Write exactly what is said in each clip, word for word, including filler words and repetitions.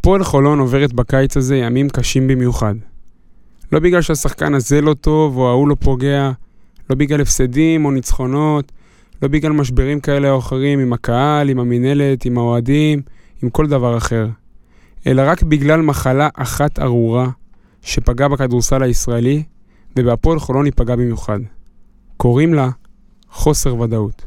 הפועל חולון עוברת בקיץ הזה ימים קשים במיוחד. לא בגלל שהשחקן הזה לא טוב או ההוא לא פוגע, לא בגלל הפסדים או ניצחונות, לא בגלל משברים כאלה או אחרים עם הקהל, עם המנהלת, עם האוהדים, עם כל דבר אחר. אלא רק בגלל מחלה אחת ארורה שפגעה בכדורסל הישראלי, ובהפועל חולון היא פגעה במיוחד. קוראים לה חוסר ודאות.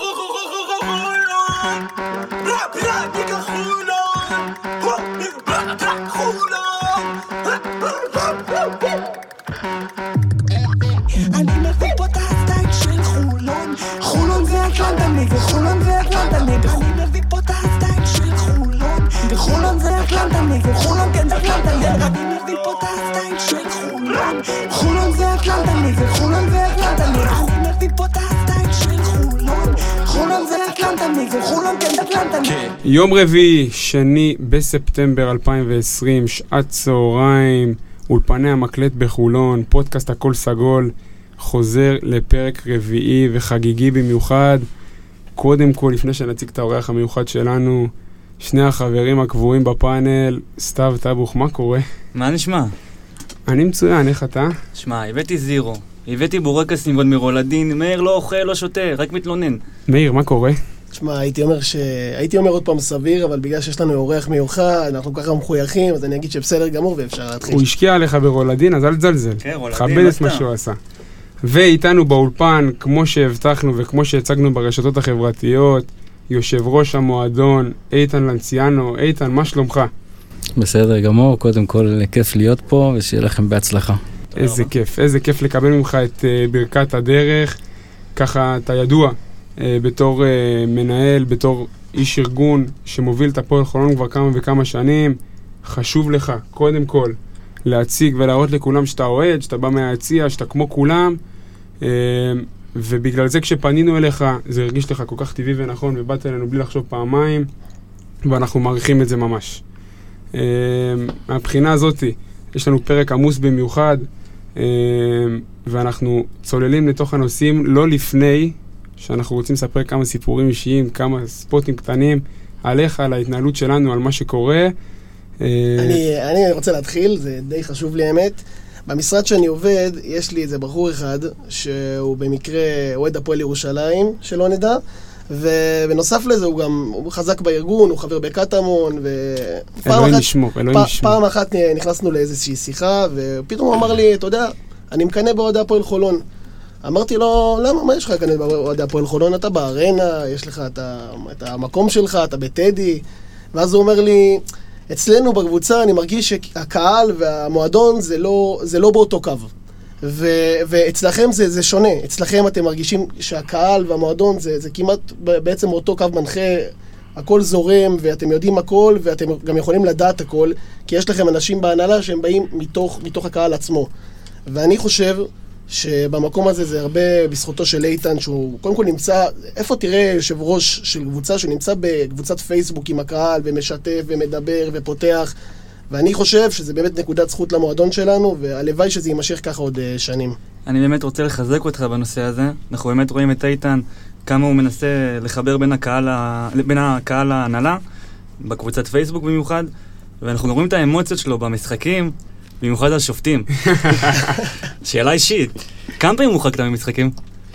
אני מביא פה את הסטייל של חולון, חולון זה אטלנטני וחולון זה אטלנטני, אני מביא פה את הסטייל של חולון, וחולון זה אטלנטני וחולון כן זה אטלנטני, אני מביא פה את הסטייל של חולון, חולון זה אטלנטני וחולון זה אטלנטני, אני מביא פה את הסטייל של חולון, חולון זה אטלנטני וחולון כן זה אטלנטני. יום רביעי, שני בספטמבר אלפיים ועשרים, שעת צהריים, אולפני המקלט בחולון, פודקאסט הכל סגול, חוזר לפרק רביעי וחגיגי במיוחד. קודם כל, לפני שנציג את האורח המיוחד שלנו, שני החברים הקבועים בפאנל, סתיו טבוך, מה קורה? מה נשמע? אני מצוין, איך אתה? שמע, הבאתי זירו, הבאתי בורקסים ועוד מרולדין, מאיר לא אוכל, לא שותה, רק מתלונן. מאיר, מה קורה? תשמע, הייתי אומר ש... הייתי אומר עוד פעם סביר, אבל בגלל שיש לנו אורח מיוחד, אנחנו ככה מחויכים, אז אני אגיד שבסדר גמור ואפשר להתחיל. הוא השקיע עליך ברולדין, אז אל תזלזל. כן, רולדין, חבד את מה שהוא עשה. ואיתנו באולפן, כמו שהבטחנו וכמו שהצגנו ברשתות החברתיות, יושב ראש המועדון, איתן לנציאנו. איתן, מה שלומך? בסדר גמור, קודם כל כיף להיות פה ושיהיה לכם בהצלחה. איזה כיף, איזה כיף לקבל ממך את uh, ברכת הדרך. ככה אתה ידוע uh, בתור uh, מנהל, בתור איש ארגון שמוביל את הפועל חולון כבר כמה וכמה שנים. חשוב לך, קודם כל, להציג ולהראות לכולם שאתה אוהד, שאתה בא מהיציע, שאתה כמו כולם. uh, ובגלל זה כשפנינו אליך, זה הרגיש לך כל כך טבעי ונכון, ובאת אלינו בלי לחשוב פעמיים, ואנחנו מעריכים את זה ממש. Uh, מהבחינה הזאת, יש לנו פרק עמוס במיוחד, uh, ואנחנו צוללים לתוך הנושאים לא לפני, שאנחנו רוצים לספר כמה סיפורים אישיים, כמה ספוטים קטנים, עליך, על ההתנהלות שלנו, על מה שקורה. Uh, אני, אני רוצה להתחיל, זה די חשוב לי האמת. במשרד שאני עובד, יש לי איזה בחור אחד, שהוא במקרה אוהד הפועל ירושלים, שלא נדע, ובנוסף לזה הוא גם הוא חזק בארגון, הוא חבר בקטמון, אלוהים ישמור, אלוהים ישמור. פעם אחת נכנסנו לאיזושהי שיחה, ופתאום הוא אמר לי, אתה יודע, אני מקנה באוהדי הפועל חולון. אמרתי לו, למה, מה יש לך לקנה באוהדי הפועל חולון? אתה בארנה, יש לך את, ה, את המקום שלך, אתה בטדי. ואז הוא אומר לי, אצלנו בקבוצה אני מרגיש שהקהל והמועדון זה לא, זה לא באותו קו. ו, ואצלכם זה, זה שונה. אצלכם אתם מרגישים שהקהל והמועדון זה, זה כמעט בעצם אותו קו מנחה, הכל זורם ואתם יודעים הכל ואתם גם יכולים לדעת הכל, כי יש לכם אנשים בהנהלה שהם באים מתוך, מתוך הקהל עצמו. ואני חושב שבמקום הזה זה הרבה בזכותו של איתן, שהוא קודם כל נמצא, איפה תראה יושב ראש של קבוצה שנמצא בקבוצת פייסבוק עם הקהל ומשתף ומדבר ופותח, ואני חושב שזה באמת נקודת זכות למועדון שלנו, והלוואי שזה יימשך ככה עוד uh, שנים. אני באמת רוצה לחזק אותך בנושא הזה. אנחנו באמת רואים את איתן, כמה הוא מנסה לחבר בין הקהל, בין הקהל להנהלה, בקבוצת פייסבוק במיוחד, ואנחנו רואים את האמוציות שלו במשחקים, במיוחד על שופטים. שאלה אישית, כמה פעמים הורחקת ממשחקים?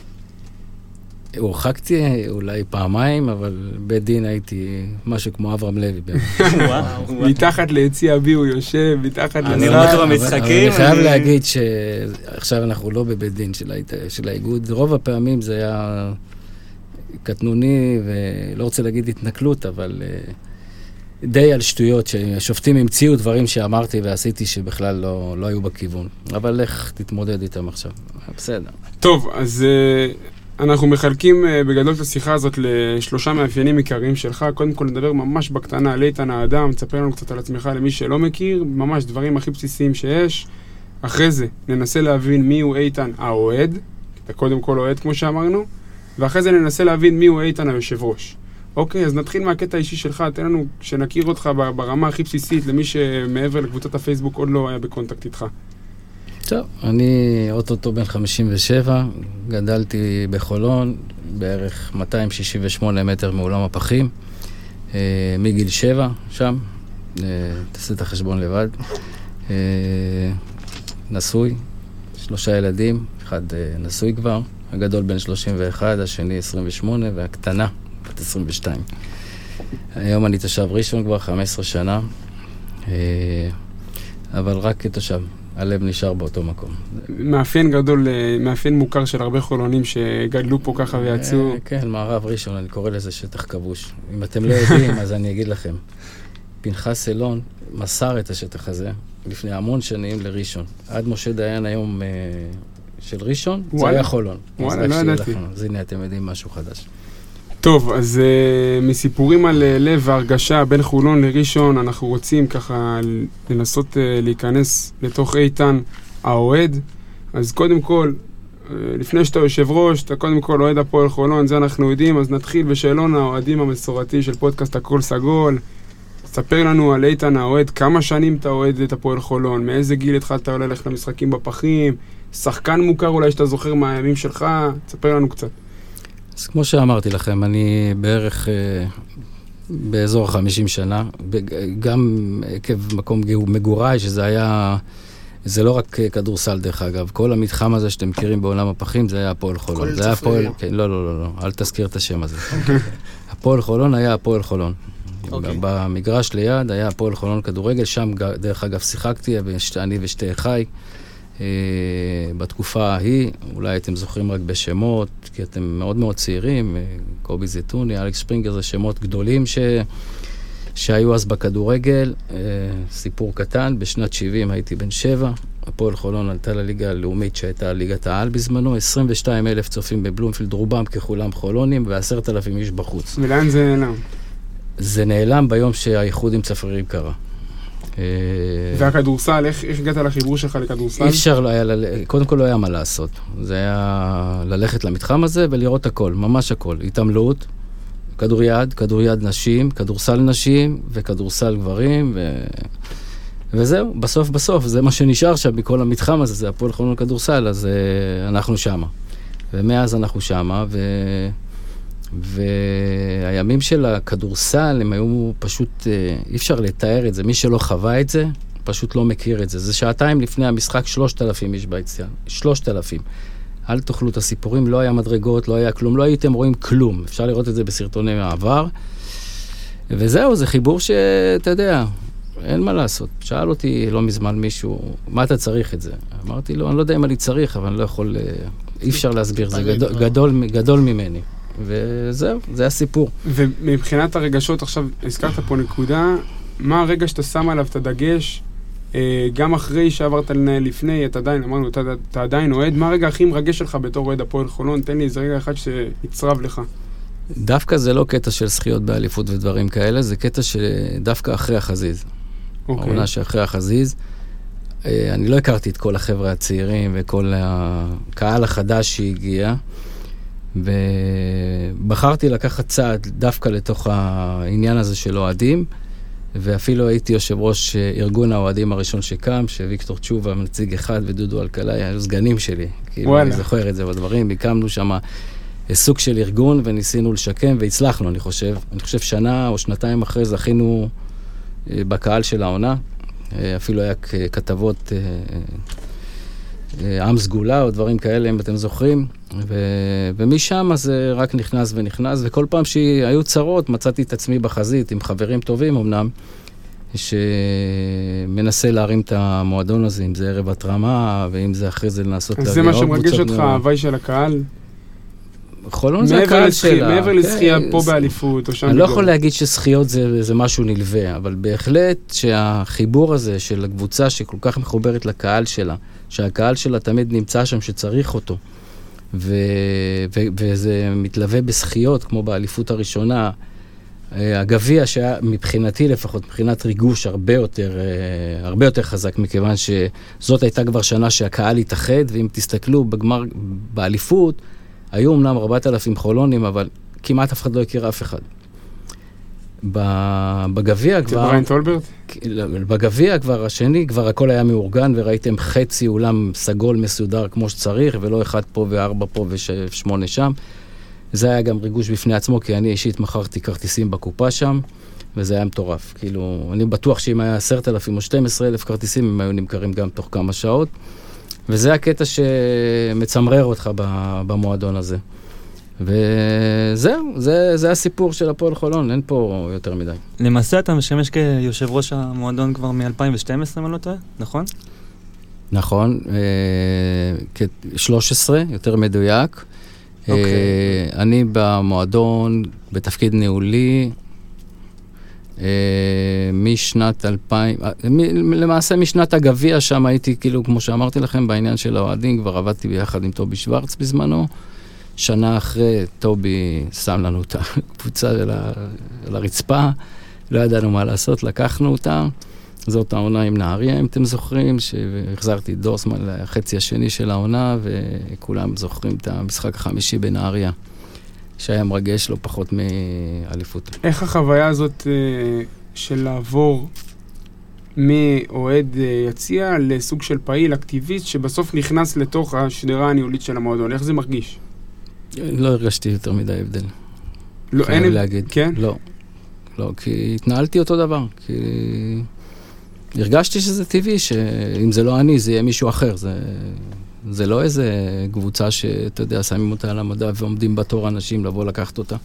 הורחקתי אולי פעמיים, אבל בית דין הייתי משהו כמו אברהם לוי. מתחת ליציע בי הוא יושב, מתחת לזה. אני רואה אותו במשחקים. אני חייב להגיד שעכשיו אנחנו לא בבית דין של האיגוד. רוב הפעמים זה היה קטנוני, ולא רוצה להגיד התנכלות, אבל די על שטויות, שהשופטים המציאו דברים שאמרתי ועשיתי שבכלל לא, לא היו בכיוון. אבל איך תתמודד איתם עכשיו? בסדר. טוב, אז אנחנו מחלקים בגדול את השיחה הזאת לשלושה מאפיינים עיקריים שלך. קודם כל נדבר ממש בקטנה על איתן האדם, תספר לנו קצת על עצמך למי שלא מכיר, ממש דברים הכי בסיסיים שיש. אחרי זה ננסה להבין מי הוא איתן האוהד, אתה קודם כל אוהד כמו שאמרנו, ואחרי זה ננסה להבין מי הוא איתן היושב ראש. אוקיי, אז נתחיל מהקטע האישי שלך, תן לנו שנכיר אותך ברמה הכי בסיסית, למי שמעבר לקבוצת הפייסבוק עוד לא היה בקונטקט איתך. טוב, אני אוטוטו בן חמישים ושבע, גדלתי בחולון, בערך מאתיים שישים ושמונה מטר מאולם הפחים, מגיל שבע שם, תעשה את החשבון לבד. נשוי, שלושה ילדים, אחד נשוי כבר, הגדול בן שלושים ואחת, השני עשרים ושמונה, והקטנה, בת עשרים ושתיים. היום אני תושב ראשון כבר חמש עשרה שנה, אבל רק כתושב. הלב נשאר באותו מקום. מאפיין גדול, מאפיין מוכר של הרבה חולונים שגדלו פה ככה ויצאו. כן, מערב ראשון, אני קורא לזה שטח כבוש. אם אתם לא יודעים, אז אני אגיד לכם. פנחס אלון מסר את השטח הזה לפני המון שנים לראשון. עד משה דיין היום של ראשון, זה היה חולון. וואלה, לא ידעתי. אז הנה, אתם יודעים משהו חדש. טוב, אז uh, מסיפורים על uh, לב והרגשה בין חולון לראשון, אנחנו רוצים ככה לנסות uh, להיכנס לתוך איתן האוהד. אז קודם כל, uh, לפני שאתה יושב ראש, אתה קודם כל אוהד הפועל חולון, זה אנחנו יודעים, אז נתחיל בשאלון האוהדים המסורתי של פודקאסט הכל סגול. ספר לנו על איתן האוהד, כמה שנים אתה אוהד את הפועל חולון, מאיזה גיל התחלת עולה ללכת למשחקים בפחים, שחקן מוכר אולי שאתה זוכר מהימים שלך, ספר לנו קצת. אז כמו שאמרתי לכם, אני בערך אה, באזור חמישים שנה, גם עקב מקום מגוריי, שזה היה, זה לא רק כדורסל דרך אגב, כל המתחם הזה שאתם מכירים בעולם הפחים, זה היה הפועל חולון. זה היה הפועל, כן, לא, לא, לא, לא, אל תזכיר את השם הזה. הפועל חולון היה הפועל חולון. Okay. במגרש ליד היה הפועל חולון כדורגל, שם דרך אגב שיחקתי, אני ושתי אחי. בתקופה ההיא, אולי אתם זוכרים רק בשמות, כי אתם מאוד מאוד צעירים, קובי זיתוני, אלכס שפרינגר, זה שמות גדולים ש... שהיו אז בכדורגל. סיפור קטן, בשנת שבעים הייתי בן שבע, הפועל חולון עלתה לליגה הלאומית שהייתה ליגת העל בזמנו, עשרים ושתיים אלף צופים בבלומפילד, רובם ככולם חולונים, ועשרת אלפים איש בחוץ. ולאן זה נעלם? זה נעלם ביום שהאיחוד עם צפרירים קרה. והכדורסל, איך, איך הגעת לחיבור שלך לכדורסל? אי אפשר לא היה, קודם כל לא היה מה לעשות. זה היה ללכת למתחם הזה ולראות הכל, ממש הכל. התעמלות, כדוריד, כדוריד נשים, כדורסל נשים וכדורסל גברים, ו... וזהו, בסוף בסוף, זה מה שנשאר שם מכל המתחם הזה, זה הפועל חולון כדורסל, אז uh, אנחנו שמה. ומאז אנחנו שמה, ו... והימים של הכדורסל הם היו פשוט, אי אפשר לתאר את זה, מי שלא חווה את זה, פשוט לא מכיר את זה. זה שעתיים לפני המשחק, שלושת אלפים איש ביציאה, שלושת אלפים. אל תאכלו את הסיפורים, לא היה מדרגות, לא היה כלום, לא הייתם רואים כלום. אפשר לראות את זה בסרטוני מעבר. וזהו, זה חיבור שאתה יודע, אין מה לעשות. שאל אותי לא מזמן מישהו, מה אתה צריך את זה? אמרתי לו, אני לא יודע אם אני צריך, אבל אני לא יכול, אי אפשר להסביר, זה גדול, גדול, גדול ממני. וזהו, זה הסיפור. ומבחינת הרגשות, עכשיו הזכרת פה נקודה, מה הרגע שאתה שם עליו את הדגש, גם אחרי שעברת לנהל לפני, אתה עדיין, אמרנו, אתה, אתה עדיין אוהד, מה הרגע הכי מרגש שלך בתור אוהד הפועל חולון? תן לי איזה רגע אחד שיצרב לך. דווקא זה לא קטע של זכיות באליפות ודברים כאלה, זה קטע שדווקא אחרי החזיז. אוקיי. העונה שאחרי החזיז, אני לא הכרתי את כל החבר'ה הצעירים וכל הקהל החדש שהגיע, ובחרתי לקחת צעד דווקא לתוך העניין הזה של אוהדים, ואפילו הייתי יושב ראש ארגון האוהדים הראשון שקם, שוויקטור תשובה, נציג אחד, ודודו אלקלעי, היו סגנים שלי. כאילו, אני זוכר את זה בדברים, הקמנו שם סוג של ארגון, וניסינו לשקם, והצלחנו, אני חושב. אני חושב שנה או שנתיים אחרי זכינו בקהל של העונה, אפילו היה כתבות עם סגולה או דברים כאלה, אם אתם זוכרים, ו... ומשם זה רק נכנס ונכנס, וכל פעם שהיו צרות מצאתי את עצמי בחזית עם חברים טובים אמנם, שמנסה להרים את המועדון הזה, אם זה ערב התרמה, ואם זה אחרי זה לנסות להביא. אז זה מה שמרגש אותך, ההווי של הקהל? חולון זה הקהל שלה. מעבר לזכייה פה באליפות, או שם... אני לא יכול להגיד שזכיות זה, זה משהו נלווה, אבל בהחלט שהחיבור הזה של הקבוצה שכל כך מחוברת לקהל שלה, שהקהל שלה תמיד נמצא שם שצריך אותו, ו, ו, וזה מתלווה בזכיות, כמו באליפות הראשונה, הגביע שהיה מבחינתי לפחות, מבחינת ריגוש הרבה יותר, הרבה יותר חזק, מכיוון שזאת הייתה כבר שנה שהקהל התאחד, ואם תסתכלו בגמר, באליפות, היו אמנם ארבעת אלפים חולונים, אבל כמעט אף אחד לא הכיר אף אחד. בגביע כבר... זה בריין טולברט? בגביע כבר השני, כבר הכל היה מאורגן, וראיתם חצי אולם סגול מסודר כמו שצריך, ולא אחד פה וארבע פה ושמונה שם. זה היה גם ריגוש בפני עצמו, כי אני אישית מכרתי כרטיסים בקופה שם, וזה היה מטורף. כאילו, אני בטוח שאם היה עשרת אלפים או שנים עשר אלף כרטיסים, הם היו נמכרים גם תוך כמה שעות, וזה הקטע שמצמרר אותך במועדון הזה. וזהו, זה, זה הסיפור של הפועל חולון, אין פה יותר מדי. למעשה אתה משמש כיושב ראש המועדון כבר מ-אלפיים ושתים עשרה, אם אני לא טועה, נכון? נכון, כ-שלוש עשרה, יותר מדויק. אוקיי. אני במועדון, בתפקיד ניהולי, משנת אלפיים, למעשה משנת הגביע, שם הייתי, כאילו, כמו שאמרתי לכם, בעניין של האוהדים, כבר עבדתי ביחד עם טובי שוורץ בזמנו. שנה אחרי, טובי שם לנו את הקבוצה על הרצפה, לא ידענו מה לעשות, לקחנו אותה. זאת העונה עם נהריה, אם אתם זוכרים, שהחזרתי את דורסמן לחצי השני של העונה, וכולם זוכרים את המשחק החמישי בנהריה, שהיה מרגש לא פחות מאליפות. איך החוויה הזאת של לעבור מאוהד יציע לסוג של פעיל, אקטיביסט, שבסוף נכנס לתוך השדרה הניהולית של המועדון? איך זה מרגיש? לא הרגשתי יותר מדי הבדל. לא, אין... להגיד. כן? לא. לא, כי התנהלתי אותו דבר. כי הרגשתי שזה טבעי, שאם זה לא אני, זה יהיה מישהו אחר. זה, זה לא איזה קבוצה שאתה יודע, שמים אותה על המדע ועומדים בתור אנשים לבוא לקחת אותה.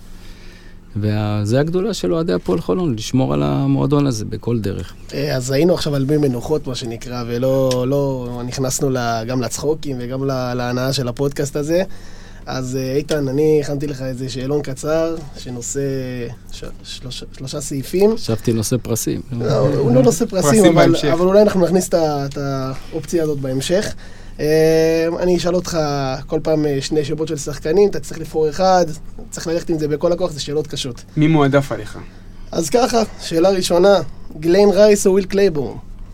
וזה הגדולה של אוהדי הפועל חולון, לשמור על המועדון הזה בכל דרך. אז היינו עכשיו על מי מנוחות, מה שנקרא, ולא לא, נכנסנו גם לצחוקים וגם להנאה של הפודקאסט הזה. אז איתן, אני הכנתי לך איזה שאלון קצר, שנושא ש... שלוש... שלושה סעיפים. חשבתי נושא פרסים. לא, הוא לא נושא פרסים, פרסים אבל, אבל אולי אנחנו נכניס את, את האופציה הזאת בהמשך. אני אשאל אותך כל פעם שני שמות של שחקנים, אתה צריך לבחור אחד, צריך ללכת עם זה בכל הכוח, זה שאלות קשות. מי מועדף עליך? אז ככה, שאלה ראשונה, גליין רייס או וויל קלייבורן?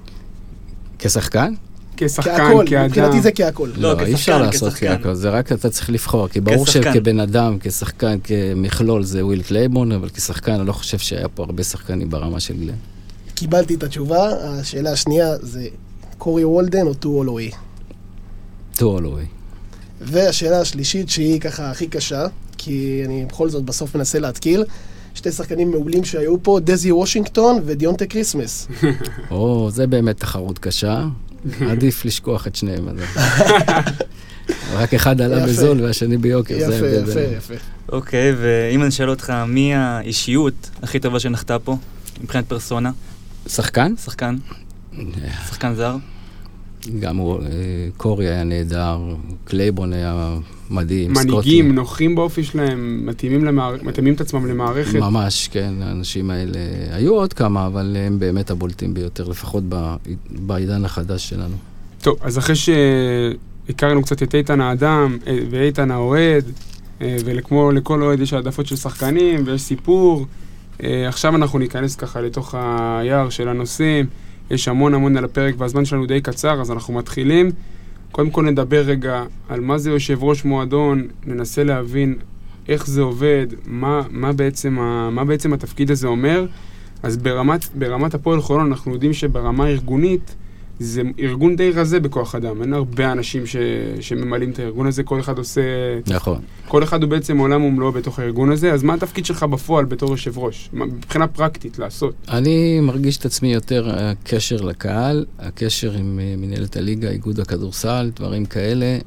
כשחקן? כשחקן, כאדם. מבחינתי זה כהכל. לא, אי אפשר לעשות כהכל, זה רק אתה צריך לבחור, כי ברור שכבן אדם, כשחקן, כמכלול זה וויל קלייבורן, אבל כשחקן אני לא חושב שהיה פה הרבה שחקנים ברמה של גליין. קיבלתי את התשובה, השאלה השנייה זה קורי וולדן או טו הולווי? טו הולווי. והשאלה השלישית שהיא ככה הכי קשה, כי אני בכל זאת בסוף מנסה להתקיל, שתי שחקנים מעולים שהיו פה, דזי וושינגטון ודיונטה קריסמס. או, זה באמת תחרות קשה. עדיף לשכוח את שניהם. רק אחד עלה בזול והשני ביוקר. יפה, יפה, יפה. אוקיי, ואם אני שואל אותך, מי האישיות הכי טובה שנחתה פה, מבחינת פרסונה? שחקן? שחקן. שחקן זר? גם קורי היה נהדר, קלייבורן היה מדהים, מנהיגים, נוחים באופי שלהם, מתאימים את עצמם למערכת. ממש, כן, האנשים האלה, היו עוד כמה, אבל הם באמת הבולטים ביותר, לפחות בעידן החדש שלנו. טוב, אז אחרי שהכרנו קצת את איתן האדם ואיתן האוהד, וכמו לכל אוהד יש העדפות של שחקנים ויש סיפור, עכשיו אנחנו ניכנס ככה לתוך היער של הנושאים, יש המון המון על הפרק והזמן שלנו די קצר, אז אנחנו מתחילים. קודם כל נדבר רגע על מה זה יושב ראש מועדון, ננסה להבין איך זה עובד, מה, מה, בעצם, מה בעצם התפקיד הזה אומר. אז ברמת, ברמת הפועל חולון אנחנו יודעים שברמה הארגונית זה ארגון די רזה בכוח אדם, אין הרבה אנשים ש, שממלאים את הארגון הזה, כל אחד עושה... נכון. כל אחד הוא בעצם עולם ומלואו בתוך הארגון הזה, אז מה התפקיד שלך בפועל בתור יושב ראש? מבחינה פרקטית לעשות? אני מרגיש את עצמי יותר הקשר לקהל, הקשר עם מנהלת הליגה, איגוד הכדורסל, דברים כאלה,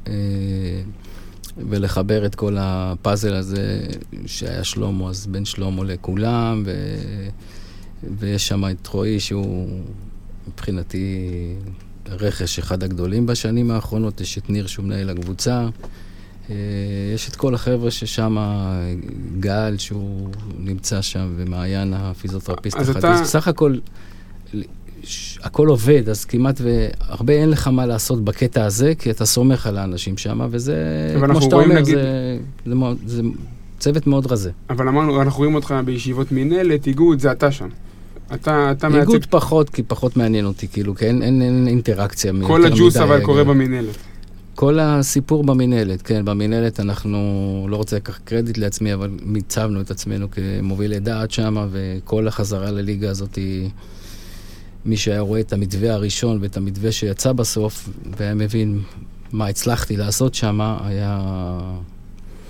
ולחבר את כל הפאזל הזה שהיה שלמה, אז בין שלמה לכולם, ו... ויש שם את רועי שהוא... מבחינתי רכש אחד הגדולים בשנים האחרונות, יש את ניר שהוא מנהל הקבוצה, יש את כל החבר'ה ששם, גל שהוא נמצא שם, ומעיין הפיזיותרפיסט החדש. בסך הכל, הכל עובד, אז כמעט והרבה אין לך מה לעשות בקטע הזה, כי אתה סומך על האנשים שם, וזה, כמו שאתה אומר, זה, זה, זה צוות מאוד רזה. אבל אמרנו, אנחנו רואים אותך בישיבות מנהלת, איגוד, זה אתה שם. אתה, אתה איגוד מייצג... פחות, כי פחות מעניין אותי, כאילו, כי אין, אין, אין אינטראקציה. כל הג'וס אבל קורה במנהלת. כל הסיפור במנהלת, כן, במנהלת אנחנו, לא רוצה לקח קרדיט לעצמי, אבל מיצבנו את עצמנו כמובילי דעת שם, וכל החזרה לליגה הזאת, מי שהיה רואה את המתווה הראשון ואת המתווה שיצא בסוף, והיה מבין מה הצלחתי לעשות שם, היה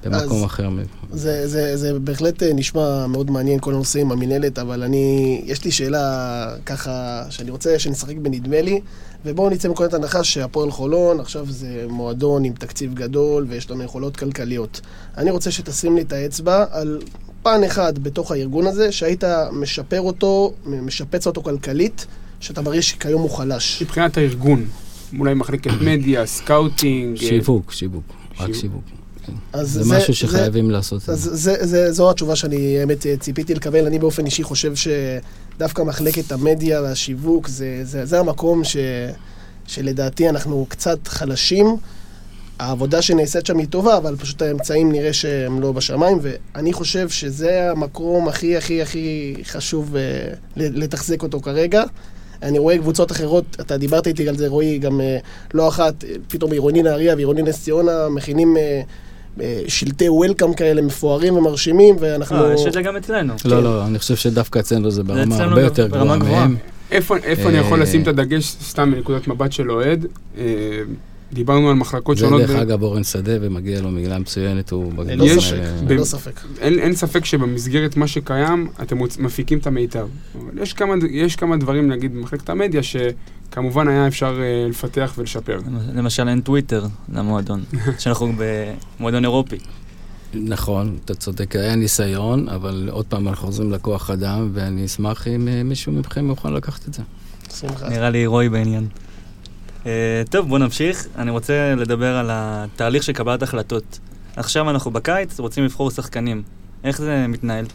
במקום אחר. זה, זה, זה בהחלט נשמע מאוד מעניין כל הנושא עם המנהלת, אבל אני, יש לי שאלה ככה, שאני רוצה שנשחק בנדמה לי, ובואו נצא מכל הנחה שהפועל חולון, עכשיו זה מועדון עם תקציב גדול, ויש לנו יכולות כלכליות. אני רוצה שתשים לי את האצבע על פן אחד בתוך הארגון הזה, שהיית משפר אותו, משפץ אותו כלכלית, שאתה מרגיש שכיום הוא חלש. מבחינת הארגון, אולי מחלקת מדיה, סקאוטינג. שיווק, שיווק, רק שיווק. זה זה משהו שחייבים לעשות. אז זה, זה, זו התשובה שאני באמת ציפיתי לקבל. אני באופן אישי חושב שדווקא מחלקת המדיה והשיווק, זה, זה, זה המקום ש, שלדעתי אנחנו קצת חלשים. העבודה שנעשית שם היא טובה, אבל פשוט האמצעים נראה שהם לא בשמיים, ואני חושב שזה המקום הכי הכי הכי חשוב לתחזק אותו כרגע. אני רואה קבוצות אחרות, אתה דיברת איתי על זה, רואי, גם לא אחת, פתאום עירוני נהריה ועירוני נס ציונה מכינים שלטי וולקאם כאלה מפוארים ומרשימים, ואנחנו... אה, יש את זה גם אצלנו. לא, לא, אני חושב שדווקא אצלנו זה ברמה הרבה יותר גבוהה מהם. איפה אני יכול לשים את הדגש, סתם מנקודת מבט של אוהד? דיברנו על מחלקות שונות. זה דרך אגב אורן שדה, ומגיע לו מילה מצוינת, הוא... לא ספק. אין ספק שבמסגרת מה שקיים, אתם מפיקים את המיטב. יש כמה דברים, נגיד, במחלקת המדיה, שכמובן היה אפשר לפתח ולשפר. למשל, אין טוויטר למועדון, שאנחנו במועדון אירופי. נכון, אתה צודק, היה ניסיון, אבל עוד פעם אנחנו חוזרים לכוח אדם, ואני אשמח אם מישהו מבחינם יוכל לקחת את זה. נראה לי רוי בעניין. טוב, בוא נמשיך. אני רוצה לדבר על התהליך של קבלת החלטות. עכשיו אנחנו בקיץ, רוצים לבחור שחקנים. איך זה מתנהל?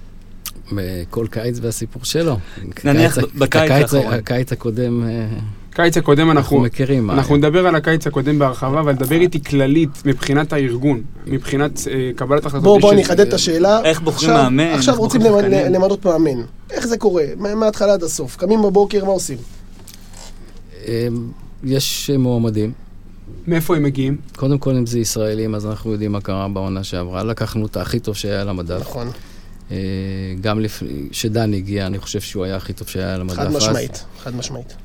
כל קיץ והסיפור שלו. נניח בקיץ האחרון. הקיץ הקודם... קיץ הקודם אנחנו מכירים. אנחנו נדבר על הקיץ הקודם בהרחבה, אבל נדבר איתי כללית מבחינת הארגון, מבחינת קבלת החלטות. בוא, בוא נחדד את השאלה. איך בוחרים מאמן? עכשיו רוצים למנות מאמן. איך זה קורה? מההתחלה עד הסוף. קמים בבוקר, מה עושים? יש מועמדים. מאיפה הם מגיעים? קודם כל, אם זה ישראלים, אז אנחנו יודעים מה קרה בעונה שעברה. לקחנו את הכי טוב שהיה על המדף. נכון. גם כשדן הגיע, אני חושב שהוא היה הכי טוב שהיה על המדף. חד משמעית, חד משמעית.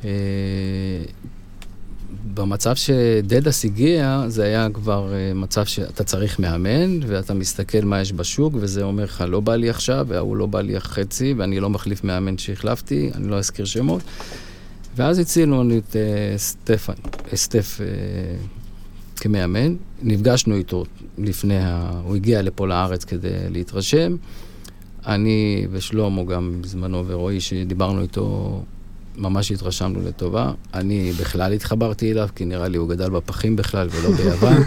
במצב שדדס הגיע, זה היה כבר מצב שאתה צריך מאמן, ואתה מסתכל מה יש בשוק, וזה אומר לך, לא בא לי עכשיו, והוא לא בא לי חצי, ואני לא מחליף מאמן שהחלפתי, אני לא אזכיר שמות. ואז הצילנו את סטף, סטף כמאמן, נפגשנו איתו לפני, הוא הגיע לפה לארץ כדי להתרשם, אני ושלומו גם בזמנו ורועי שדיברנו איתו, ממש התרשמנו לטובה, אני בכלל התחברתי אליו, כי נראה לי הוא גדל בפחים בכלל ולא ביוון,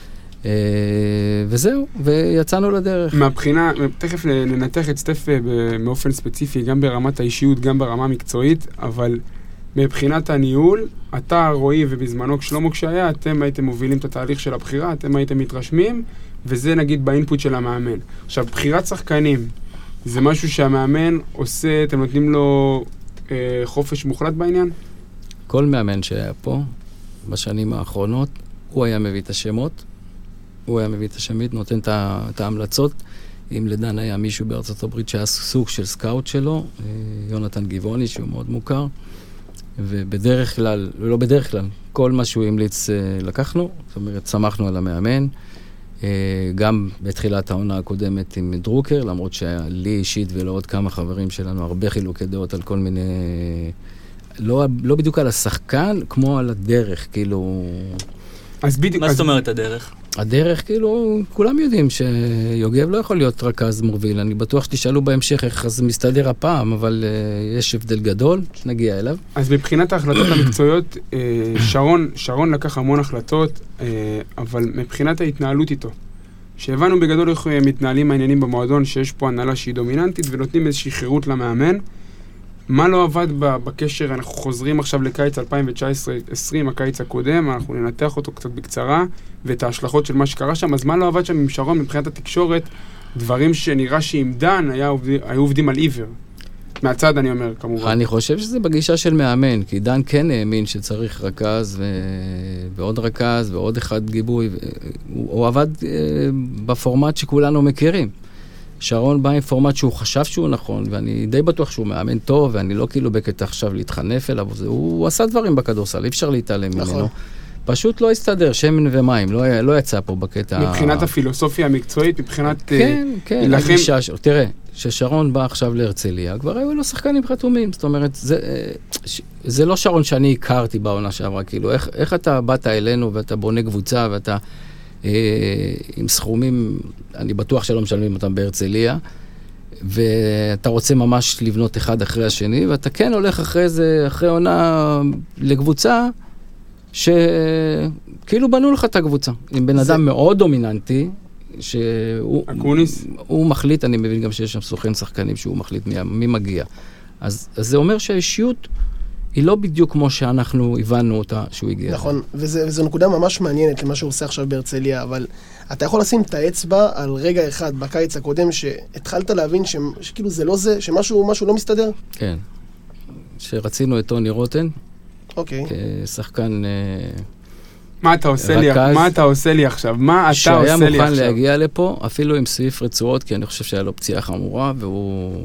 וזהו, ויצאנו לדרך. מהבחינה, תכף ננתח את סטף באופן ספציפי, גם ברמת האישיות, גם ברמה המקצועית, אבל... מבחינת הניהול, אתה, רועי ובזמנו כשלמה כשהיה, אתם הייתם מובילים את התהליך של הבחירה, אתם הייתם מתרשמים, וזה נגיד באינפוט של המאמן. עכשיו, בחירת שחקנים, זה משהו שהמאמן עושה, אתם נותנים לו אה, חופש מוחלט בעניין? כל מאמן שהיה פה, בשנים האחרונות, הוא היה מביא את השמות, הוא היה מביא את השמית, נותן את ההמלצות. אם לדן היה מישהו בארצות הברית שהיה סוג של סקאוט שלו, יונתן גיבוני, שהוא מאוד מוכר, ובדרך כלל, לא בדרך כלל, כל מה שהוא המליץ לקחנו, זאת אומרת, שמחנו על המאמן, גם בתחילת העונה הקודמת עם דרוקר, למרות שהיה לי אישית ולעוד כמה חברים שלנו הרבה חילוקי דעות על כל מיני, לא, לא בדיוק על השחקן, כמו על הדרך, כאילו... אז בדיוק... מה זאת אומרת הדרך? הדרך, כאילו, כולם יודעים שיוגב לא יכול להיות רכז מוביל. אני בטוח שתשאלו בהמשך איך זה מסתדר הפעם, אבל uh, יש הבדל גדול, נגיע אליו. אז מבחינת ההחלטות המקצועיות, uh, שרון, שרון לקח המון החלטות, uh, אבל מבחינת ההתנהלות איתו, שהבנו בגדול איך מתנהלים העניינים במועדון, שיש פה הנהלה שהיא דומיננטית, ונותנים איזושהי חירות למאמן, מה לא עבד בקשר? אנחנו חוזרים עכשיו לקיץ אלפיים תשע עשרה עשרים, הקיץ הקודם, אנחנו ננתח אותו קצת בקצרה, ואת ההשלכות של מה שקרה שם, אז מה לא עבד שם עם שרון מבחינת התקשורת, דברים שנראה שעם דן היה עובד, היו עובדים על עיוור. מהצד אני אומר, כמובן. אני חושב שזה בגישה של מאמן, כי דן כן האמין שצריך רכז ו... ועוד רכז ועוד אחד גיבוי, ו... הוא, הוא עבד uh, בפורמט שכולנו מכירים. שרון בא עם פורמט שהוא חשב שהוא נכון, ואני די בטוח שהוא מאמן טוב, ואני לא כאילו בקטע עכשיו להתחנף אליו, הוא, הוא עשה דברים בכדורסל, אי אפשר להתעלם נכון. ממנו. פשוט לא הסתדר, שמן ומים, לא, לא יצא פה בקטע... מבחינת הפילוסופיה המקצועית, מבחינת... כן, כן, לכם... הגישה, תראה, ששרון בא עכשיו להרצליה, כבר היו לו שחקנים חתומים, זאת אומרת, זה, זה לא שרון שאני הכרתי בעונה שעברה, כאילו, איך, איך אתה באת אלינו ואתה בונה קבוצה ואתה אה, עם סכומים, אני בטוח שלא משלמים אותם בהרצליה, ואתה רוצה ממש לבנות אחד אחרי השני, ואתה כן הולך אחרי זה, אחרי עונה לקבוצה, שכאילו בנו לך את הקבוצה, עם בן אדם מאוד דומיננטי, שהוא אקוניס? הוא מחליט, אני מבין גם שיש שם סוכן שחקנים שהוא מחליט מי, מי מגיע. אז, אז זה אומר שהאישיות היא לא בדיוק כמו שאנחנו הבנו אותה שהוא הגיע. נכון, וזה, וזו נקודה ממש מעניינת למה שהוא עושה עכשיו בהרצליה, אבל אתה יכול לשים את האצבע על רגע אחד בקיץ הקודם שהתחלת להבין ש, שכאילו זה לא זה, שמשהו משהו לא מסתדר? כן. שרצינו את טוני רוטן. אוקיי. כשחקן... מה אתה עושה לי, מה אתה עושה לי עכשיו? מה אתה עושה לי עכשיו? שהיה מוכן להגיע לפה, אפילו עם סעיף רצועות, כי אני חושב שהיה לו פציעה חמורה, והוא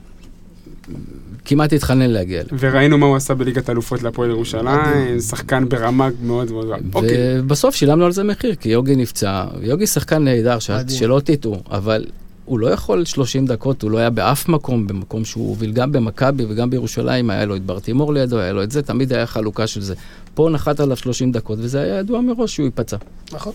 כמעט התחנן להגיע לפה. וראינו מה הוא עשה בליגת האלופות להפועל ירושלים, שחקן ברמה מאוד מאוד... ובסוף שילמנו על זה מחיר, כי יוגי נפצע, יוגי שחקן נהדר, שלא תטעו, אבל הוא לא יכול שלושים דקות, הוא לא היה באף מקום, במקום שהוא הוביל גם במכבי וגם בירושלים, היה לו את ברטימור לידו, היה לו את זה, תמיד היה חלוקה של זה. פה נחת עליו שלושים דקות, וזה היה ידוע מראש שהוא ייפצע. נכון.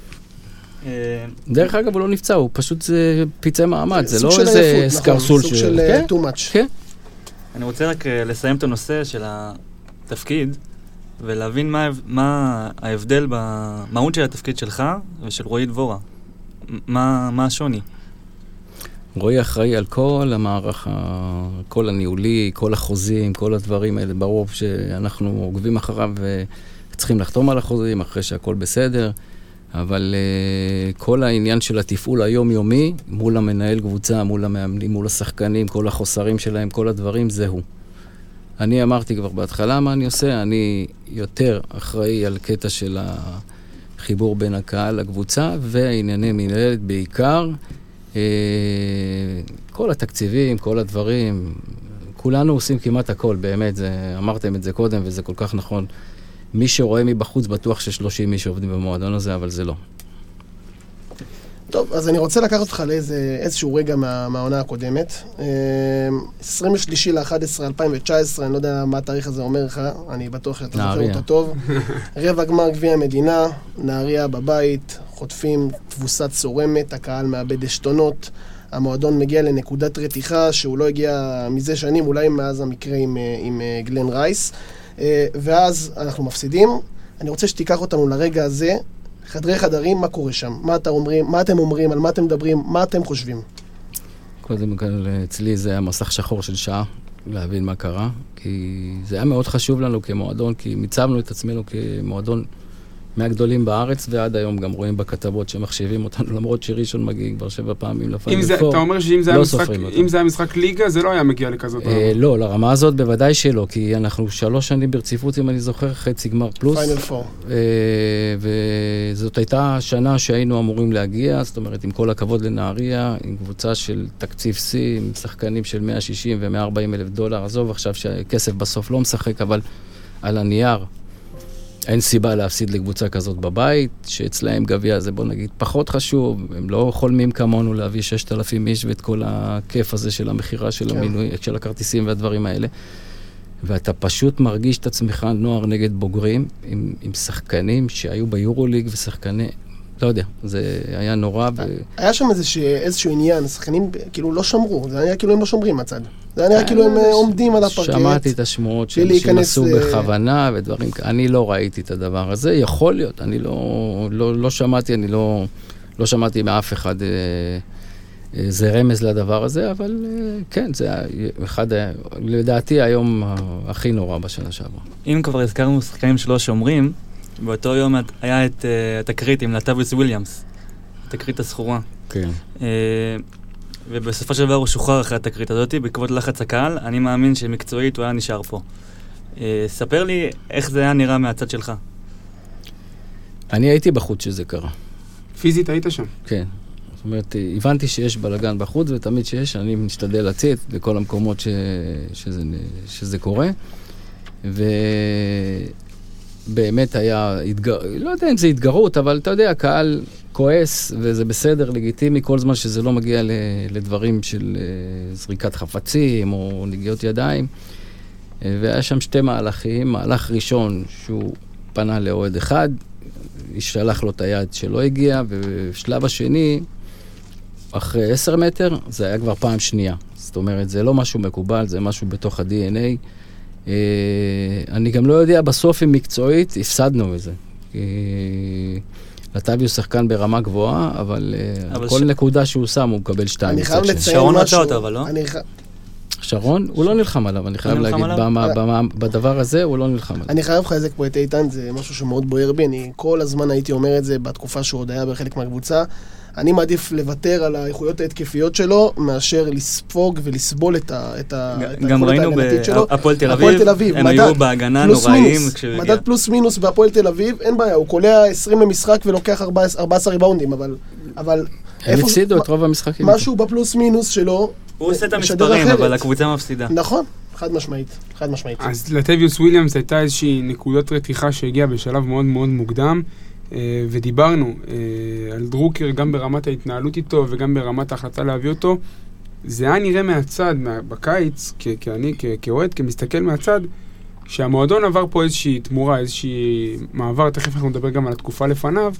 דרך אגב, הוא לא נפצע, הוא פשוט זה פיצי מעמד, זה לא איזה סקרסול. סוג של too much. כן. אני רוצה רק לסיים את הנושא של התפקיד, ולהבין מה ההבדל במהות של התפקיד שלך ושל רועי דבורה. מה השוני? רועי אחראי על כל המערך, כל הניהולי, כל החוזים, כל הדברים האלה. ברור שאנחנו עוקבים אחריו וצריכים לחתום על החוזים אחרי שהכל בסדר, אבל uh, כל העניין של התפעול היומיומי, מול המנהל קבוצה, מול המאמנים, מול השחקנים, כל החוסרים שלהם, כל הדברים, זה הוא. אני אמרתי כבר בהתחלה מה אני עושה, אני יותר אחראי על קטע של החיבור בין הקהל לקבוצה, והענייני מנהלת בעיקר, כל התקציבים, כל הדברים, כולנו עושים כמעט הכל, באמת, זה, אמרתם את זה קודם וזה כל כך נכון. מי שרואה מבחוץ בטוח ששלושים איש עובדים במועדון הזה, אבל זה לא. טוב, אז אני רוצה לקחת אותך לאיזשהו רגע מה, מהעונה הקודמת. עשרים ושלושה לאחד עשר אלפיים תשע עשרה, אני לא יודע מה התאריך הזה אומר לך, אני בטוח שאתה זוכר אותו טוב. רבע גמר גביע המדינה, נהריה בבית, חוטפים תבוסה צורמת, הקהל מאבד עשתונות, המועדון מגיע לנקודת רתיחה שהוא לא הגיע מזה שנים, אולי מאז המקרה עם, עם גלן רייס, ואז אנחנו מפסידים. אני רוצה שתיקח אותנו לרגע הזה, חדרי חדרים, מה קורה שם? מה אתם אומרים, מה אתם אומרים, על מה אתם מדברים, מה אתם חושבים? קודם כל, אצלי זה היה מסך שחור של שעה, להבין מה קרה, כי זה היה מאוד חשוב לנו כמועדון, כי מיצבנו את עצמנו כמועדון מהגדולים בארץ, ועד היום גם רואים בכתבות שמחשיבים אותנו, למרות שראשון מגיעים כבר שבע פעמים לפיינל פור. אתה אומר שאם זה, לא זה היה משחק ליגה, זה לא היה מגיע לכזאת רמה? אה, לא, לרמה הזאת בוודאי שלא, כי אנחנו שלוש שנים ברציפות, אם אני זוכר, חצי גמר פלוס. פיינל פור. אה, וזאת הייתה שנה שהיינו אמורים להגיע, זאת אומרת, עם כל הכבוד לנהריה, עם קבוצה של תקציב C, עם שחקנים של מאה ושישים ו-מאה וארבעים אלף דולר, עזוב עכשיו שהכסף בסוף לא משחק, אבל על הנייר, אין סיבה להפסיד לקבוצה כזאת בבית, שאצלהם גביע זה בוא נגיד פחות חשוב, הם לא חולמים כמונו להביא ששת אלפים איש ואת כל הכיף הזה של המחירה של המינוי, של הכרטיסים והדברים האלה. ואתה פשוט מרגיש את עצמך נוער נגד בוגרים, עם, עם שחקנים שהיו ביורוליג ושחקני, לא יודע, זה היה נורא. ו... היה שם איזשהו, איזשהו עניין, שחקנים כאילו לא שמרו, זה היה כאילו הם לא שומרים מצד. זה היה כאילו הם עומדים על הפרקט. שמעתי את השמועות שאנשים עשו בכוונה ודברים כאלה. אני לא ראיתי את הדבר הזה. יכול להיות, אני לא, לא, לא שמעתי, אני לא, לא שמעתי מאף אחד זה רמז לדבר הזה, אבל כן, זה אחד, לדעתי היום הכי נורא בשנה שעברה. אם כבר הזכרנו שחקנים שלא שומרים, באותו יום היה את התקרית עם לטאביוס וויליאמס, התקרית הסחורה. כן. ובסופו של דבר הוא שוחרר אחרי התקרית הזאת, בעקבות לחץ הקהל, אני מאמין שמקצועית הוא היה נשאר פה. ספר לי איך זה היה נראה מהצד שלך. אני הייתי בחוץ שזה קרה. פיזית היית שם? כן. זאת אומרת, הבנתי שיש בלגן בחוץ, ותמיד שיש, אני משתדל לצאת לכל המקומות ש... שזה... שזה קורה. ו... באמת היה, התגר... לא יודע אם זה התגרות, אבל אתה יודע, הקהל כועס, וזה בסדר, לגיטימי, כל זמן שזה לא מגיע לדברים של זריקת חפצים או נגיעות ידיים. והיה שם שתי מהלכים, מהלך ראשון שהוא פנה לאוהד אחד, ישלח לו את היד שלא הגיע, ובשלב השני, אחרי עשר מטר, זה היה כבר פעם שנייה. זאת אומרת, זה לא משהו מקובל, זה משהו בתוך ה-די אן איי. אני גם לא יודע בסוף אם מקצועית, הפסדנו את זה. לטביו שחקן ברמה גבוהה, אבל כל נקודה שהוא שם הוא מקבל שתיים. אני חייב לציין משהו. שרון רצה אותה, אבל לא? שרון, הוא לא נלחם עליו, אני חייב להגיד, בדבר הזה הוא לא נלחם עליו. אני חייב לחזק פה את איתן, זה משהו שמאוד בוער בי, אני כל הזמן הייתי אומר את זה בתקופה שהוא עוד היה בחלק מהקבוצה, אני מעדיף לוותר על האיכויות ההתקפיות שלו, מאשר לספוג ולסבול את גם ראינו בהפועל תל אביב, הם היו בהגנה נוראים. מדד פלוס מינוס בהפועל תל אביב, אין בעיה, הוא קולע עשרים למשחק ולוקח ארבעה עשר ריבאונדים, אבל... הם הפסידו את רוב המשחקים. משהו בפלוס מינוס שלו... הוא עושה את המספרים, אבל הקבוצה מפסידה. נכון, חד משמעית, חד משמעית. אז לטביוס וויליאמס הייתה איזושהי נקודת רתיחה שהגיעה בשלב מאוד מאוד מוקדם, ודיברנו על דרוקר גם ברמת ההתנהלות איתו וגם ברמת ההחלטה להביא אותו. זה היה נראה מהצד, בקיץ, כאני, כאוהד, כמסתכל מהצד, שהמועדון עבר פה איזושהי תמורה, איזושהי מעבר, תכף אנחנו נדבר גם על התקופה לפניו,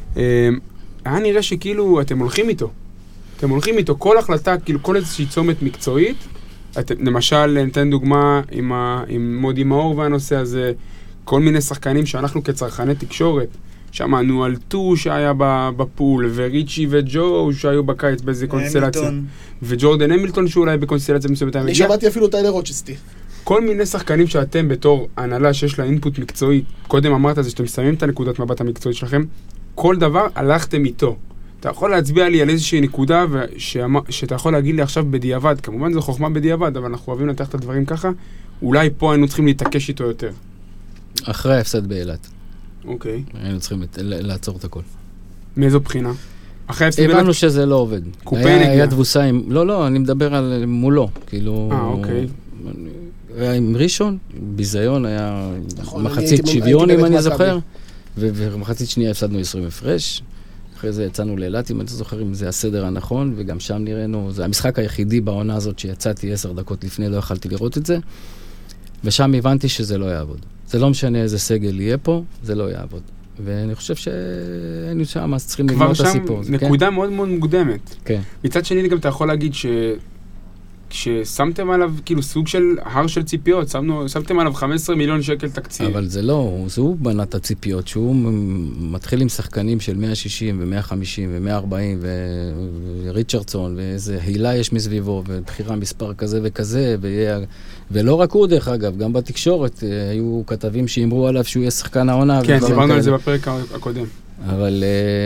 היה נראה שכאילו אתם הולכים איתו. אתם הולכים איתו, כל החלטה, כאילו כל איזושהי צומת מקצועית, את, למשל, ניתן דוגמה עם, ה, עם מודי מאור והנושא הזה, כל מיני שחקנים שאנחנו כצרכני תקשורת, שמענו על טו שהיה בפול, וריצ'י וג'ו שהיו בקיץ באיזה קונסטלציה, וג'ורדן המילטון שאולי בקונסטלציה מסוימת. אני שמעתי אפילו טיילר רוצ'סטי. כל מיני שחקנים שאתם בתור הנהלה שיש לה אינפוט מקצועי, קודם אמרת זה שאתם שמים את הנקודת מבט המקצועית שלכם, כל דבר הלכתם איתו. אתה יכול להצביע לי על איזושהי נקודה שאתה יכול להגיד לי עכשיו בדיעבד, כמובן זו חוכמה בדיעבד, אבל אנחנו אוהבים לתח את הדברים ככה, אולי פה היינו צריכים להתעקש איתו יותר. אחרי ההפסד באילת. אוקיי. היינו צריכים לעצור את הכל. מאיזו בחינה? אחרי ההפסד באילת? הבנו שזה לא עובד. היה תבוסה עם... לא, לא, אני מדבר על מולו. כאילו... אה, אוקיי. היה עם ראשון, ביזיון, היה מחצית שוויון, אם אני זוכר, ובמחצית שנייה הפסדנו עשרים הפרש. אחרי זה יצאנו לאילת, אם אני זוכר אם זה הסדר הנכון, וגם שם נראינו, זה המשחק היחידי בעונה הזאת שיצאתי עשר דקות לפני, לא יכלתי לראות את זה, ושם הבנתי שזה לא יעבוד. זה לא משנה איזה סגל יהיה פה, זה לא יעבוד. ואני חושב שהיינו שם, אז צריכים לגמור את הסיפור. כבר שם נקודה מאוד מאוד מוקדמת. כן. מצד שני, גם אתה יכול להגיד ש... כששמתם עליו, כאילו, סוג של הר של ציפיות, שמנו, שמתם עליו חמישה עשר מיליון שקל תקציב. אבל זה לא, זה הוא בנה את הציפיות, שהוא מתחיל עם שחקנים של מאה שישים ו-מאה חמישים ו-מאה ארבעים וריצ'רדסון, ואיזה הילה יש מסביבו, ובחירה מספר כזה וכזה, ויה... ולא רק הוא דרך אגב, גם בתקשורת היו כתבים שאמרו עליו שהוא יהיה שחקן העונה. כן, דיברנו על זה בפרק הקודם. אבל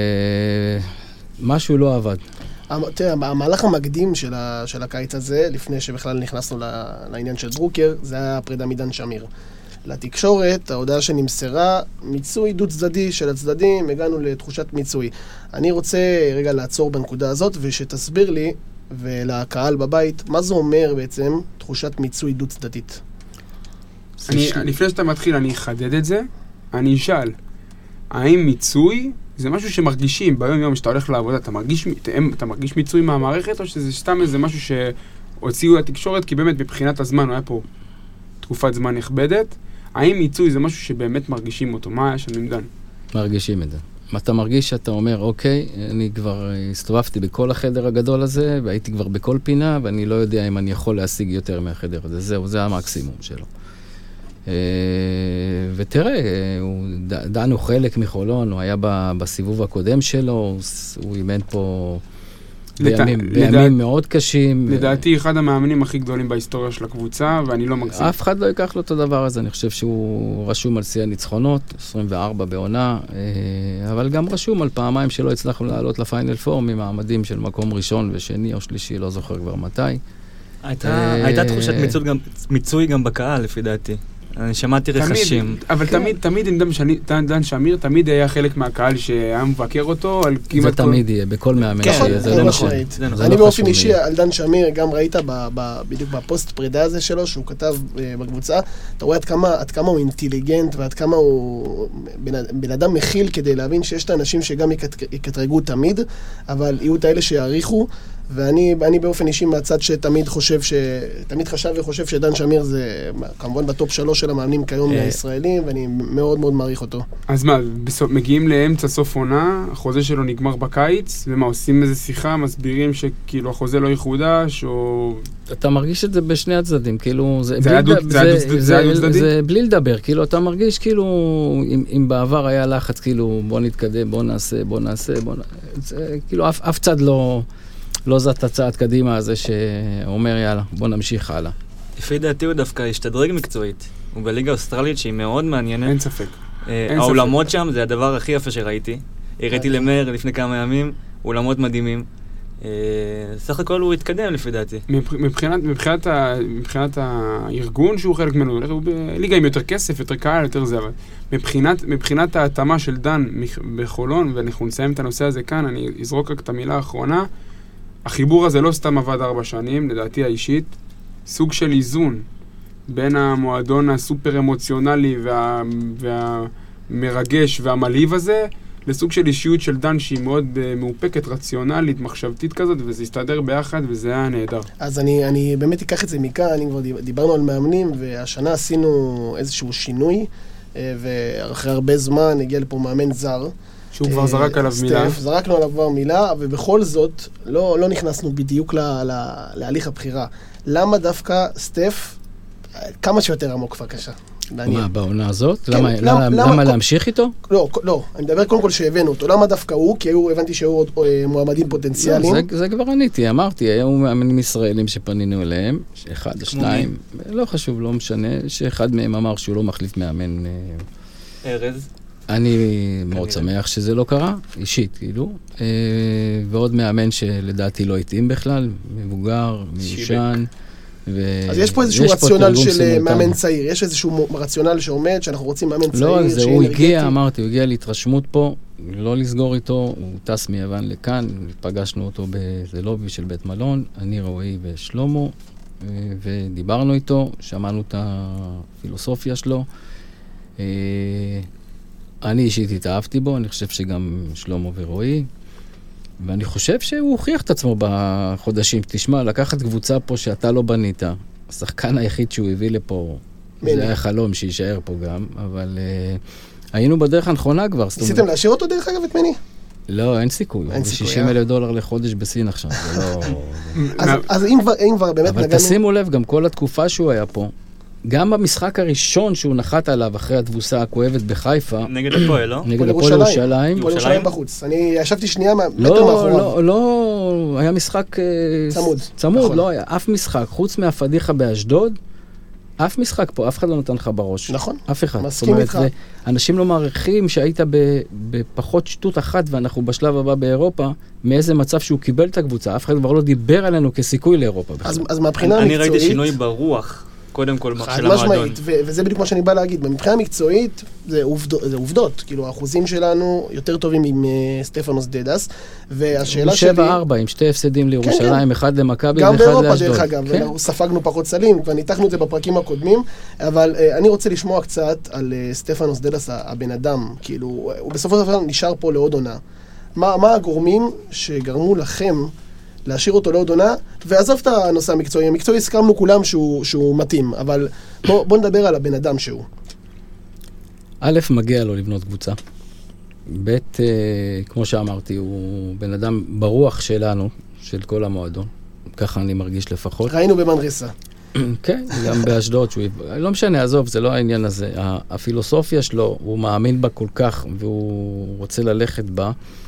משהו לא עבד. תראה, המהלך המקדים של, ה, של הקיץ הזה, לפני שבכלל נכנסנו לעניין של דרוקר, זה היה הפרידה מדן שמיר. לתקשורת, ההודעה שנמסרה, מיצוי דו צדדי של הצדדים, הגענו לתחושת מיצוי. אני רוצה רגע לעצור בנקודה הזאת, ושתסביר לי, ולקהל בבית, מה זה אומר בעצם תחושת מיצוי דו צדדית? אני, לפני שאתה מתחיל, אני אחדד את זה, אני אשאל, האם מיצוי זה משהו שמרגישים ביום יום שאתה הולך לעבודה, אתה מרגיש, אתה מרגיש מיצוי מהמערכת, או שזה סתם איזה משהו שהוציאו לתקשורת, כי באמת בבחינת הזמן, הוא היה פה תקופת זמן נכבדת, האם מיצוי זה משהו שבאמת מרגישים אותו? מה היה שם עם דן? מרגישים את זה. אתה מרגיש שאתה אומר, אוקיי, אני כבר הסתובבתי בכל החדר הגדול הזה, והייתי כבר בכל פינה, ואני לא יודע אם אני יכול להשיג יותר מהחדר הזה. זהו, זה המקסימום שלו. ותראה, דן הוא חלק מחולון, הוא היה בסיבוב הקודם שלו, הוא אימן פה בימים מאוד קשים. לדעתי, אחד המאמנים הכי גדולים בהיסטוריה של הקבוצה, ואני לא מגזים. אף אחד לא ייקח לו את הדבר הזה, אני חושב שהוא רשום על שיא הניצחונות, עשרים וארבע בעונה, אבל גם רשום על פעמיים שלא הצלחנו לעלות לפיינל פור, ממעמדים של מקום ראשון ושני או שלישי, לא זוכר כבר מתי. הייתה תחושת מיצוי גם בקהל, לפי דעתי. אני שמעתי רכשים. אבל תמיד, תמיד דן שמיר תמיד היה חלק מהקהל שהיה מבקר אותו על כמעט... זה תמיד יהיה, בכל מאמן שיהיה, זה לא נכון. אני באופן אישי, על דן שמיר, גם ראית בדיוק בפוסט פרידה הזה שלו, שהוא כתב בקבוצה, אתה רואה עד כמה הוא אינטליגנט, ועד כמה הוא בן אדם מכיל כדי להבין שיש את האנשים שגם יקטרגו תמיד, אבל יהיו את האלה שיעריכו, ואני אני באופן אישי מהצד שתמיד חושב ש... תמיד חשב וחושב שדן שמיר זה כמובן בטופ שלוש של המאמנים כיום הישראלים, ואני מאוד מאוד מעריך אותו. אז מה, מגיעים לאמצע סוף עונה, החוזה שלו נגמר בקיץ, ומה, עושים איזה שיחה, מסבירים שכאילו החוזה לא יחודש, או... אתה מרגיש את זה בשני הצדדים, כאילו... זה היה דו-צדדי? זה בלי לדבר, כאילו אתה מרגיש כאילו, אם בעבר היה לחץ, כאילו בוא נתקדם, בוא נעשה, בוא נעשה, בוא נעשה, כאילו אף צד לא... לא זאת הצעת קדימה הזה שאומר יאללה, בוא נמשיך הלאה. לפי דעתי הוא דווקא השתדרג מקצועית. הוא בליגה האוסטרלית שהיא מאוד מעניינת. אין ספק. האולמות שם זה הדבר הכי יפה שראיתי. הראיתי למאיר לפני כמה ימים, אולמות מדהימים. סך הכל הוא התקדם לפי דעתי. מבחינת הארגון שהוא חלק ממנו, הוא בליגה עם יותר כסף, יותר קהל, יותר זה. מבחינת ההתאמה של דן בחולון, ואנחנו נסיים את הנושא הזה כאן, אני אזרוק רק את המילה האחרונה, החיבור הזה לא סתם עבד ארבע שנים, לדעתי האישית, סוג של איזון בין המועדון הסופר אמוציונלי וה, והמרגש והמלהיב הזה, לסוג של אישיות של דן שהיא מאוד uh, מאופקת, רציונלית, מחשבתית כזאת, וזה הסתדר ביחד וזה היה נהדר. אז אני, אני באמת אקח את זה מכאן, אני כבר דיברנו על מאמנים, והשנה עשינו איזשהו שינוי, ואחרי הרבה זמן הגיע לפה מאמן זר, שהוא כבר זרק עליו מילה. סטף, זרקנו עליו כבר מילה, ובכל זאת לא, לא נכנסנו בדיוק לה, לה, להליך הבחירה. למה דווקא סטף, כמה שיותר עמוק בבקשה? מה, בעונה הזאת? כן, למה, למה, למה, למה להמשיך איתו? לא, לא, אני מדבר קודם כל שהבאנו אותו. למה דווקא הוא? כי היו, הבנתי שהיו עוד מועמדים פוטנציאליים. לא, זה, זה כבר עניתי, אמרתי, היו מאמנים ישראלים שפנינו אליהם, שאחד או שניים, לא חשוב, לא משנה, שאחד מהם אמר שהוא לא מחליף מאמן. ארז. אני מאוד שמח שזה לא קרה, אישית, כאילו. ועוד מאמן שלדעתי לא התאים בכלל, מבוגר, מיושן. אז יש פה איזשהו רציונל של מאמן צעיר, יש איזשהו רציונל שעומד, שאנחנו רוצים מאמן צעיר. לא, זה הוא הגיע, אמרתי, הוא הגיע להתרשמות פה, לא לסגור איתו, הוא טס מיוון לכאן, פגשנו אותו באיזה לובי של בית מלון, אני רועי ושלומו, ודיברנו איתו, שמענו את הפילוסופיה שלו. אני אישית התאהבתי בו, אני חושב שגם שלמה ורועי, ואני חושב שהוא הוכיח את עצמו בחודשים. תשמע, לקחת קבוצה פה שאתה לא בנית, השחקן היחיד שהוא הביא לפה, זה היה חלום שישאר פה גם, אבל uh, היינו בדרך הנכונה כבר. ניסיתם להשאיר אותו דרך אגב את מני? לא, אין סיכוי. אין סיכוי. שישים אלף דולר לחודש בסין עכשיו, זה לא... אז, אז אם, כבר, אם כבר באמת אבל נגענו... תשימו לב, גם כל התקופה שהוא היה פה, גם במשחק הראשון שהוא נחת עליו אחרי התבוסה הכואבת בחיפה, נגד הפועל, לא? נגד הפועל ירושלים. הפועל ירושלים בחוץ. אני ישבתי שנייה מטר לא, מאחוריו. לא, לא, היה משחק צמוד. צמוד, נכון. לא היה אף משחק, חוץ מהפדיחה באשדוד, אף משחק פה, אף אחד לא נתן לך בראש. נכון. אף אחד. מסכים איתך. אנשים לא מעריכים שהיית בפחות שטות אחת, ואנחנו בשלב הבא באירופה, מאיזה מצב שהוא קיבל את הקבוצה. אף אחד כבר לא דיבר עלינו כסיכוי לאירופה. אז, אז מהבחינה אני המקצועית... ראיתי שינוי ברוח. קודם כל של המועדון. וזה בדיוק מה שאני בא להגיד. מבחינה מקצועית, זה עובדות, זה עובדות. כאילו, האחוזים שלנו יותר טובים עם סטפנוס דדס, והשאלה שלי... שבע ארבע, עם שתי הפסדים לירושלים, אחד למכבי ואחד לאשדוד. גם באירופה, דרך אגב, אנחנו ספגנו פחות סלים, כבר ניתחנו את זה בפרקים הקודמים, אבל אני רוצה לשמוע קצת על סטפנוס דדס, הבן אדם. כאילו, הוא בסופו של דבר נשאר פה לעוד עונה. מה, מה הגורמים שגרמו לכם להשאיר אותו לעוד עונה, ועזוב את הנושא המקצועי. המקצועי הסכמנו כולם שהוא, שהוא מתאים, אבל בוא, בוא נדבר על הבן אדם שהוא. א', מגיע לו לבנות קבוצה. ב', אה, כמו שאמרתי, הוא בן אדם ברוח שלנו, של כל המועדון. ככה אני מרגיש לפחות. ראינו במנרסה. כן, גם באשדוד. שהוא... לא משנה, עזוב, זה לא העניין הזה. הפילוסופיה שלו, הוא מאמין בה כל כך, והוא רוצה ללכת בה.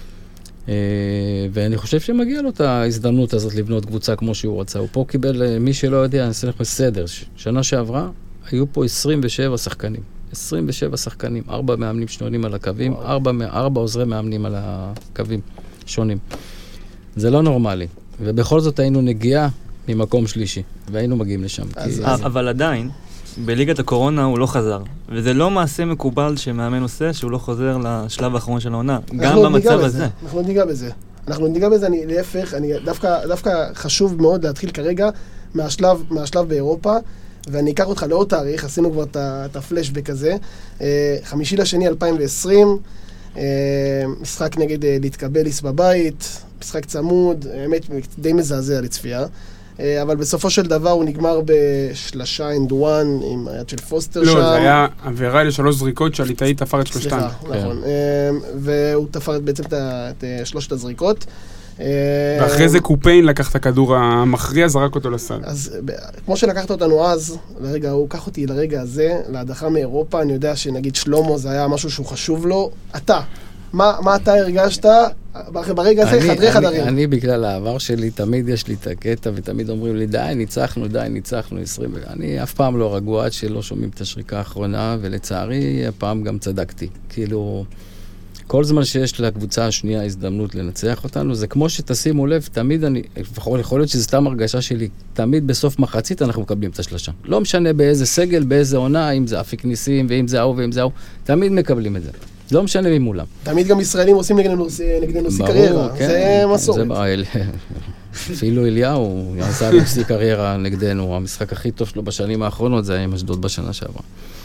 ואני חושב שמגיע לו את ההזדמנות הזאת לבנות קבוצה כמו שהוא רצה. הוא פה קיבל, מי שלא יודע, אני אעשה לך סדר. שנה שעברה, היו פה עשרים ושבע שחקנים. עשרים ושבע שחקנים, ארבע מאמנים שונים על הקווים, ארבע, ארבע עוזרי מאמנים על הקווים שונים. זה לא נורמלי. ובכל זאת היינו נגיעה ממקום שלישי, והיינו מגיעים לשם. אז, כי... אז... אבל עדיין, בליגת הקורונה הוא לא חזר. וזה לא מעשה מקובל שמאמן עושה שהוא לא חוזר לשלב האחרון של העונה. גם במצב הזה. אנחנו ניגע בזה. אנחנו ניגע בזה, אני להפך, אני דווקא, דווקא חשוב מאוד להתחיל כרגע מהשלב, מהשלב באירופה, ואני אקח אותך לעוד תאריך, עשינו כבר את הפלשבק הזה. חמישי לשני אלפיים ועשרים, משחק נגד ליטקבליס בבית, משחק צמוד, האמת די מזעזע לצפייה. אבל בסופו של דבר הוא נגמר בשלשה אנד וואן עם היד של פוסטר שם. לא, זה היה עבירה לשלוש זריקות שהליטאי תפר את שלושתן. סליחה, נכון. והוא תפר בעצם את שלושת הזריקות. ואחרי זה קופיין לקח את הכדור המכריע, זרק אותו לסל. אז כמו שלקחת אותנו אז, לרגע, הוא קח אותי לרגע הזה, להדחה מאירופה, אני יודע שנגיד שלומו זה היה משהו שהוא חשוב לו. אתה, מה, מה אתה הרגשת ברגע הזה, חדרי חדרים? אני בגלל העבר שלי, תמיד יש לי את הקטע, ותמיד אומרים לי, די, ניצחנו, די, ניצחנו, עשרים. אני אף פעם לא רגוע עד שלא שומעים את השריקה האחרונה, ולצערי, הפעם גם צדקתי. כאילו, כל זמן שיש לקבוצה השנייה הזדמנות לנצח אותנו, זה כמו שתשימו לב, תמיד אני, יכול להיות שזה סתם הרגשה שלי, תמיד בסוף מחצית אנחנו מקבלים את השלשה. לא משנה באיזה סגל, באיזה עונה, אם זה אפיק ניסים, ואם זה ההוא, ואם זה ההוא, תמיד מקבלים את זה. לא משנה ממולם. תמיד גם ישראלים עושים נגדנו שיא קריירה. זה מסורת. אפילו אליהו יעשה שיא קריירה נגדנו. המשחק הכי טוב שלו בשנים האחרונות זה היה עם אשדוד בשנה שעברה.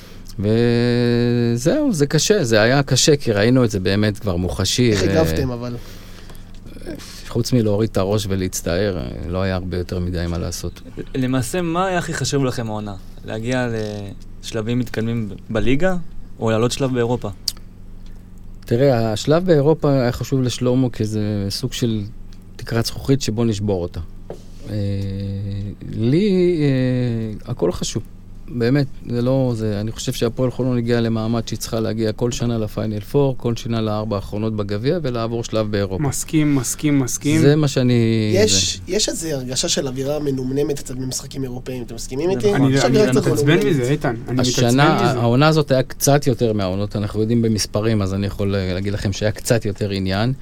וזהו, זה קשה. זה היה קשה, כי ראינו את זה באמת כבר מוחשי. איך הגבתם, אבל? חוץ מלהוריד את הראש ולהצטער, לא היה הרבה יותר מדי מה לעשות. למעשה, מה היה הכי חשוב לכם העונה? להגיע לשלבים מתקדמים בליגה, או לעלות שלב באירופה? תראה, השלב באירופה היה חשוב לשלומו, כי זה סוג של תקרת זכוכית שבו נשבור אותה. לי, הכל חשוב. באמת, זה לא, זה, אני חושב שהפועל חולון הגיע למעמד שהיא צריכה להגיע כל שנה לפיינל פור, כל שנה לארבע האחרונות בגביע, ולעבור שלב באירופה. מסכים, מסכים, מסכים. זה מה שאני... יש, זה. יש איזו הרגשה של אווירה מנומנמת קצת במשחקים אירופאיים, אתם מסכימים איתי? אני מתעצבן מזה, איתן, אני מתעצבן מזה. העונה הזאת היה קצת יותר מהעונות, אנחנו יודעים במספרים, אז אני יכול להגיד לכם שהיה קצת יותר עניין.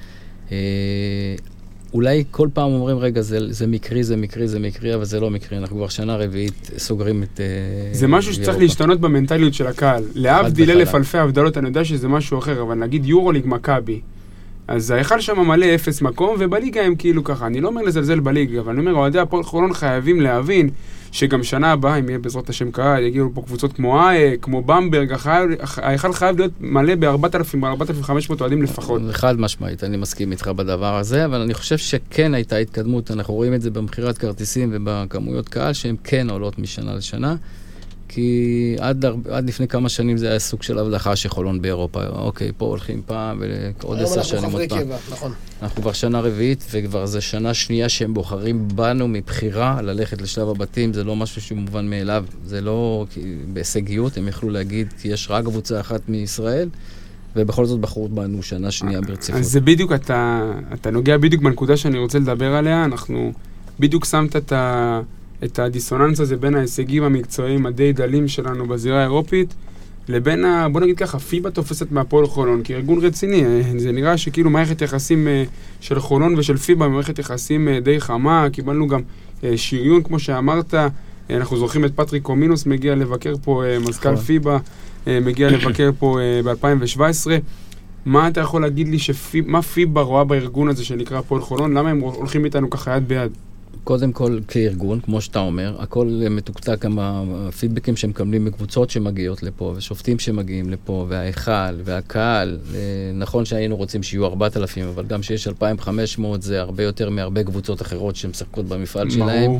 אולי כל פעם אומרים, רגע, זה, זה מקרי, זה מקרי, זה מקרי, אבל זה לא מקרי. אנחנו כבר שנה רביעית סוגרים את... זה משהו שצריך להשתנות במנטליות של הקהל. להבדיל אלף אלפי הבדלות, אני יודע שזה משהו אחר, אבל נגיד יורוליג מכבי, אז ההיכל שם מלא אפס מקום, ובליגה הם כאילו ככה. אני לא אומר לזלזל בליגה, אבל אני אומר, אוהדי הפועל חולון חייבים להבין שגם שנה הבאה, אם יהיה בעזרת השם קהל, יגיעו פה קבוצות כמו אייק, כמו במברג, ההיכל חייב להיות מלא ב-ארבעת אלפים, ב-ארבעת אלפים וחמש מאות אוהדים לפחות. חד משמעית, אני מסכים איתך בדבר הזה, אבל אני חושב שכן הייתה התקדמות, אנחנו רואים את זה במחירת כרטיסים ובכמויות קהל, שהן כן עולות משנה לשנה, כי עד, עד לפני כמה שנים זה היה סוג של הבדחה שחולון באירופה. אוקיי, פה הולכים פעם, ועוד עשר שנים עוד פעם. נכון. אנחנו כבר שנה רביעית, וכבר זה שנה שנייה שהם בוחרים בנו מבחירה ללכת לשלב הבתים. זה לא משהו שהוא מובן מאליו. זה לא בהישגיות, הם יכלו להגיד, כי יש רק קבוצה אחת מישראל, ובכל זאת בחרו בנו שנה שנייה ברציפות. אז זה בדיוק, אתה, אתה נוגע בדיוק בנקודה שאני רוצה לדבר עליה. אנחנו בדיוק שמת את ה... את הדיסוננס הזה בין ההישגים המקצועיים הדי דלים שלנו בזירה האירופית, לבין, ה, בוא נגיד ככה, פיבה תופסת מהפועל חולון, כי ארגון רציני, זה נראה שכאילו מערכת יחסים של חולון ושל פיבה, מערכת יחסים די חמה, קיבלנו גם שריון, כמו שאמרת, אנחנו זוכרים את פטריק קומינוס, מגיע לבקר פה, מזכ"ל פיבה, מגיע לבקר פה ב-אלפיים שבע עשרה, מה אתה יכול להגיד לי, שפיב, מה פיבה רואה בארגון הזה שנקרא הפועל חולון, למה הם הולכים איתנו ככה יד ביד? קודם כל, כארגון, כמו שאתה אומר, הכל מתוקתק, גם הפידבקים שהם מקבלים מקבוצות שמגיעות לפה, ושופטים שמגיעים לפה, וההיכל, והקהל. נכון שהיינו רוצים שיהיו ארבעת אלפים, אבל גם שיש אלפיים וחמש מאות זה הרבה יותר מהרבה קבוצות אחרות שמשחקות במפעל שלהם.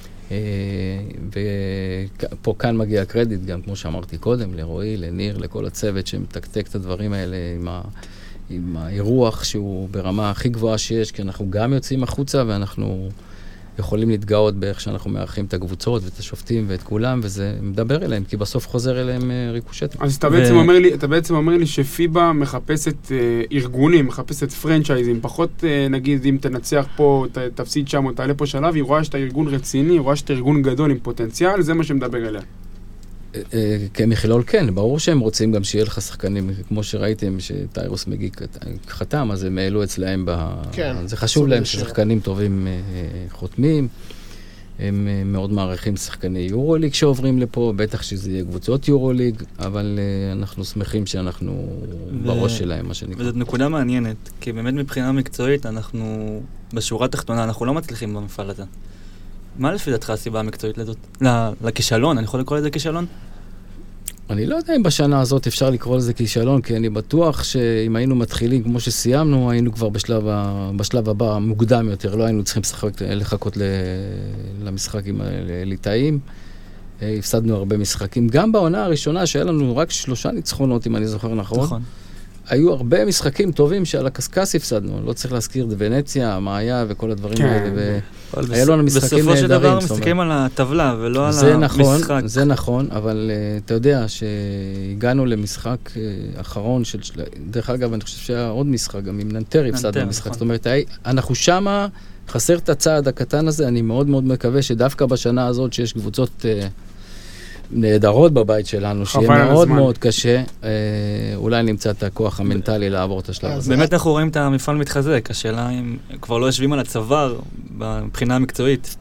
ופה כאן מגיע הקרדיט, גם כמו שאמרתי קודם, לרועי, לניר, לכל הצוות שמתקתק את הדברים האלה עם ה... עם האירוח שהוא ברמה הכי גבוהה שיש, כי אנחנו גם יוצאים החוצה, ואנחנו יכולים להתגאות באיך שאנחנו מארחים את הקבוצות ואת השופטים ואת כולם, וזה מדבר אליהם, כי בסוף חוזר אליהם ריקושטים. אז אתה בעצם אומר לי, אתה בעצם אומר לי שפיבה מחפשת ארגונים, מחפשת פרנצ'ייזים, פחות נגיד אם תנצח פה, תפסיד שם או תעלה פה שלב, היא רואה שאתה ארגון רציני, היא רואה שאתה ארגון גדול עם פוטנציאל, זה מה שמדבר אליה. כמכלול כן, ברור שהם רוצים גם שיהיה לך שחקנים, כמו שראיתם שטיירוס מגיע חתם, אז הם העלו אצלהם, זה חשוב להם ששחקנים טובים חותמים, הם מאוד מעריכים שחקני יורוליג שעוברים לפה, בטח שזה יהיה קבוצות יורוליג, אבל אנחנו שמחים שאנחנו בראש שלהם, מה שנקרא. וזאת נקודה מעניינת, כי באמת מבחינה מקצועית, אנחנו, בשורה התחתונה, אנחנו לא מצליחים במפעל הזה. מה לפי דעתך הסיבה המקצועית לזאת? לכישלון, אני יכול לקרוא לזה כישלון? אני לא יודע אם בשנה הזאת אפשר לקרוא לזה כישלון, כי אני בטוח שאם היינו מתחילים כמו שסיימנו, היינו כבר בשלב, ה... בשלב הבא מוקדם יותר, לא היינו צריכים לשחק, לחכות ל... למשחק עם הליטאים. הפסדנו הרבה משחקים. גם בעונה הראשונה שהיה לנו רק שלושה ניצחונות, אם אני זוכר נכון. נכון. היו הרבה משחקים טובים שעל הקסקס הפסדנו. לא צריך להזכיר את ונציה, המעיה וכל הדברים כן. האלה. והיה לנו משחקים נהדרים. בסופו של דבר מסתכלים על הטבלה ולא על זה המשחק. נכון, זה נכון, אבל uh, אתה יודע שהגענו למשחק uh, אחרון של... דרך אגב, אני חושב שהיה עוד משחק, גם עם ננטר הפסדנו משחק. נכון. זאת אומרת, אנחנו שמה, חסר את הצעד הקטן הזה, אני מאוד מאוד מקווה שדווקא בשנה הזאת שיש קבוצות... Uh, נהדרות בבית שלנו, שיהיה מאוד מאוד קשה, אולי נמצא את הכוח המנטלי לעבור את השלב הזה. באמת אנחנו רואים את המפעל מתחזק, השאלה אם כבר לא יושבים על הצוואר מבחינה המקצועית.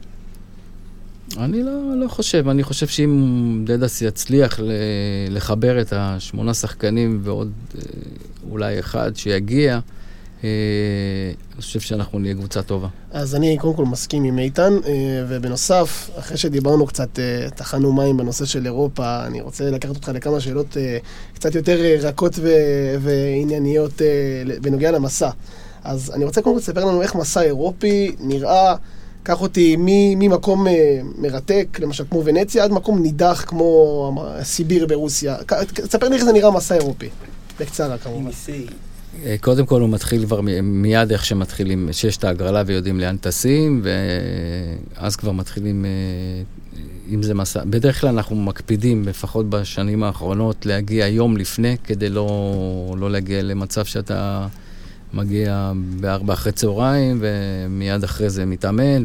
אני לא חושב, אני חושב שאם דדס יצליח לחבר את השמונה שחקנים ועוד אולי אחד שיגיע, אני חושב שאנחנו נהיה קבוצה טובה. אז אני קודם כל מסכים עם איתן, ובנוסף, אחרי שדיברנו קצת, תחנו מים בנושא של אירופה, אני רוצה לקחת אותך לכמה שאלות קצת יותר רכות וענייניות בנוגע למסע. אז אני רוצה קודם כל לספר לנו איך מסע אירופי נראה, קח אותי ממקום מרתק, למשל כמו ונציה, עד מקום נידח כמו סיביר ברוסיה. תספר לי איך זה נראה מסע אירופי, בקצרה כמובן. קודם כל הוא מתחיל כבר מיד איך שמתחילים, שיש את ההגרלה ויודעים לאן טסים, ואז כבר מתחילים, אם זה מסע, בדרך כלל אנחנו מקפידים, לפחות בשנים האחרונות, להגיע יום לפני, כדי לא, לא להגיע למצב שאתה מגיע בארבע אחרי צהריים, ומיד אחרי זה מתאמן,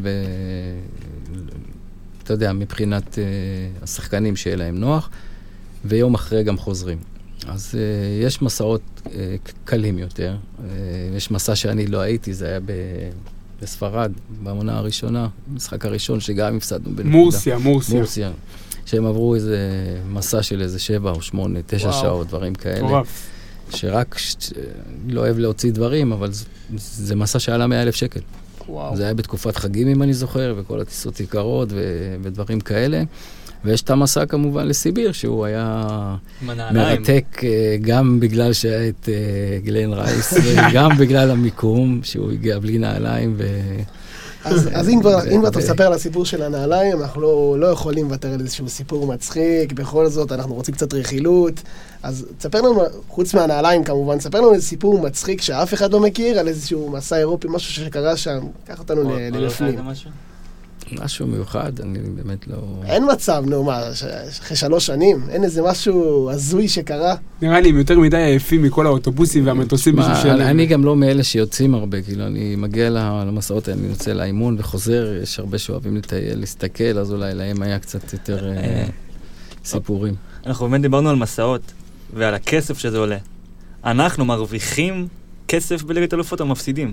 ואתה יודע, מבחינת השחקנים שיהיה להם נוח, ויום אחרי גם חוזרים. אז uh, יש מסעות uh, קלים יותר. Uh, יש מסע שאני לא הייתי, זה היה ב- בספרד, בעונה הראשונה, המשחק הראשון שגם הפסדנו בנקודה. מורסיה, מורסיה. מורסיה. שהם עברו איזה מסע של איזה שבע או שמונה, תשע וואו. שעות, דברים כאלה. טורף. שרק, ש... לא אוהב להוציא דברים, אבל זה, זה מסע שעלה מאה אלף שקל. וואו. זה היה בתקופת חגים, אם אני זוכר, וכל הטיסות יקרות ו... ודברים כאלה. ויש את המסע כמובן לסיביר, שהוא היה מרתק גם בגלל שהיה את גלן רייס, וגם בגלל המיקום, שהוא הגיע בלי נעליים. ו... אז, אז אם כבר, אם אתה מספר על הסיפור של הנעליים, אנחנו לא, לא יכולים לוותר על איזשהו סיפור מצחיק, בכל זאת אנחנו רוצים קצת רכילות, אז תספר לנו, חוץ מהנעליים כמובן, תספר לנו איזה סיפור מצחיק שאף אחד לא מכיר, על איזשהו מסע אירופי, משהו שקרה שם, קח אותנו ללפנים. משהו מיוחד, אני באמת לא... אין מצב, נו, מה, אחרי שלוש שנים, אין איזה משהו הזוי שקרה? נראה לי, הם יותר מדי עייפים מכל האוטובוסים והמטוסים בשביל שלהם. אני גם לא מאלה שיוצאים הרבה, כאילו, אני מגיע למסעות, אני יוצא לאימון וחוזר, יש הרבה שאוהבים לטייל, להסתכל, אז אולי להם היה קצת יותר סיפורים. אנחנו באמת דיברנו על מסעות, ועל הכסף שזה עולה. אנחנו מרוויחים כסף בליגת אלופות או מפסידים?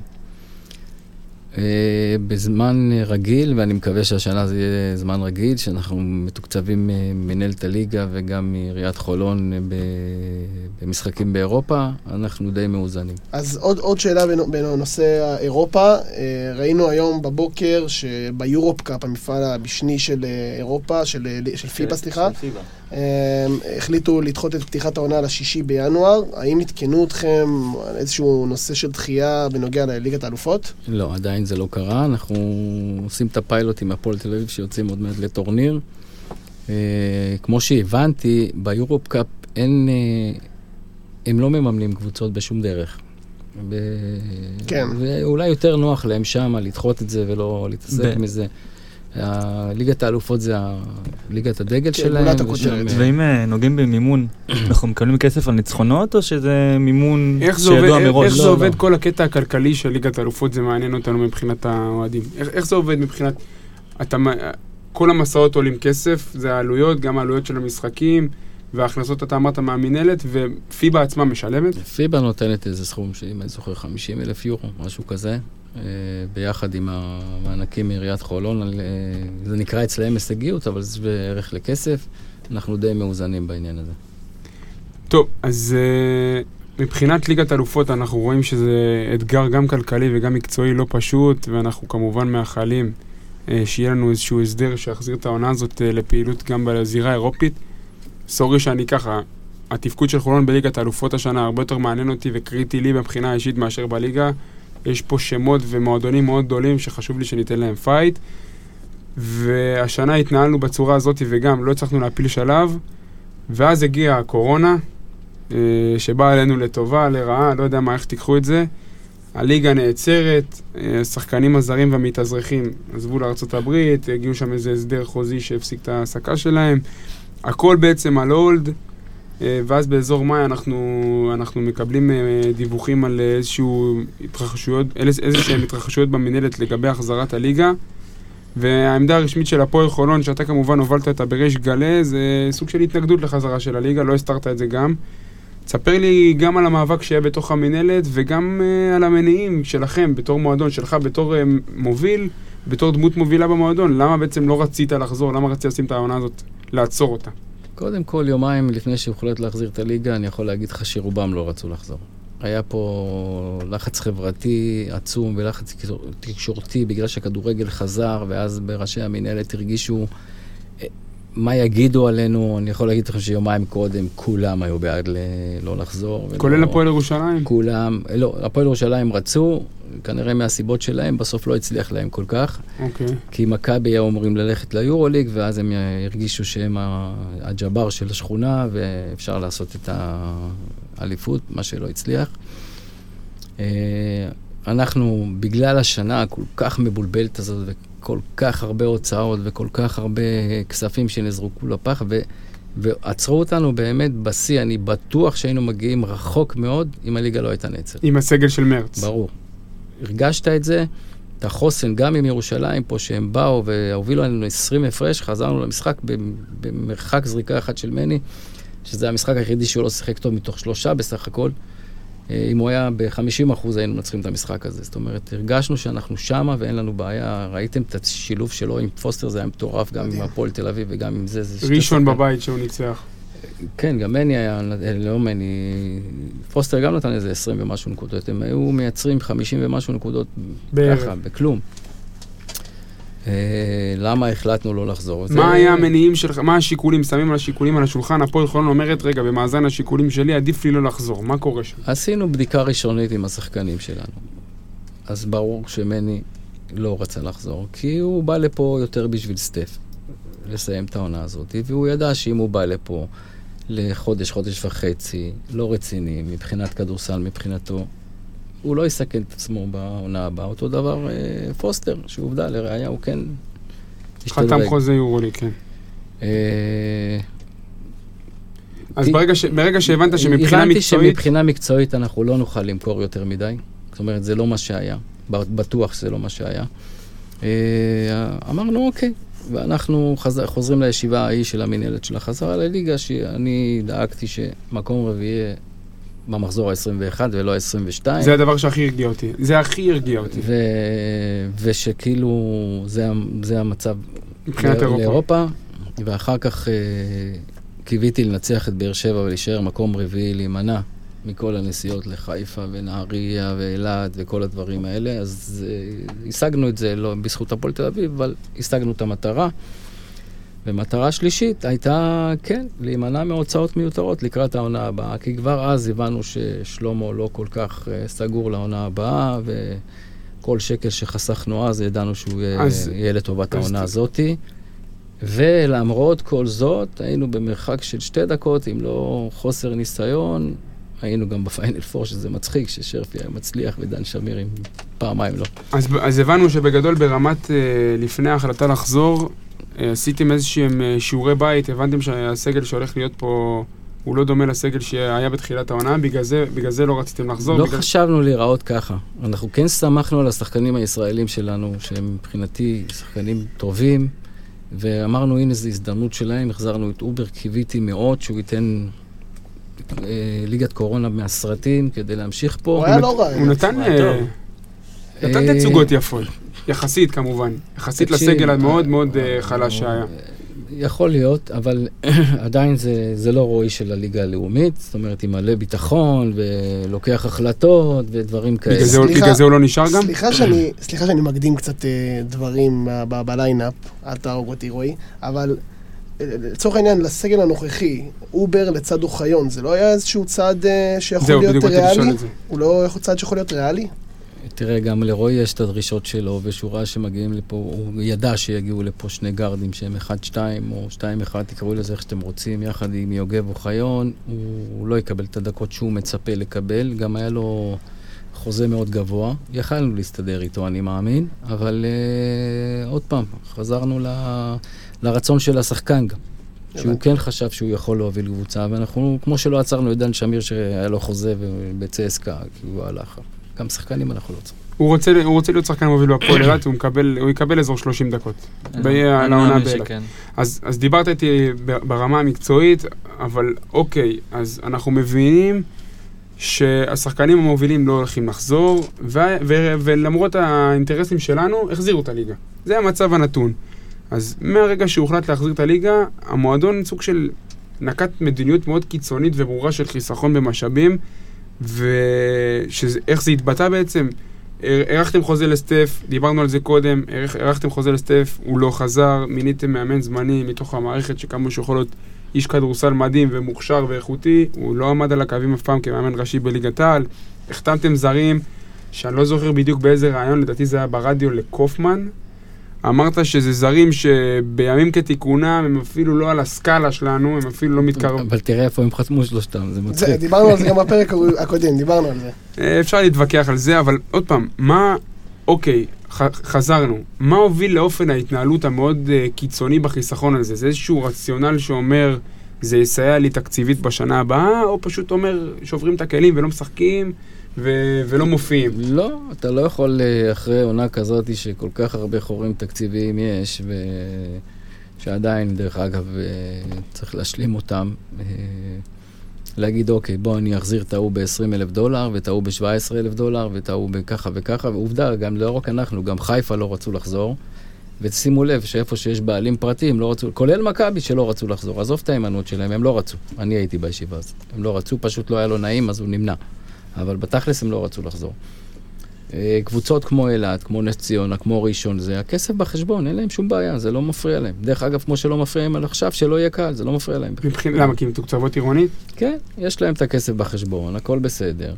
בזמן רגיל, ואני מקווה שהשנה זה יהיה זמן רגיל, שאנחנו מתוקצבים מנהלת הליגה וגם מעיריית חולון במשחקים באירופה, אנחנו די מאוזנים. אז עוד, עוד שאלה בנושא אירופה, ראינו היום בבוקר שביורופ קאפ, המפעל המשני של אירופה, של, של פיבה, סליחה, של פיבה. החליטו לדחות את פתיחת העונה לשישי בינואר. האם התקנו אתכם על איזשהו נושא של דחייה בנוגע לליגת האלופות? לא, עדיין זה לא קרה. אנחנו עושים את הפיילוט עם הפועל תל אביב שיוצאים עוד מעט לטורניר. כמו שהבנתי, ביורופ קאפ אין, הם לא מממנים קבוצות בשום דרך. כן. ואולי יותר נוח להם שם לדחות את זה ולא להתעסק מזה. ליגת האלופות זה ליגת הדגל שלהם. ואם נוגעים במימון, אנחנו מקבלים כסף על ניצחונות, או שזה מימון שידוע מראש? איך זה עובד כל הקטע הכלכלי של ליגת האלופות? זה מעניין אותנו מבחינת האוהדים. איך זה עובד מבחינת... כל המסעות עולים כסף, זה העלויות, גם העלויות של המשחקים, וההכנסות אתה אמרת מהמינהלת, ופיבה עצמה משלמת? פיבה נותנת איזה סכום שאם אני זוכר חמישים אלף יורו, משהו כזה, ביחד עם המענקים מעיריית חולון, זה נקרא אצלהם הישגיות, אבל זה בערך לכסף, אנחנו די מאוזנים בעניין הזה. טוב, אז מבחינת ליגת אלופות אנחנו רואים שזה אתגר גם כלכלי וגם מקצועי לא פשוט, ואנחנו כמובן מאחלים שיהיה לנו איזשהו הסדר שיחזיר את העונה הזאת לפעילות גם בזירה האירופית. סורי שאני ככה, התפקוד של חולון בליגת האלופות השנה הרבה יותר מעניין אותי וקריטי לי מבחינה האישית מאשר בליגה. יש פה שמות ומועדונים מאוד גדולים שחשוב לי שניתן להם פייט, והשנה התנהלנו בצורה הזאת וגם לא הצלחנו להפיל שלב, ואז הגיעה הקורונה, שבאה עלינו לטובה, לרעה, לא יודע מה, איך תיקחו את זה. הליגה נעצרת, השחקנים הזרים והמתאזרחים עזבו לארצות הברית, הגיעו שם איזה הסדר חוזי שהפסיק את ההעסקה שלהם, הכל בעצם על הולד, ואז באזור מאי אנחנו, אנחנו מקבלים דיווחים על איזשהו התרחשויות, איזשהם התרחשויות במנהלת לגבי החזרת הליגה, והעמדה הרשמית של הפועל חולון, שאתה כמובן הובלת אותה בריש גלי, זה סוג של התנגדות לחזרה של הליגה, לא הסתרת את זה גם. תספר לי גם על המאבק שהיה בתוך המנהלת, וגם uh, על המניעים שלכם, בתור מועדון, שלך בתור uh, מוביל, בתור דמות מובילה במועדון. למה בעצם לא רצית לחזור? למה רצית לשים את העונה הזאת, לעצור אותה? קודם כל, יומיים לפני שהוחלט להחזיר את הליגה, אני יכול להגיד לך שרובם לא רצו לחזור. היה פה לחץ חברתי עצום ולחץ תקשורתי בגלל שהכדורגל חזר, ואז בראשי המנהלת הרגישו מה יגידו עלינו. אני יכול להגיד לכם שיומיים קודם כולם היו בעד לא לחזור. כולל הפועל ירושלים? כולם, לא, הפועל ירושלים רצו, כנראה מהסיבות שלהם, בסוף לא הצליח להם כל כך. אוקיי. כי מכבי היו אומרים ללכת ליורוליג, ואז הם הרגישו שהם הג'בר של השכונה, ואפשר לעשות את האליפות, מה שלא הצליח. אנחנו, בגלל השנה הכל כך מבולבלת הזאת, וכל כך הרבה הוצאות, וכל כך הרבה כספים שנזרקו לפח, ו... ועצרו אותנו באמת בשיא. אני בטוח שהיינו מגיעים רחוק מאוד אם הליגה לא הייתה נעצרת. עם הסגל של מרץ. ברור. הרגשת את זה, את החוסן גם עם ירושלים פה שהם באו והובילו לנו עשרים הפרש, חזרנו למשחק במרחק זריקה אחת של מני, שזה המשחק היחידי שהוא לא שיחק טוב מתוך שלושה בסך הכל. אם הוא היה ב-חמישים אחוז היינו מנצחים את המשחק הזה. זאת אומרת, הרגשנו שאנחנו שמה ואין לנו בעיה. ראיתם את השילוב שלו עם פוסטר, זה היה מטורף, גם עם הפועל תל אביב וגם עם זה. ראשון בבית שהוא ניצח. כן, גם מני היה, לא מני, פוסטר גם נתן איזה עשרים ומשהו נקודות. הם היו מייצרים חמישים ומשהו נקודות ככה, בכלום. למה החלטנו לא לחזור? מה היה המניעים שלך? מה השיקולים? שמים על השיקולים על השולחן, הפועל חולון אומרת, רגע, במאזן השיקולים שלי עדיף לי לא לחזור. מה קורה שם? עשינו בדיקה ראשונית עם השחקנים שלנו. אז ברור שמני לא רצה לחזור, כי הוא בא לפה יותר בשביל סטף, לסיים את העונה הזאת, והוא ידע שאם הוא בא לפה לחודש, חודש וחצי, לא רציני, מבחינת כדורסל, מבחינתו, הוא לא יסכן את עצמו בעונה הבאה. אותו דבר אה, פוסטר, שעובדה, לראיה הוא כן חתם חוזה יורולי, כן. אה, אז כי, ברגע, ש, ברגע שהבנת שמבחינה הבנתי מקצועית... הבנתי שמבחינה מקצועית אנחנו לא נוכל למכור יותר מדי. זאת אומרת, זה לא מה שהיה. בטוח שזה לא מה שהיה. אה, אמרנו, אוקיי. ואנחנו חזר, חוזרים לישיבה ההיא של המנהלת של החזרה לליגה, שאני דאגתי שמקום רביעי במחזור ה-עשרים ואחת ולא ה-עשרים ושתיים. זה הדבר שהכי הרגיע אותי. זה הכי הרגיע אותי. ו... ושכאילו זה, זה המצב מבחינת לא... אירופה. לאירופה, ואחר כך אה, קיוויתי לנצח את באר שבע ולהישאר מקום רביעי, להימנע מכל הנסיעות לחיפה ונהריה ואילת וכל הדברים האלה. אז אה, השגנו את זה, לא בזכות הפועל תל אביב, אבל השגנו את המטרה. ומטרה שלישית הייתה, כן, להימנע מהוצאות מיותרות לקראת העונה הבאה, כי כבר אז הבנו ששלמה לא כל כך uh, סגור לעונה הבאה, וכל שקל שחסכנו אז ידענו שהוא אז, יהיה לטובת העונה אז... הזאת. ולמרות כל זאת, היינו במרחק של שתי דקות, אם לא חוסר ניסיון, היינו גם בפיינל פור, שזה מצחיק, ששרפי היה מצליח ודן שמיר עם פעמיים לא. אז, אז הבנו שבגדול ברמת, uh, לפני ההחלטה לחזור, עשיתם איזשהם שיעורי בית, הבנתם שהסגל שהולך להיות פה הוא לא דומה לסגל שהיה בתחילת העונה, בגלל זה, בגלל זה לא רציתם לחזור? לא בגלל... חשבנו להיראות ככה. אנחנו כן שמחנו על השחקנים הישראלים שלנו, שהם מבחינתי שחקנים טובים, ואמרנו, הנה זו הזדמנות שלהם, החזרנו את אובר, קיוויתי מאוד שהוא ייתן אה, ליגת קורונה מהסרטים כדי להמשיך פה. הוא היה לא רע. הוא נתן אה, נתן תצוגות יפות, יחסית כמובן, יחסית לסגל המאוד מאוד אה, חלש שהיה. יכול להיות, אבל עדיין זה, זה לא רואי של הליגה הלאומית, זאת אומרת, עם מלא ביטחון ולוקח החלטות ודברים כאלה. בגלל זה, בגלל זה הוא לא נשאר גם? סליחה שאני, סליחה שאני מקדים קצת דברים בליינאפ, אל תהרוג אותי רועי, אבל לצורך העניין, לסגל הנוכחי, אובר לצד אוחיון, זה לא היה איזשהו צעד שיכול להיות ריאלי? הוא לא צעד שיכול להיות ריאלי? תראה, גם לרועי יש את הדרישות שלו, ושורה שמגיעים לפה, הוא ידע שיגיעו לפה שני גרדים שהם אחד שתיים או שתיים אחד, תקראו לזה איך שאתם רוצים, יחד עם יוגב אוחיון, הוא לא יקבל את הדקות שהוא מצפה לקבל, גם היה לו חוזה מאוד גבוה, יכלנו להסתדר איתו, אני מאמין, אבל uh, עוד פעם, חזרנו ל, לרצון של השחקן גם, שהוא כן חשב שהוא יכול להוביל קבוצה, ואנחנו, כמו שלא עצרנו את דן שמיר שהיה לו חוזה בצסקה, כי הוא הלך. גם שחקנים אנחנו לא צריכים. הוא רוצה, הוא רוצה להיות שחקן מוביל בהפועל אילת, הוא מקבל, הוא יקבל אזור שלושים דקות. בעונה באילת. אז, אז דיברת איתי ברמה המקצועית, אבל אוקיי, אז אנחנו מבינים שהשחקנים המובילים לא הולכים לחזור, ו, ו, ולמרות האינטרסים שלנו, החזירו את הליגה. זה המצב הנתון. אז מהרגע שהוחלט להחזיר את הליגה, המועדון סוג של נקט מדיניות מאוד קיצונית וברורה של חיסכון במשאבים, ואיך זה התבטא בעצם, ערכתם חוזה לסטף, דיברנו על זה קודם, ערכתם חוזה לסטף, הוא לא חזר, מיניתם מאמן זמני מתוך המערכת שכמה שיכול להיות איש כדורסל מדהים ומוכשר ואיכותי, הוא לא עמד על הקווים אף פעם כמאמן ראשי בליגת העל, החתמתם זרים, שאני לא זוכר בדיוק באיזה רעיון, לדעתי זה היה ברדיו לקופמן, אמרת שזה זרים שבימים כתיקונם הם אפילו לא על הסקאלה שלנו, הם אפילו לא מתקרבים. אבל תראה איפה הם חתמו שלושתם, זה מצחיק. דיברנו על זה גם בפרק הקודם, דיברנו על זה. אפשר להתווכח על זה, אבל עוד פעם, מה, אוקיי, חזרנו, מה הוביל לאופן ההתנהלות המאוד קיצוני בחיסכון על זה? זה איזשהו רציונל שאומר, זה יסייע לי תקציבית בשנה הבאה, או פשוט אומר, שוברים את הכלים ולא משחקים, ו- ולא מופיעים. לא, אתה לא יכול אחרי עונה כזאת שכל כך הרבה חורים תקציביים יש, ושעדיין, דרך אגב, צריך להשלים אותם, להגיד, אוקיי, בוא אני אחזיר את ההוא ב-עשרים אלף דולר, ואת ההוא ב-שבע עשרה אלף דולר, ואת ההוא בככה וככה, ועובדה, גם לא רק אנחנו, גם חיפה לא רצו לחזור, ושימו לב שאיפה שיש בעלים פרטיים, לא רצו, כולל מכבי שלא רצו לחזור, עזוב את האימנות שלהם, הם לא רצו, אני הייתי בישיבה הזאת, הם לא רצו, פשוט לא היה לו נעים, אז הוא נמנע. אבל בתכלס הם לא רצו לחזור. קבוצות כמו אילת, כמו נס ציונה, כמו ראשון, זה הכסף בחשבון, אין להם שום בעיה, זה לא מפריע להם. דרך אגב, כמו שלא מפריעים על עכשיו, שלא יהיה קל, זה לא מפריע להם. למה? כי הם תוקצבות עירונית? כן, יש להם את הכסף בחשבון, הכל בסדר.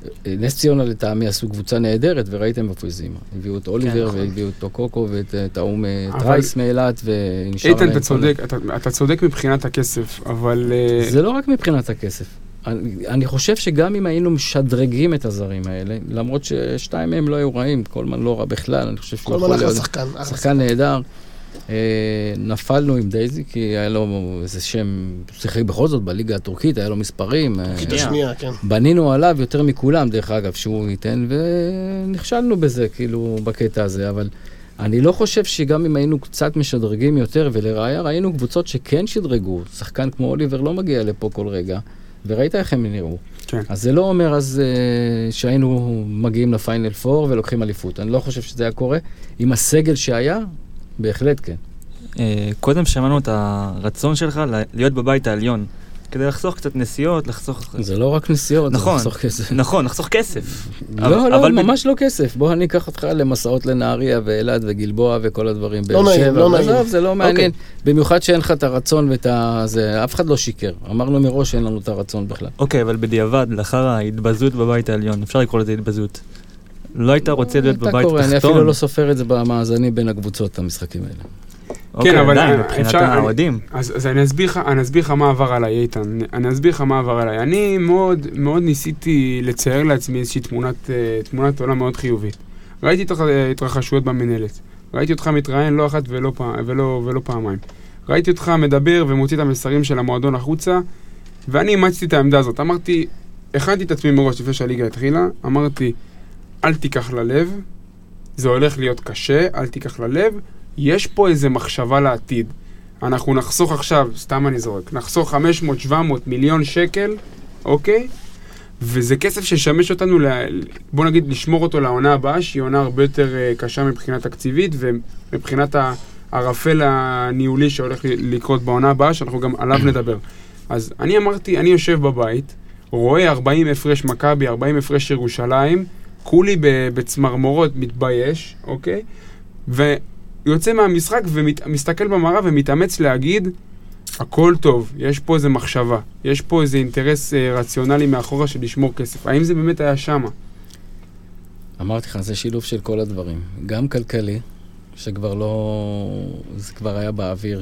נס ציונה לטעמי עשו קבוצה נהדרת, וראיתם איפה הזימה. הביאו את אוליבר, והביאו את טוקוקו, ואת האום טרייס מאילת, ונשאר להם... איתן, אתה צודק מבחינת הכסף, אבל... זה לא רק מבחינת הכסף. אני, אני חושב שגם אם היינו משדרגים את הזרים האלה, למרות ששתיים מהם לא היו רעים, קולמן לא רע בכלל, אני חושב שהוא יכול להיות שחקן, שחקן נהדר. אה, נפלנו עם דייזי, כי היה לו איזה שם, שיחק בכל זאת בליגה הטורקית, היה לו מספרים. טורקית השנייה, כן. בנינו עליו יותר מכולם, דרך אגב, שהוא ייתן, ונכשלנו בזה, כאילו, בקטע הזה, אבל אני לא חושב שגם אם היינו קצת משדרגים יותר, ולראיה ראינו קבוצות שכן שדרגו, שחקן כמו אוליבר לא מגיע לפה כל רגע, וראית איך הם נראו. כן. אז זה לא אומר אז uh, שהיינו מגיעים לפיינל פור ולוקחים אליפות. אני לא חושב שזה היה קורה. עם הסגל שהיה, בהחלט כן. Uh, קודם שמענו את הרצון שלך להיות בבית העליון. כדי לחסוך קצת נסיעות, לחסוך... זה לא רק נסיעות, נכון, זה לחסוך כסף. נכון, לחסוך כסף. לא, לא, ממש לא כסף. בוא אני אקח אותך למסעות לנהריה ואילת וגלבוע וכל הדברים. לא נעים, לא נעים. עזוב, זה לא מעניין. במיוחד שאין לך את הרצון ואת ה... אף אחד לא שיקר. אמרנו מראש שאין לנו את הרצון בכלל. אוקיי, אבל בדיעבד, לאחר ההתבזות בבית העליון, אפשר לקרוא לזה התבזות. לא היית רוצה להיות בבית תחתון. אני אפילו לא סופר את זה במאזני בין הקבוצות, המשחקים האלה. כן, אבל מבחינת האוהדים. אז אני אסביר לך מה עבר עליי, איתן. אני אסביר לך מה עבר עליי. אני מאוד מאוד ניסיתי לצייר לעצמי איזושהי תמונת עולם מאוד חיובית. ראיתי את התרחשויות במנהלת. ראיתי אותך מתראיין לא אחת ולא פעמיים. ראיתי אותך מדבר ומוציא את המסרים של המועדון החוצה, ואני אימצתי את העמדה הזאת. אמרתי, הכנתי את עצמי מראש לפני שהליגה התחילה, אמרתי, אל תיקח ללב, זה הולך להיות קשה, אל תיקח ללב, יש פה איזה מחשבה לעתיד. אנחנו נחסוך עכשיו, סתם אני זורק, נחסוך חמש מאות שבע מאות מיליון שקל, אוקיי? וזה כסף ששמש אותנו, בוא נגיד, לשמור אותו לעונה הבאה, שהיא עונה הרבה יותר קשה מבחינה תקציבית, ומבחינת הערפל הניהולי שהולך לקרות בעונה הבאה, שאנחנו גם עליו נדבר. אז אני אמרתי, אני יושב בבית, רואה ארבעים הפרש מכבי, ארבעים הפרש ירושלים, כולי בצמרמורות מתבייש, אוקיי? ויוצא מהמשחק ומסתכל במראה ומתאמץ להגיד, הכל טוב, יש פה איזה מחשבה, יש פה איזה אינטרס אה, רציונלי מאחורה של לשמור כסף. האם זה באמת היה שמה? אמרתי לך, זה שילוב של כל הדברים. גם כלכלי, שכבר לא... זה כבר היה באוויר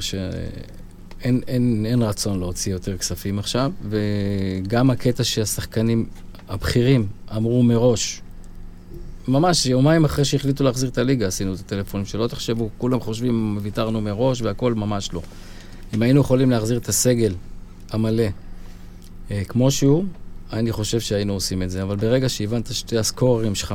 שאין אין, אין רצון להוציא יותר כספים עכשיו, וגם הקטע שהשחקנים הבכירים אמרו מראש, ממש יומיים אחרי שהחליטו להחזיר את הליגה, עשינו את הטלפונים שלא תחשבו, כולם חושבים, ויתרנו מראש, והכל ממש לא. אם היינו יכולים להחזיר את הסגל המלא אה, כמו שהוא, אני חושב שהיינו עושים את זה. אבל ברגע שהבנת שתי הסקוררים שלך,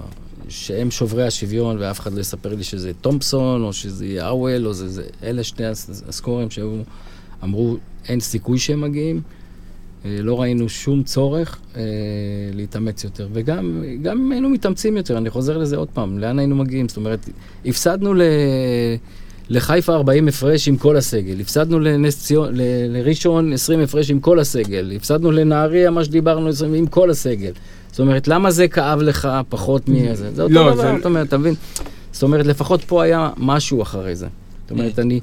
שהם שוברי השוויון, ואף אחד לא יספר לי שזה תומפסון, או שזה יאוול, או זה, זה, אלה שני הסקוררים שהיו, אמרו, אין סיכוי שהם מגיעים, אה, לא ראינו שום צורך אה, להתאמץ יותר. וגם גם אם היינו מתאמצים יותר, אני חוזר לזה עוד פעם, לאן היינו מגיעים? זאת אומרת, הפסדנו ל... לחיפה ארבעים הפרש עם כל הסגל, הפסדנו לנס ציון, ל- לראשון עשרים הפרש עם כל הסגל, הפסדנו לנהריה, מה שדיברנו עשרים עם כל הסגל. זאת אומרת, למה זה כאב לך פחות מזה? זה אותו לא, דבר, זה... זאת אומרת, אתה מבין? זאת אומרת, לפחות פה היה משהו אחרי זה. זאת אומרת, אני,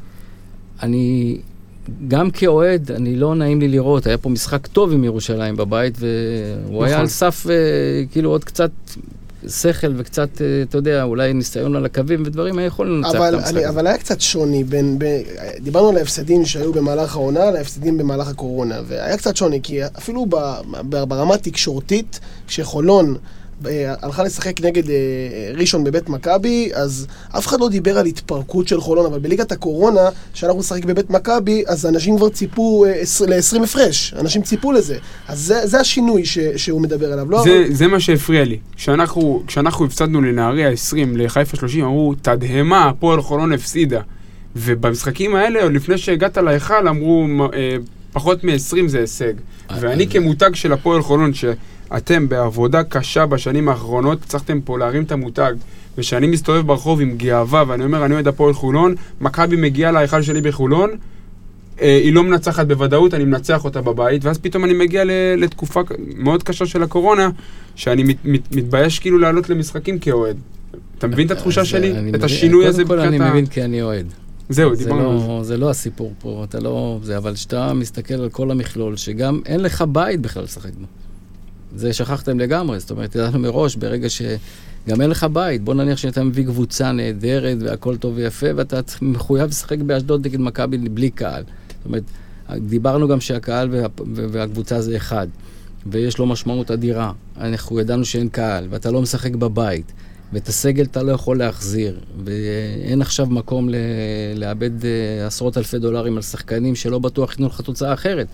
אני, גם כאוהד, אני לא נעים לי לראות, היה פה משחק טוב עם ירושלים בבית, והוא היה על סף, כאילו, עוד קצת... שכל וקצת, אתה יודע, אולי ניסיון על הקווים ודברים, היה יכול לנצח את המשחק. אבל היה קצת שוני בין, דיברנו על ההפסדים שהיו במהלך העונה, להפסדים במהלך הקורונה, והיה קצת שוני, כי אפילו ברמה תקשורתית, כשחולון הלכה לשחק נגד ראשון בבית מכבי, אז אף אחד לא דיבר על התפרקות של חולון, אבל בליגת הקורונה, שאנחנו נשחק בבית מכבי, אז אנשים כבר ציפו ל-עשרים הפרש, אנשים ציפו לזה. אז זה, זה השינוי ש, שהוא מדבר עליו. לא זה, אבל... זה מה שהפריע לי. כשאנחנו, כשאנחנו הפסדנו לנהריה עשרים, לחיפה שלושים, אמרו, תדהמה, הפועל חולון הפסידה. ובמשחקים האלה, או לפני שהגעת להיכל, אמרו, אה, פחות מ-עשרים זה הישג. ואני כמותג של הפועל חולון, שאתם בעבודה קשה בשנים האחרונות, צריכתם פה להרים את המותג, ושאני מסתובב ברחוב עם גאווה, ואני אומר, אני אוהד הפועל חולון, מכבי מגיעה להיכל שלי בחולון, אה, היא לא מנצחת בוודאות, אני מנצח אותה בבית, ואז פתאום אני מגיע לתקופה מאוד קשה של הקורונה, שאני מת, מת, מתבייש כאילו לעלות למשחקים כאוהד. אתה מבין את התחושה שלי? את השינוי הזה? קודם כל אני מבין כי אני אוהד. זהו, דיברנו. זה לא הסיפור פה, אתה לא... זה, אבל שאתה מסתכל על כל המכלול, שגם אין לך בית בכלל לשחק בו. זה שכחתם לגמרי, זאת אומרת, ידענו מראש, ברגע שגם אין לך בית, בוא נניח שאתה מביא קבוצה נהדרת, והכל טוב ויפה, ואתה מחויב לשחק באשדוד נגד מכבי בלי קהל. זאת אומרת, דיברנו גם שהקהל וה, והקבוצה זה אחד, ויש לו משמעות אדירה. אנחנו ידענו שאין קהל, ואתה לא משחק בבית. ואת הסגל אתה לא יכול להחזיר, ואין עכשיו מקום ל- לאבד עשרות אלפי דולרים על שחקנים שלא בטוח יתנו לך תוצאה אחרת.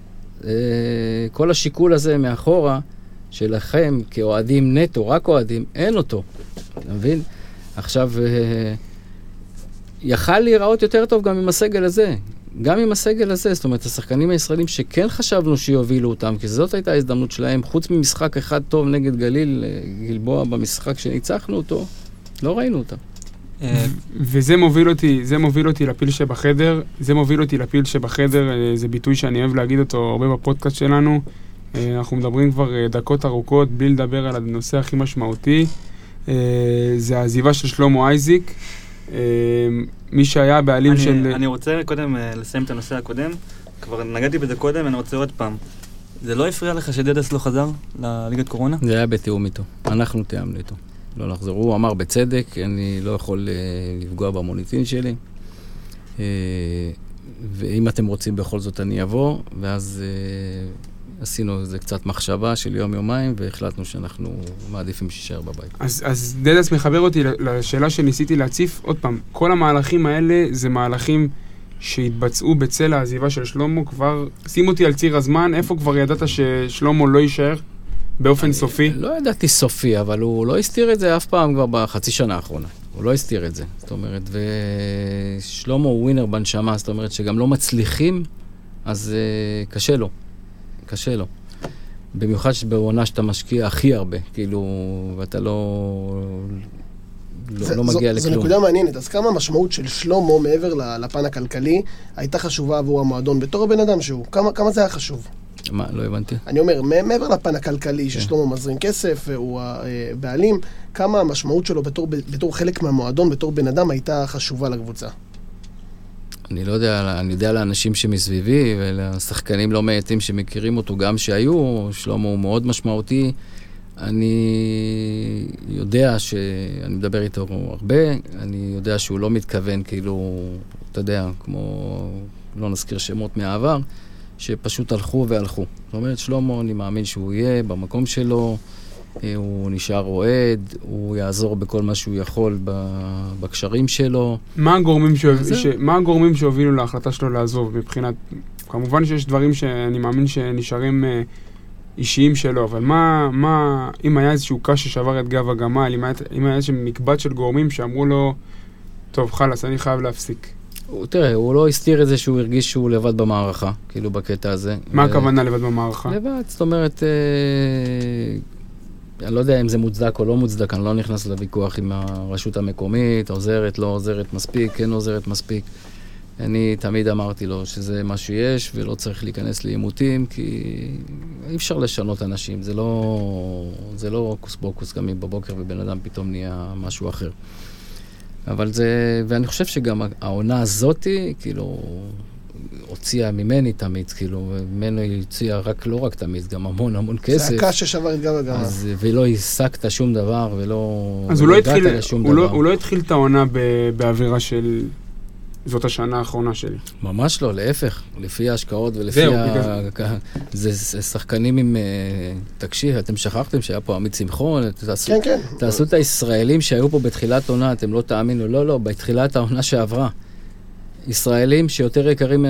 כל השיקול הזה מאחורה, שלכם כאוהדים נטו, רק אוהדים, אין אותו. אתה מבין? עכשיו, יכל להיראות יותר טוב גם עם הסגל הזה. גם עם הסגל הזה, זאת אומרת, השחקנים הישראלים שכן חשבנו שיובילו אותם, כי זאת הייתה ההזדמנות שלהם, חוץ ממשחק אחד טוב נגד גליל, גלבוע במשחק שניצחנו אותו, לא ראינו אותם. וזה מוביל אותי, זה מוביל אותי לפיל שבחדר, זה מוביל אותי לפיל שבחדר, זה ביטוי שאני אוהב להגיד אותו הרבה בפודקאסט שלנו, אנחנו מדברים כבר דקות ארוכות, בלי לדבר על הנושא הכי משמעותי, זה העזיבה של שלמה אייזיק, מי שהיה בעלים אני, של... אני רוצה קודם לסיים את הנושא הקודם, כבר נגעתי בזה קודם, אני רוצה עוד פעם. זה לא הפריע לך שדדס לא חזר לליגת קורונה? זה היה בתיאום איתו, אנחנו תיאמנו איתו. לא לחזור, הוא אמר בצדק, אני לא יכול uh, לפגוע במוניטין שלי, uh, ואם אתם רוצים בכל זאת אני אבוא, ואז uh, עשינו איזה קצת מחשבה של יום-יומיים, והחלטנו שאנחנו מעדיפים שישאר בבית. אז, אז דדס מחבר אותי לשאלה שניסיתי להציף, עוד פעם, כל המהלכים האלה זה מהלכים שהתבצעו בצל העזיבה של שלמה, כבר שים אותי על ציר הזמן, איפה כבר ידעת ששלמה לא יישאר? באופן סופי? לא ידעתי סופי, אבל הוא לא הסתיר את זה אף פעם כבר בחצי שנה האחרונה. הוא לא הסתיר את זה. זאת אומרת, ושלמה הוא ווינר בנשמה, זאת אומרת שגם לא מצליחים, אז uh, קשה לו. קשה לו. במיוחד שבעונה שאתה משקיע הכי הרבה, כאילו, ואתה לא, לא, זה, לא מגיע זו, לכלום. זו נקודה מעניינת. אז כמה המשמעות של שלמה מעבר לפן הכלכלי הייתה חשובה עבור המועדון בתור הבן אדם שהוא? כמה, כמה זה היה חשוב? מה? לא הבנתי. אני אומר, מעבר לפן הכלכלי ששלמה מזרים כסף, הוא הבעלים, כמה המשמעות שלו בתור, בתור חלק מהמועדון, בתור בן אדם, הייתה חשובה לקבוצה? אני לא יודע, אני יודע לאנשים שמסביבי ולשחקנים לא מעטים שמכירים אותו גם שהיו, שלמה הוא מאוד משמעותי. אני יודע שאני מדבר איתו הרבה, אני יודע שהוא לא מתכוון, כאילו, אתה יודע, כמו, לא נזכיר שמות מהעבר, שפשוט הלכו והלכו. זאת אומרת, שלמה, אני מאמין שהוא יהיה במקום שלו, הוא נשאר אוהד, הוא יעזור בכל מה שהוא יכול בקשרים שלו. מה הגורמים, שהוב... ש... מה הגורמים שהובילו להחלטה שלו לעזוב מבחינת... כמובן שיש דברים שאני מאמין שנשארים אישיים שלו, אבל מה, מה... אם היה איזשהו קש ששבר את גב הגמל, אם היה, אם היה איזשהו מקבץ של גורמים שאמרו לו, טוב, חלס, אני חייב להפסיק. הוא, תראה, הוא לא הסתיר את זה שהוא הרגיש שהוא לבד במערכה, כאילו בקטע הזה. מה ו... הכוונה לבד במערכה? לבד, זאת אומרת... אה... אני לא יודע אם זה מוצדק או לא מוצדק, אני לא נכנס לוויכוח עם הרשות המקומית, עוזרת, לא עוזרת מספיק, כן עוזרת מספיק. אני תמיד אמרתי לו שזה מה שיש ולא צריך להיכנס לעימותים, כי אי אפשר לשנות אנשים, זה לא, זה לא קוס בוקוס, גם אם בבוקר ובן אדם פתאום נהיה משהו אחר. אבל זה, ואני חושב שגם העונה הזאת, כאילו, הוציאה ממני תמיד, כאילו, ממנו היא הוציאה רק, לא רק תמיד, גם המון המון כסף. זה הקש ששבר את גב הגמל. אז, ולא השגת שום דבר, ולא... אז הוא לא התחיל, לשום הוא דבר. לא, הוא לא התחיל את העונה באווירה של... זאת השנה האחרונה שלי. ממש לא, להפך. לפי ההשקעות ולפי זהו, ה... זה, זה שחקנים עם... תקשיב, אתם שכחתם שהיה פה עמית שמחון, תעשו, כן, כן. תעשו את הישראלים שהיו פה בתחילת עונה, אתם לא תאמינו, לא, לא, בתחילת העונה שעברה. ישראלים שיותר יקרים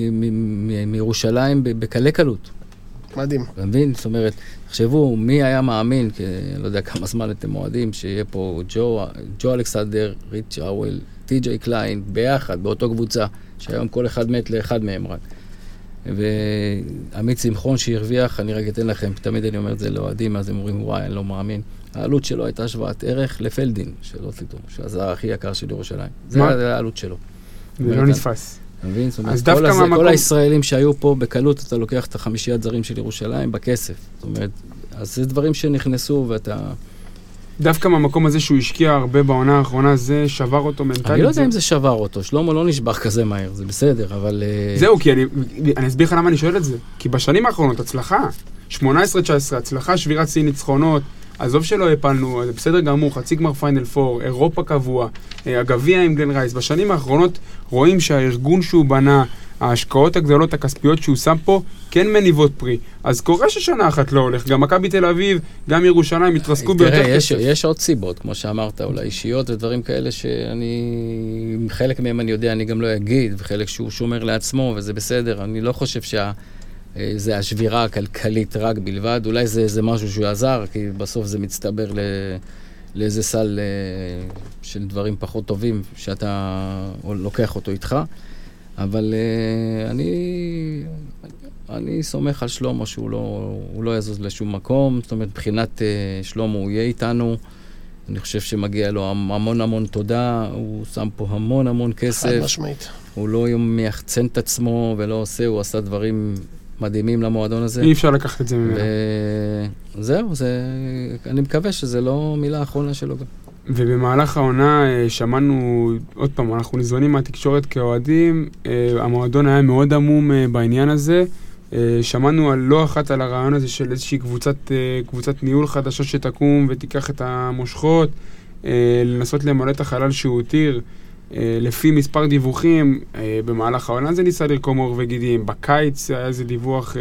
מירושלים בקלי קלות. מדהים. אתה מבין? זאת אומרת, תחשבו, מי היה מאמין, כי לא יודע כמה זמן אתם מועדים, שיהיה פה ג'ו, ג'ו אלכסנדר, ריץ' ראוול, טי.ג'יי קליין, ביחד, באותו קבוצה, שהיום כל אחד מת לאחד מהם רק. ועמית שמחון שהרוויח, אני רק אתן לכם, תמיד אני אומר את זה לאוהדים, אז הם אומרים, וואי, אני לא מאמין. העלות שלו הייתה שוות ערך לפלדין, שלא תדעו, שהזר הכי יקר של ירושלים. זה העלות שלו. זה לא נתפס. אתה מבין? זאת אומרת, כל, הזה, כל הישראלים שהיו פה בקלות, אתה לוקח את החמישיית זרים של ירושלים בכסף. זאת אומרת, אז זה דברים שנכנסו ואתה... דווקא מהמקום הזה שהוא השקיע הרבה בעונה האחרונה, זה שבר אותו מנטלית. אני לא יודע אם זה שבר אותו, שלמה לא נשבר כזה מהר, זה בסדר, אבל... זהו, כי אני, אני אסביר לך למה אני שואל את זה. כי בשנים האחרונות, הצלחה, שמונה עשרה תשע עשרה, הצלחה, שבירת שיא ניצחונות, עזוב שלא הפלנו, זה בסדר גמור, חצי גמר פיינל פור, אירופה קבוע, הגביע עם גלן רייס. בשנים האחרונות רואים שהארגון שהוא בנה, ההשקעות הגדולות הכספיות שהוא שם פה, כן מניבות פרי. אז קורה ששנה אחת לא הולך. גם מכבי תל אביב, גם ירושלים, התרסקו ביותר כסף. יש, יש עוד סיבות, כמו שאמרת, אולי אישיות ודברים כאלה שאני... חלק מהם אני יודע, אני גם לא אגיד, וחלק שהוא שומר לעצמו, וזה בסדר. אני לא חושב שה... זה השבירה הכלכלית רק בלבד. אולי זה, זה משהו שהוא עזר, כי בסוף זה מצטבר ל... לאיזה סל של דברים פחות טובים, שאתה לוקח אותו איתך. אבל uh, אני, אני סומך על שלמה שהוא לא, הוא לא יזוז לשום מקום. זאת אומרת, מבחינת uh, שלמה הוא יהיה איתנו. אני חושב שמגיע לו המון המון תודה. הוא שם פה המון המון כסף. חד משמעית. הוא לא מייחצן את עצמו ולא עושה, הוא עשה דברים מדהימים למועדון הזה. אי אפשר לקחת את זה ממנו. וזהו, זה, אני מקווה שזה לא מילה האחרונה שלו גם. ובמהלך העונה שמענו, עוד פעם, אנחנו ניזונים מהתקשורת כאוהדים, המועדון היה מאוד עמום בעניין הזה, שמענו על לא אחת על הרעיון הזה של איזושהי קבוצת, קבוצת ניהול חדשה שתקום ותיקח את המושכות, לנסות למלא את החלל שהוא הותיר, לפי מספר דיווחים, במהלך העונה זה ניסה לרקום עור וגידים, בקיץ היה איזה דיווח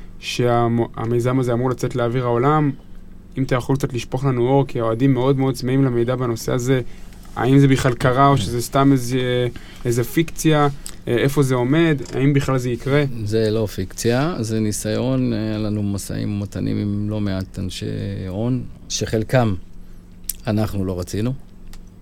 שהמיזם הזה אמור לצאת לאוויר העולם, אם אתה יכול קצת לשפוך לנו אור, כי האוהדים מאוד מאוד צמאים למידע בנושא הזה, האם זה בכלל קרה או שזה סתם איזה, איזה פיקציה, איפה זה עומד, האם בכלל זה יקרה? זה לא פיקציה, זה ניסיון, היה לנו מסעים ומתנים עם לא מעט אנשי הון, שחלקם אנחנו לא רצינו,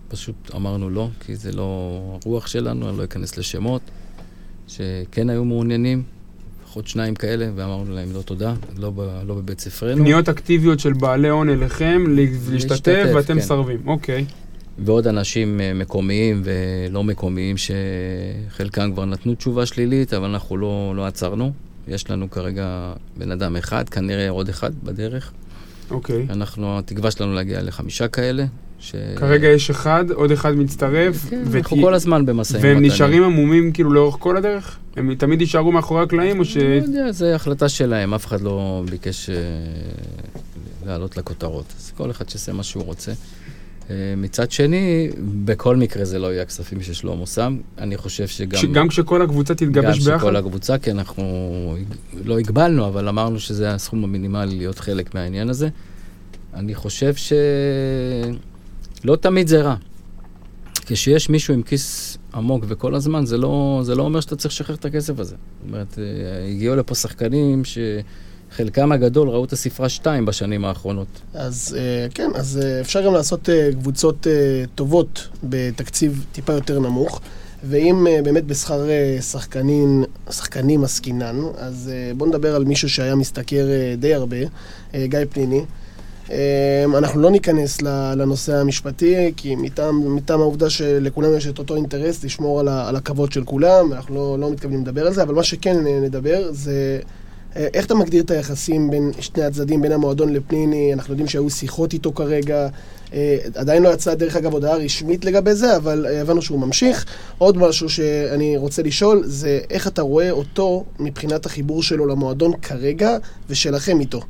פשוט אמרנו לא, כי זה לא הרוח שלנו, אני לא אכנס לשמות, שכן היו מעוניינים, לפחות שניים כאלה, ואמרנו להם לא תודה, לא, ב, לא בבית ספרנו. פניות אקטיביות של בעלי הון אליכם, להשתתף, ואתם כן. סרבים, אוקיי. ועוד אנשים מקומיים ולא מקומיים, שחלקם כבר נתנו תשובה שלילית, אבל אנחנו לא, לא עצרנו. יש לנו כרגע בן אדם אחד, כנראה עוד אחד בדרך. אוקיי. אנחנו, התקווה שלנו להגיע לחמישה כאלה. ש... כרגע יש אחד, עוד אחד מצטרף. כן, ות... אנחנו כל הזמן במשאים והם ומתנים. נשארים עמומים כאילו לאורך כל הדרך? הם תמיד יישארו מאחורי הקלעים או ש... לא יודע, זו החלטה שלהם, אף אחד לא ביקש uh, לעלות לכותרות. אז כל אחד שעושה מה שהוא רוצה. Uh, מצד שני, בכל מקרה זה לא יהיה הכספים ששלמה שם. אני חושב שגם... ש... גם כשכל הקבוצה תתגבש ביחד? גם כשכל הקבוצה, כי אנחנו לא הגבלנו, אבל אמרנו שזה הסכום המינימלי להיות חלק מהעניין הזה. אני חושב ש... לא תמיד זה רע. כשיש מישהו עם כיס עמוק וכל הזמן, זה לא, זה לא אומר שאתה צריך לשחרר את הכסף הזה. זאת אומרת, הגיעו לפה שחקנים שחלקם הגדול ראו את הספרה שתיים בשנים האחרונות. אז כן, אז אפשר גם לעשות קבוצות טובות בתקציב טיפה יותר נמוך, ואם באמת בשכר שחקנים, שחקנים עסקינן, אז בוא נדבר על מישהו שהיה מסתכר די הרבה, גיא פניני. אנחנו לא ניכנס לנושא המשפטי, כי מטעם, מטעם העובדה שלכולם יש את אותו אינטרס לשמור על, ה, על הכבוד של כולם, אנחנו לא, לא מתכוונים לדבר על זה, אבל מה שכן נדבר זה איך אתה מגדיר את היחסים בין שני הצדדים, בין המועדון לפניני. אנחנו יודעים שהיו שיחות איתו כרגע, עדיין לא יצאה דרך אגב הודעה רשמית לגבי זה, אבל הבנו שהוא ממשיך. עוד משהו שאני רוצה לשאול זה איך אתה רואה אותו מבחינת החיבור שלו למועדון כרגע ושלכם איתו.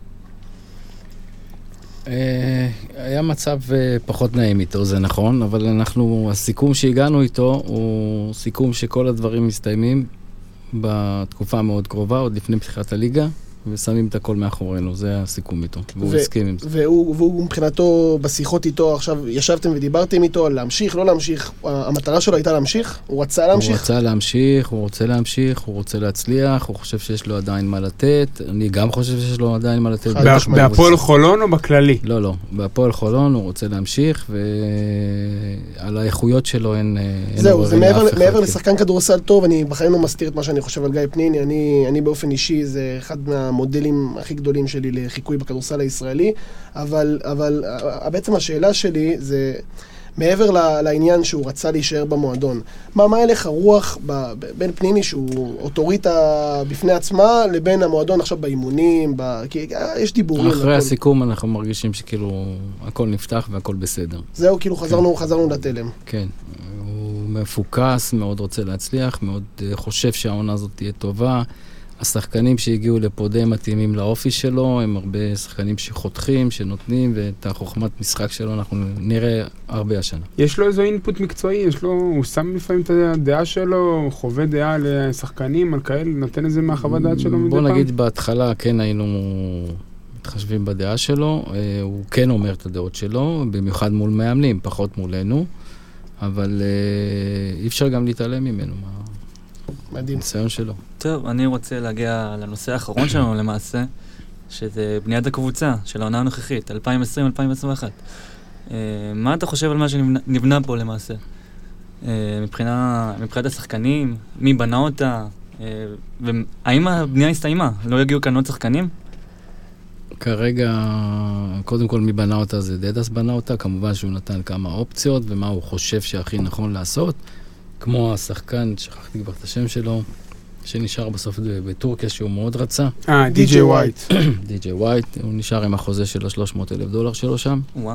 היה מצב פחות נעים איתו, זה נכון, אבל אנחנו, הסיכום שהגענו איתו הוא סיכום שכל הדברים מסתיימים בתקופה מאוד קרובה, עוד לפני פתיחת הליגה, ושמים את הכל מאחורינו, זה הסיכום איתו, והוא הסכים עם זה. והוא, והוא מבחינתו, בשיחות איתו, עכשיו ישבתם ודיברתם איתו על להמשיך, לא להמשיך, המטרה שלו הייתה להמשיך? הוא רצה להמשיך? הוא רצה להמשיך, הוא רוצה להמשיך, הוא רוצה להצליח, הוא חושב שיש לו עדיין מה לתת, אני גם חושב שיש לו עדיין מה לתת. בהפועל חולון או בכללי? לא, לא, בהפועל חולון הוא רוצה להמשיך, ועל האיכויות שלו אין... זהו, זה מעבר לשחקן כדורסל טוב, אני בחיים לא מסתיר את מה שאני חושב על גיא פניני, אני, אני באופן אישי, זה אחד מהמודלים הכי גדולים שלי לחיקוי בכדורסל הישראלי, אבל, אבל בעצם השאלה שלי זה, מעבר לעניין שהוא רצה להישאר במועדון, מה, מה הלך הרוח ב, בין פניני שהוא אוטוריטה בפני עצמה, לבין המועדון עכשיו באימונים, ב, כי יש דיבורים. אחרי הכל. הסיכום אנחנו מרגישים שכאילו הכל נפתח והכל בסדר. זהו, כאילו חזרנו, כן. חזרנו לתלם. כן, הוא מפוקס, מאוד רוצה להצליח, מאוד חושב שהעונה הזאת תהיה טובה. השחקנים שהגיעו לפה די מתאימים לאופי שלו, הם הרבה שחקנים שחותכים, שנותנים, ואת החוכמת משחק שלו אנחנו נראה הרבה השנה. יש לו איזו אינפוט מקצועי, יש לו, הוא שם לפעמים את הדעה שלו, חווה דעה לשחקנים, על כאלה, נותן איזה מהחוות דעת שלו מדי פעם? בוא נגיד, בהתחלה כן היינו מתחשבים בדעה שלו, הוא כן אומר את הדעות שלו, במיוחד מול מאמנים, פחות מולנו, אבל אי אפשר גם להתעלם ממנו. מדהים. ניסיון שלו. טוב, אני רוצה להגיע לנושא האחרון שלנו למעשה, שזה בניית הקבוצה של העונה הנוכחית, אלפיים עשרים אלפיים עשרים ואחת. מה אתה חושב על מה שנבנה פה למעשה? מבחינה, מבחינת השחקנים, מי בנה אותה, והאם הבנייה הסתיימה? לא יגיעו כאן עוד שחקנים? כרגע, קודם כל מי בנה אותה זה דדס בנה אותה, כמובן שהוא נתן כמה אופציות ומה הוא חושב שהכי נכון לעשות, כמו השחקן, שכחתי כבר את השם שלו, שנשאר בסוף בטורקיה שהוא מאוד רצה. אה, די.ג'יי ווייט. די.ג'יי ווייט, הוא נשאר עם החוזה של ה-שלוש מאות אלף דולר שלו שם. וואה.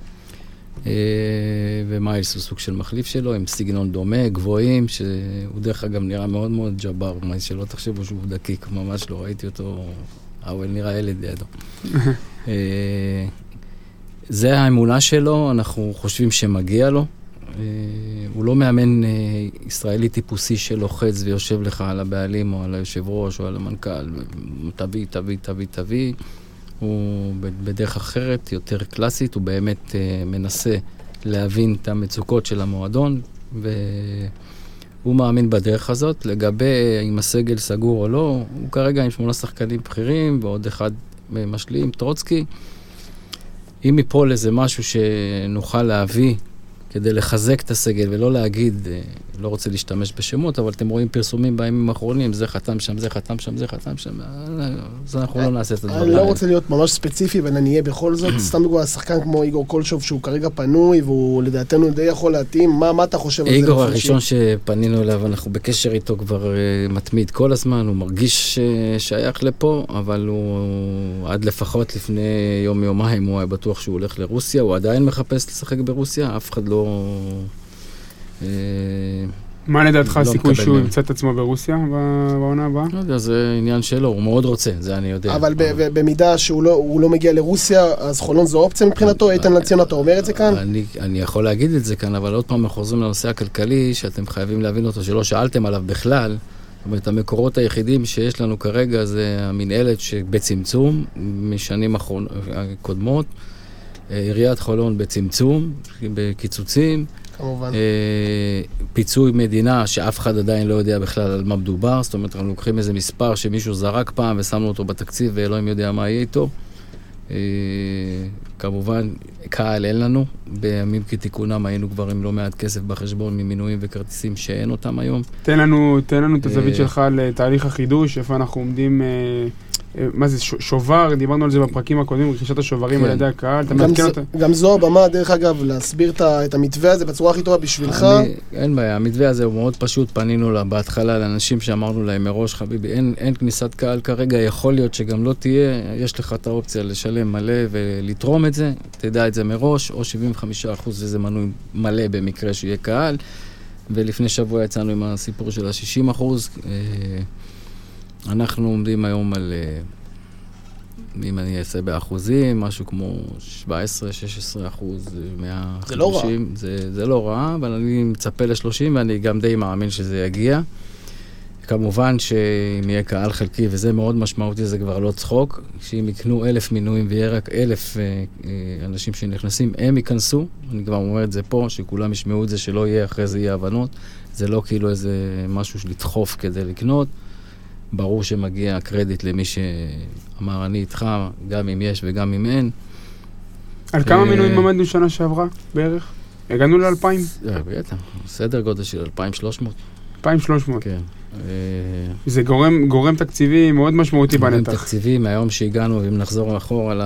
ומיילס הוא סוג של מחליף שלו, עם סגנון דומה, גבוהים, שהוא דרך אגב נראה מאוד מאוד ג'בר, שלא תחשבו שהוא דקיק, ממש לא ראיתי אותו, אבל נראה ילד לידו. זה האמונה שלו, אנחנו חושבים שמגיע לו. הוא לא מאמן ישראלי טיפוסי שלוחץ ויושב לך על הבעלים או על היושב ראש או על המנכ"ל, תביא, תביא, תביא, תביא. הוא בדרך אחרת, יותר קלאסית, הוא באמת מנסה להבין את המצוקות של המועדון, והוא מאמין בדרך הזאת. לגבי אם הסגל סגור או לא, הוא כרגע עם שמונה שחקנים בכירים ועוד אחד משלים, טרוצקי. אם יפול איזה משהו שנוכל להביא כדי לחזק את הסגל ולא להגיד, לא רוצה להשתמש בשמות, אבל אתם רואים פרסומים בימים האחרונים, זה חתם שם, זה חתם שם, זה חתם שם, אז אנחנו לא נעשה את הדברים. אני לא רוצה להיות ממש ספציפי, אבל אני אהיה בכל זאת, סתם דוגמה, שחקן כמו איגור קולשוב, שהוא כרגע פנוי, והוא לדעתנו די יכול להתאים, מה אתה חושב על זה? איגור הראשון שפנינו אליו, אנחנו בקשר איתו כבר מתמיד כל הזמן, הוא מרגיש שייך לפה, אבל הוא עד לפחות לפני יום-יומיים, הוא היה בטוח שהוא הולך לרוסיה, הוא עדיין מחפש לשחק ברוסיה, אף אחד לא... מה לדעתך הסיכוי שהוא ימצא את עצמו ברוסיה בעונה הבאה? לא יודע, זה עניין שלו, הוא מאוד רוצה, זה אני יודע. אבל במידה שהוא לא מגיע לרוסיה, אז חולון זו אופציה מבחינתו, איתן לציון, אתה אומר את זה כאן? אני יכול להגיד את זה כאן, אבל עוד פעם אנחנו חוזרים לנושא הכלכלי, שאתם חייבים להבין אותו, שלא שאלתם עליו בכלל. זאת אומרת, המקורות היחידים שיש לנו כרגע זה המנהלת שבצמצום, משנים קודמות, עיריית חולון בצמצום, בקיצוצים, כמובן. פיצוי מדינה שאף אחד עדיין לא יודע בכלל על מה מדובר, זאת אומרת, אנחנו לוקחים איזה מספר שמישהו זרק פעם ושמנו אותו בתקציב ואלוהים יודע מה יהיה איתו. כמובן, קהל אין לנו, בימים כתיקונם היינו כבר עם לא מעט כסף בחשבון ממינויים וכרטיסים שאין אותם היום. תן לנו, תן לנו את הזווית שלך לתהליך החידוש, איפה אנחנו עומדים... מה זה, שובר, דיברנו על זה בפרקים הקודמים, רכישת השוברים על ידי הקהל, אתה מעדכן אותה? גם זו הבמה, דרך אגב, להסביר את המתווה הזה בצורה הכי טובה בשבילך. אין בעיה, המתווה הזה הוא מאוד פשוט, פנינו לה בהתחלה לאנשים שאמרנו להם מראש, חביבי, אין כניסת קהל כרגע, יכול להיות שגם לא תהיה, יש לך את האופציה לשלם מלא ולתרום את זה, תדע את זה מראש, או שבעים וחמישה אחוז וזה מנוי מלא במקרה שיהיה קהל, ולפני שבוע יצאנו עם הסיפור של ה-שישים אחוז, אנחנו עומדים היום על, אם אני אעשה באחוזים, משהו כמו שבע עשרה שש עשרה אחוז מהחידושים. זה לא רע. זה, זה לא רע, אבל אני מצפה ל-שלושים, ואני גם די מאמין שזה יגיע. כמובן שאם יהיה קהל חלקי, וזה מאוד משמעותי, זה כבר לא צחוק, שאם יקנו אלף מינויים ויהיה רק אלף אנשים שנכנסים, הם ייכנסו. אני כבר אומר את זה פה, שכולם ישמעו את זה, שלא יהיה אחרי זה יהיה הבנות. זה לא כאילו איזה משהו לדחוף כדי לקנות. ברור שמגיע קרדיט למי שאמר אני איתך, גם אם יש וגם אם אין. על כמה מינויים עמדנו שנה שעברה בערך? הגענו ל-אלפיים? בטח, סדר גודל של אלפיים ושלוש מאות. אלפיים ושלוש מאות. כן. זה גורם, גורם תקציבי מאוד משמעותי בנתח. גורם תקציבי, מהיום שהגענו, אם נחזור אחורה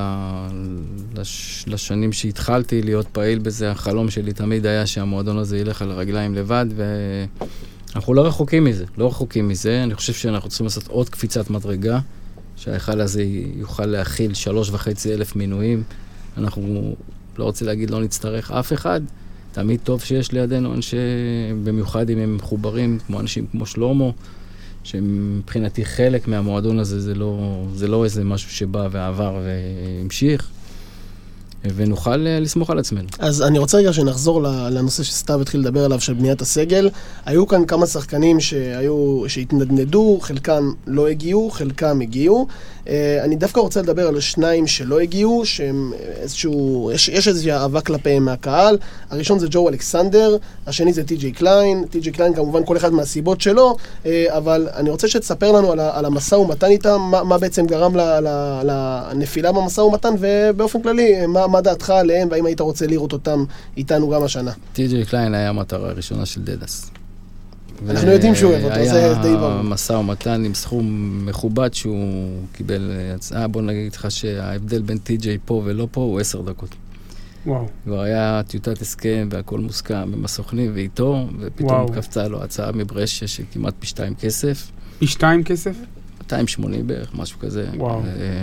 לשנים שהתחלתי להיות פעיל בזה, החלום שלי תמיד היה שהמועדון הזה ילך על הרגליים לבד, ואנחנו לא רחוקים מזה, לא רחוקים מזה. אני חושב שאנחנו צריכים לעשות עוד קפיצת מדרגה, שההיכל הזה יוכל להכיל שלוש וחצי אלף מינויים. אנחנו לא רוצה להגיד, לא נצטרך אף אחד. תמיד טוב שיש לידינו אנשי, במיוחד אם הם מחוברים, כמו אנשים כמו שלמה, שמבחינתי חלק מהמועדון הזה, זה לא, זה לא איזה משהו שבא ועבר והמשיך, ונוכל לסמוך על עצמנו. אז אני רוצה רגע שנחזור לנושא שסתיו התחיל לדבר עליו, של בניית הסגל. היו כאן כמה שחקנים שהיו, שהתנדנדו, חלקם לא הגיעו, חלקם הגיעו. אני דווקא רוצה לדבר על השניים שלא הגיעו, שהם איזשהו, יש, יש איזושהי אהבה כלפיהם מהקהל. הראשון זה ג'ו אלכסנדר, השני זה טי.ג'יי קליין. טי.ג'יי קליין כמובן כל אחד מהסיבות שלו, אבל אני רוצה שתספר לנו על, על המשא ומתן איתם, מה, מה בעצם גרם לנפילה במשא ומתן, ובאופן כללי, מה, מה דעתך עליהם, והאם היית רוצה לראות אותם איתנו גם השנה? טי.ג'יי קליין היה המטרה הראשונה של דדס. אנחנו יודעים שהוא אוהב אותו, זה די ברור. היה משא ומתן עם סכום מכובד שהוא קיבל הצעה. בוא נגיד לך שההבדל בין טי.ג'יי פה ולא פה הוא עשר דקות. וואו. כבר היה טיוטת הסכם והכל מוסכם עם הסוכנים ואיתו, ופתאום קפצה לו הצעה מברשע שכמעט פי שתיים כסף. פי שתיים כסף? מאתיים ושמונים בערך, משהו כזה. וואו.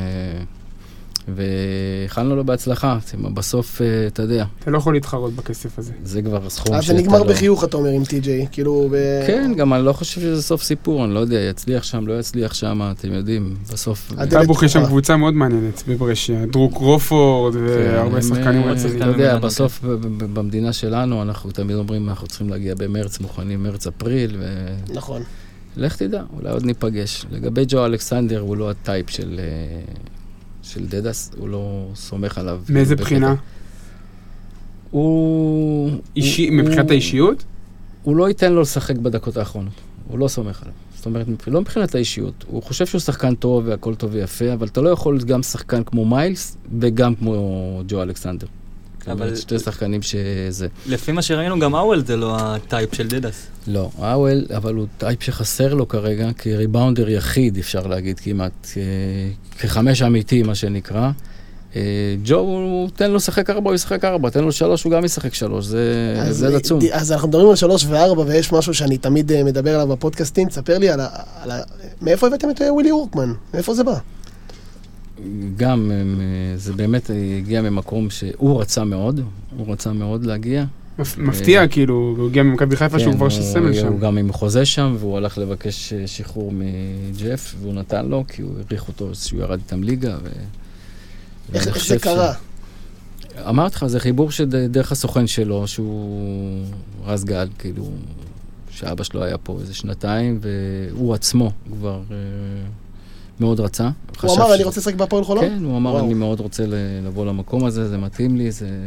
והכלנו לו בהצלחה, בסוף, אתה יודע. אתה לא יכול להתחרות בכסף הזה. זה כבר סכום אז זה נגמר בחיוך, אתה אומר, עם טי.ג'יי, כאילו... כן, גם אני לא חושב שזה סוף סיפור, אני לא יודע, יצליח שם, לא יצליח שם, אתם יודעים, בסוף... טייבוך יש שם קבוצה מאוד מעניינת בברשע, דרוק רופורד והרבה שחקנים רציניים. אתה יודע, בסוף במדינה שלנו, אנחנו תמיד אומרים, אנחנו צריכים להגיע במרץ, מוכנים מרץ, אפריל, ו... נכון. לך תדע, אולי עוד ניפגש. לגבי ג'ו אלכסנדר, הוא לא הטייפ של... של דדס, הוא לא סומך עליו. מאיזה בחינה? הוא... אישי, מבחינת האישיות? הוא לא ייתן לו לשחק בדקות האחרונות. הוא לא סומך עליו. זאת אומרת, לא מבחינת האישיות. הוא חושב שהוא שחקן טוב והכל טוב ויפה, אבל אתה לא יכול גם שחקן כמו מיילס וגם כמו ג'ו אלכסנדר. אבל... שתי שחקנים שזה. לפי מה שראינו, גם אוול זה לא הטייפ של דדס. לא, אוול, אבל הוא טייפ שחסר לו כרגע, כריבאונדר יחיד, אפשר להגיד כמעט, כחמש אמיתי, מה שנקרא. ג'ו, הוא תן לו שחק ארבע, הוא ישחק ארבע, תן לו שלוש, הוא גם ישחק שלוש, זה הבדל עצום. אז אנחנו מדברים על שלוש וארבע, ויש משהו שאני תמיד מדבר עליו בפודקאסטים, תספר לי על ה... מאיפה הבאתם את ווילי אורקמן? מאיפה זה בא? גם, זה באמת הגיע ממקום שהוא רצה מאוד, הוא רצה מאוד להגיע. מפתיע, כאילו, הוא הגיע ממכבי חיפה שהוא כבר שסמל שם. הוא גם עם חוזה שם, והוא הלך לבקש שחרור מג'ף, והוא נתן לו, כי הוא העריך אותו שהוא ירד איתם ליגה. איך זה קרה? אמרתי לך, זה חיבור שדרך הסוכן שלו, שהוא רז גל, כאילו, שאבא שלו היה פה איזה שנתיים, והוא עצמו כבר מאוד רצה. הוא אמר, אני רוצה לשחק בהפועל חולון? כן, הוא אמר, אני מאוד רוצה לבוא למקום הזה, זה מתאים לי, זה...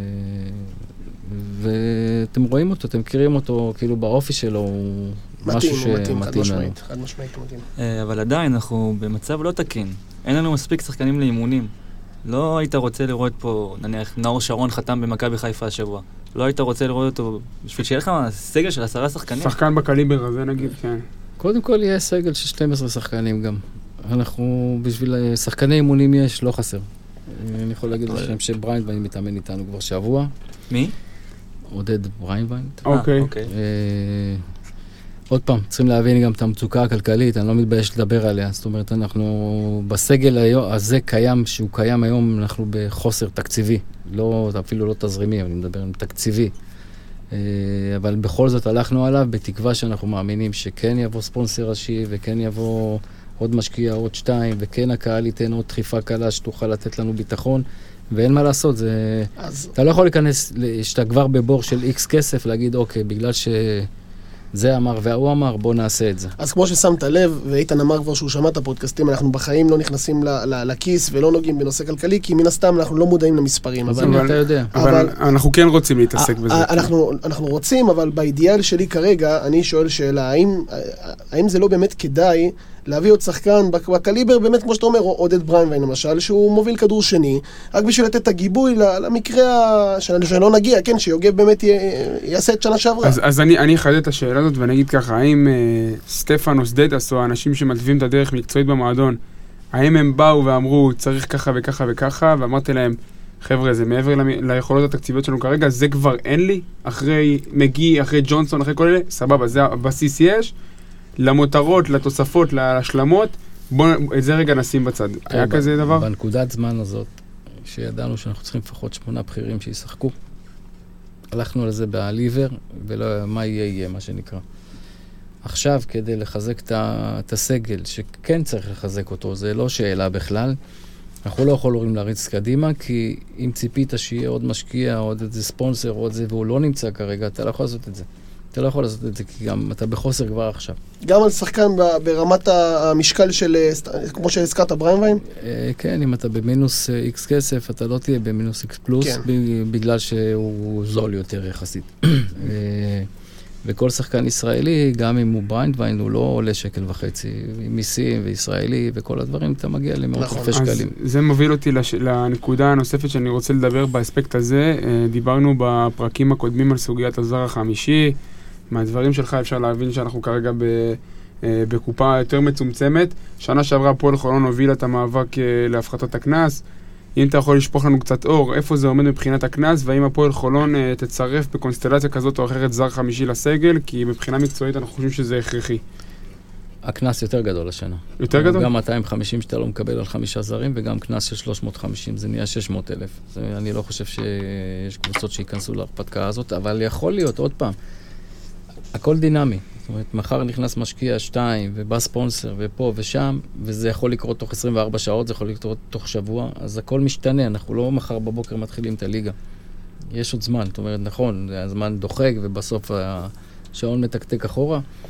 ואתם רואים אותו, אתם מכירים אותו, כאילו באופי שלו, הוא משהו שמתאים לנו. חד משמעית, מתאים. אבל עדיין, אנחנו במצב לא תקין. אין לנו מספיק שחקנים לאימונים. לא היית רוצה לראות פה, נניח, נאור שרון חתם במכבי חיפה השבוע. לא היית רוצה לראות אותו, בשביל שיהיה לך סגל של עשרה שחקנים. שחקן בקליבר הזה נגיד, כן. קודם כל יהיה סגל של שנים עשר שחקנים גם. אנחנו, בשביל שחקני אימונים יש, לא חסר. אני יכול להגיד לכם שבריינביין מתאמן איתנו כבר שבוע. מי? עודד בריינביין. אוקיי. עוד פעם, צריכים להבין גם את המצוקה הכלכלית, אני לא מתבייש לדבר עליה. זאת אומרת, אנחנו בסגל הזה קיים, שהוא קיים היום, אנחנו בחוסר תקציבי. לא, אפילו לא תזרימי, אני מדבר עם תקציבי. אבל בכל זאת הלכנו עליו, בתקווה שאנחנו מאמינים שכן יבוא ספונסר ראשי, וכן יבוא עוד משקיע, עוד שתיים, וכן הקהל ייתן עוד דחיפה קלה שתוכל לתת לנו ביטחון. ואין מה לעשות, זה... אז... אתה לא יכול להיכנס, שאתה כבר בבור של איקס כסף, להגיד, אוקיי, בגלל ש... זה אמר והוא אמר, בוא נעשה את זה. אז כמו ששמת לב, ואיתן אמר כבר שהוא שמע את הפודקאסטים, אנחנו בחיים לא נכנסים לכיס ולא נוגעים בנושא כלכלי, כי מן הסתם אנחנו לא מודעים למספרים. אבל אתה יודע. אבל אנחנו כן רוצים להתעסק בזה. אנחנו רוצים, אבל באידיאל שלי כרגע, אני שואל שאלה, האם זה לא באמת כדאי להביא עוד שחקן בקליבר, באמת כמו שאתה אומר, עודד בריינביין למשל, שהוא מוביל כדור שני, רק בשביל לתת את הגיבוי למקרה שלא נגיע, כן, שיוגב באמת יעשה את שנה שעברה. אז אני אחדד את השאלה הזאת, ואני אגיד ככה, האם סטפנוס דדס, או האנשים שמלווים את הדרך מקצועית במועדון, האם הם באו ואמרו, צריך ככה וככה וככה, ואמרתי להם, חבר'ה, זה מעבר ליכולות התקציביות שלנו כרגע, זה כבר אין לי, אחרי מגי, אחרי ג'ונסון, אחרי כל אלה, סבבה, זה הבסיס יש, למותרות, לתוספות, להשלמות, בואו את זה רגע נשים בצד. היה כזה דבר? בנקודת זמן הזאת, שידענו שאנחנו צריכים לפחות שמונה בכירים שישחקו, הלכנו על זה בעליבר, ולא מה יהיה יהיה, מה שנקרא. עכשיו, כדי לחזק את הסגל, שכן צריך לחזק אותו, זה לא שאלה בכלל, אנחנו לא יכולים להריץ קדימה, כי אם ציפית שיהיה עוד משקיע, עוד איזה ספונסר, עוד זה, והוא לא נמצא כרגע, אתה לא יכול לעשות את זה. אתה לא יכול לעשות את זה, כי גם אתה בחוסר כבר עכשיו. גם על שחקן ברמת המשקל של, כמו שהזכרת, בריינביין? כן, אם אתה במינוס איקס כסף, אתה לא תהיה במינוס איקס פלוס, בגלל שהוא זול יותר יחסית. וכל שחקן ישראלי, גם אם הוא בריינביין, הוא לא עולה שקל וחצי, עם מיסים וישראלי וכל הדברים, אתה מגיע למאות אלפי שקלים. אז זה מוביל אותי לנקודה הנוספת שאני רוצה לדבר באספקט הזה. דיברנו בפרקים הקודמים על סוגיית הזר החמישי, מהדברים שלך אפשר להבין שאנחנו כרגע בקופה יותר מצומצמת. שנה שעברה הפועל חולון הובילה את המאבק להפחתת הכנס. אם אתה יכול לשפוך לנו קצת אור, איפה זה עומד מבחינת הכנס, והאם הפועל חולון תצרף בקונסטלציה כזאת או אחרת זר חמישי לסגל, כי מבחינה מקצועית אנחנו חושבים שזה הכרחי. הכנס יותר גדול השנה. יותר גדול? גם מאתיים וחמישים שאתה לא מקבל על חמישה זרים, וגם כנס של שלוש מאות וחמישים, זה נהיה שש מאות אלף. אני לא חושב שיש קבוצות שיכנסו להרפתקה הזאת, אבל יכול להיות, עוד פעם, הכל דינמי. זאת אומרת, מחר נכנס משקיע שתיים, ובא ספונסר, ופה ושם, וזה יכול לקרות תוך עשרים וארבע שעות, זה יכול לקרות תוך שבוע, אז הכל משתנה, אנחנו לא מחר בבוקר מתחילים את הליגה. יש עוד זמן, זאת אומרת, נכון, הזמן דוחק, ובסוף השעון מתקתק אחורה,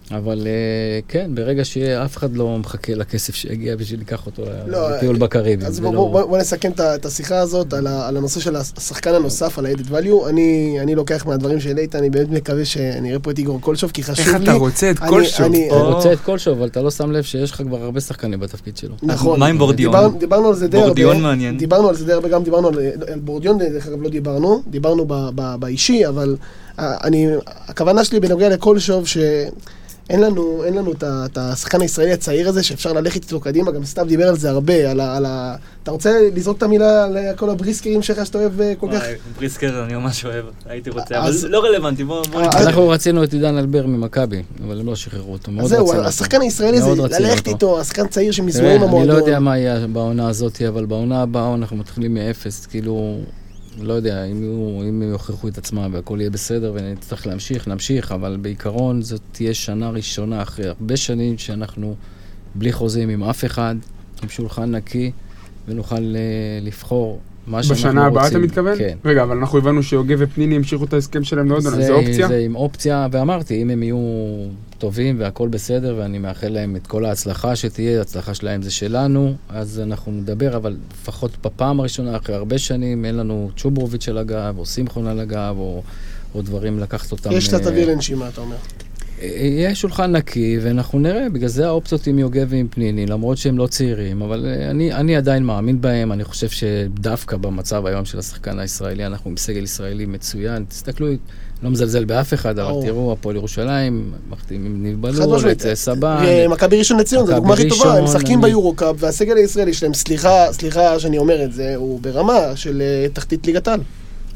אבל כן, ברגע שאף אחד לא מחכה לכסף שיגיע בשביל לקח אותו לא, לטיול בקריבים. אז בוא, לא... בוא, בוא נסכם את השיחה הזאת על, ה, על הנושא של השחקן הנוסף, על ה-added value. אני, אני לוקח מהדברים של איתן, אני באמת מקווה שאני אראה פה את איגור קולשוב, כי חשוב לי... איך אתה רוצה את קולשוב? אני, אתה רוצה את קולשוב, אבל אתה לא שם לב שיש לך כבר הרבה שחקנים בתפקיד שלו. נכון. מה עם בורדיון? דיבר, דיברנו על זה די הרבה. בורדיון מעניין. דיברנו על זה די הרבה, גם דיברנו על, על בורדיון, דרך אגב לא דיברנו, דיברנו ב, ב, באישי, אבל אני, הכוונה שלי בנוגע לקולשוב ש... אין לנו, אין לנו את השחקן הישראלי הצעיר הזה שאפשר ללכת איתו קדימה, גם סתיו דיבר על זה הרבה, על ה... על ה... אתה רוצה לזרוק את המילה לכל הבריסקרים שלך שאתה אוהב כל כך? בריסקר אני ממש אוהב, הייתי רוצה, אבל לא רלוונטי, בוא נתקדם. אנחנו רצינו את עידן אלבר ממכבי, אבל הם לא שחררו אותו, מאוד רצינו. זהו, השחקן הישראלי זה ללכת איתו, השחקן צעיר שמזמור עם המועדון. אני לא יודע מה יהיה בעונה הזאת, אבל בעונה הבאה אנחנו מתחילים מאפס, כאילו... לא יודע, אם הם יוכיחו את עצמם והכל יהיה בסדר ונצטרך להמשיך, נמשיך, אבל בעיקרון זאת תהיה שנה ראשונה אחרי הרבה שנים שאנחנו בלי חוזים עם אף אחד, עם שולחן נקי, ונוכל לבחור מה שאנחנו רוצים. בשנה הבאה אתה מתכוון? כן. רגע, אבל אנחנו הבנו שיוגב ופניני המשיכו את ההסכם שלהם מאוד, זה אופציה? זה עם אופציה, ואמרתי, אם הם יהיו טובים והכל בסדר, ואני מאחל להם את כל ההצלחה שתהיה, ההצלחה שלהם זה שלנו, אז אנחנו נדבר, אבל לפחות בפעם הראשונה, אחרי הרבה שנים, אין לנו צ'וברוביץ' על הגב, או שמחון על הגב, או, או דברים לקחת אותם. יש קצת אוויר לנשימה, אתה אומר. יהיה שולחן נקי, ואנחנו נראה, בגלל זה האופציות עם יוגב ועם פניני, למרות שהם לא צעירים, אבל אני, אני עדיין מאמין בהם, אני חושב שדווקא במצב היום של השחקן הישראלי, אנחנו עם סגל ישראלי מצוין, תסתכלו, לא מזלזל באף אחד, אבל תראו, הפועל ירושלים, מחתימים נבלו, לצא סבן. מכבי ראשון לציון, זו דוגמה הכי טובה, הם משחקים ביורוקאפ, והסגל הישראלי שלהם, סליחה, סליחה שאני אומר את זה, הוא ברמה של תחתית ליגת העל.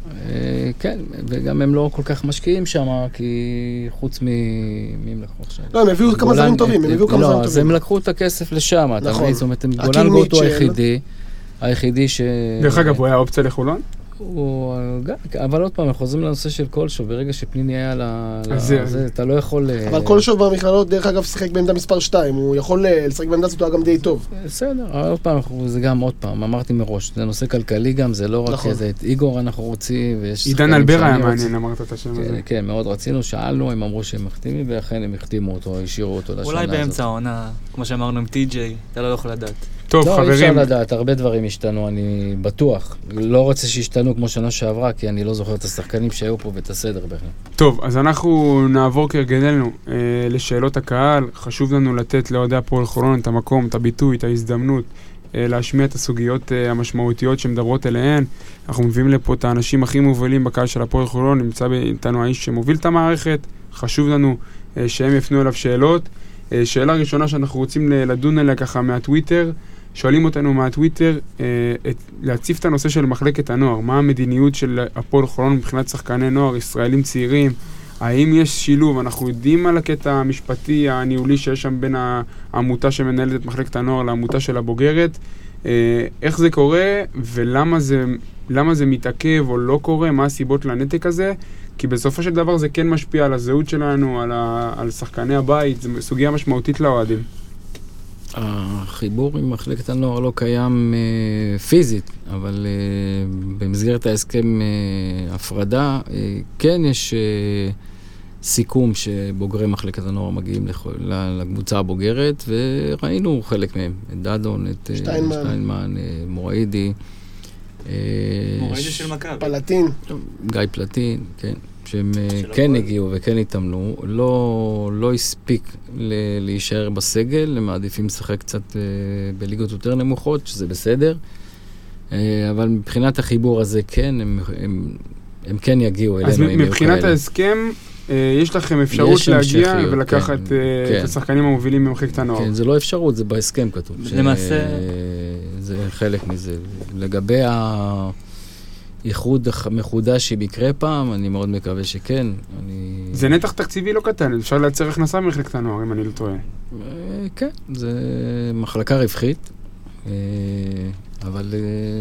כן, וגם הם לא כל כך משקיעים שם, כי חוץ מ... מי הם לקחו עכשיו? לא, הם הביאו כמה זרים טובים, הם הביאו כמה זרים טובים. לא, אז הם לקחו את הכסף לשם, אתה נכון. מבין? זאת אומרת, גולן גוט הוא היחידי, היחידי ש... דרך אגב, הוא היה אופציה לחולון? הוא... אבל עוד פעם, אנחנו חוזרים לנושא של קולשוב, ברגע שפניני היה ל... זה, אתה לא יכול... אבל קולשוב במכללות, דרך אגב, שיחק בעמדה מספר שתיים, הוא יכול לשחק בעמדה הזאת, הוא גם די טוב. בסדר, עוד פעם, זה גם עוד פעם, אמרתי מראש, זה נושא כלכלי גם, זה לא רק איזה, את איגור אנחנו רוצים, ויש... עידן אלבר היה מעניין, אמרת את השם הזה. כן, מאוד רצינו, שאלנו, הם אמרו שהם מחתימים, ואכן הם החתימו אותו, השאירו אותו לשנה הזאת. אולי באמצע העונה, כמו שאמרנו עם טי-ג'יי, אתה לא יכול לדעת. טוב, לא, חברים. אי אפשר לדעת, הרבה דברים השתנו, אני בטוח. לא רוצה שישתנו כמו שנה שעברה, כי אני לא זוכר את השחקנים שהיו פה ואת הסדר בכלל. טוב, אז אנחנו נעבור כרגלנו אה, לשאלות הקהל. חשוב לנו לתת לאוהדי הפועל חולון את המקום, את הביטוי, את ההזדמנות, אה, להשמיע את הסוגיות אה, המשמעותיות שמדברות אליהן. אנחנו מביאים לפה את האנשים הכי מובילים בקהל של הפועל חולון, נמצא איתנו האיש שמוביל את המערכת. חשוב לנו אה, שהם יפנו אליו שאלות. אה, שאלה ראשונה שאנחנו רוצים לדון עליה ככה מהטוויטר, שואלים אותנו מהטוויטר, אה, את, להציף את הנושא של מחלקת הנוער. מה המדיניות של הפועל חולון מבחינת שחקני נוער, ישראלים צעירים? האם יש שילוב? אנחנו יודעים על הקטע המשפטי, הניהולי שיש שם בין העמותה שמנהלת את מחלקת הנוער לעמותה של הבוגרת. אה, איך זה קורה ולמה זה, למה זה מתעכב או לא קורה? מה הסיבות לנתק הזה? כי בסופו של דבר זה כן משפיע על הזהות שלנו, על, ה, על שחקני הבית, זו סוגיה משמעותית לאוהדים. החיבור עם מחלקת הנוער לא קיים אה, פיזית, אבל אה, במסגרת ההסכם אה, הפרדה, אה, כן יש אה, סיכום שבוגרי מחלקת הנוער מגיעים לכל, לקבוצה הבוגרת, וראינו חלק מהם, את דדון, את שטיינמן, שטיינמן אה, מוריידי. אה, מוריידי של מכבי. פלטין. גיא פלטין, כן. שהם כן הגיעו וכן התאמנו, לא, לא הספיק ל- להישאר בסגל, הם מעדיפים לשחק קצת uh, בליגות יותר נמוכות, שזה בסדר, uh, אבל מבחינת החיבור הזה כן, הם, הם, הם כן יגיעו אלינו. אז מבחינת ההסכם, uh, יש לכם אפשרות להגיע ולקחת כן, uh, כן. את השחקנים המובילים במחלקת הנוער. כן, זה לא אפשרות, זה בהסכם כתוב. למעשה... ש- זה חלק מזה. לגבי ה... איחוד מחודש שביקרה פעם, אני מאוד מקווה שכן. אני... זה נתח תקציבי לא קטן, אפשר לייצר הכנסה ממחלקת הנוער, אם אני לא טועה. כן, זה מחלקה רווחית, אבל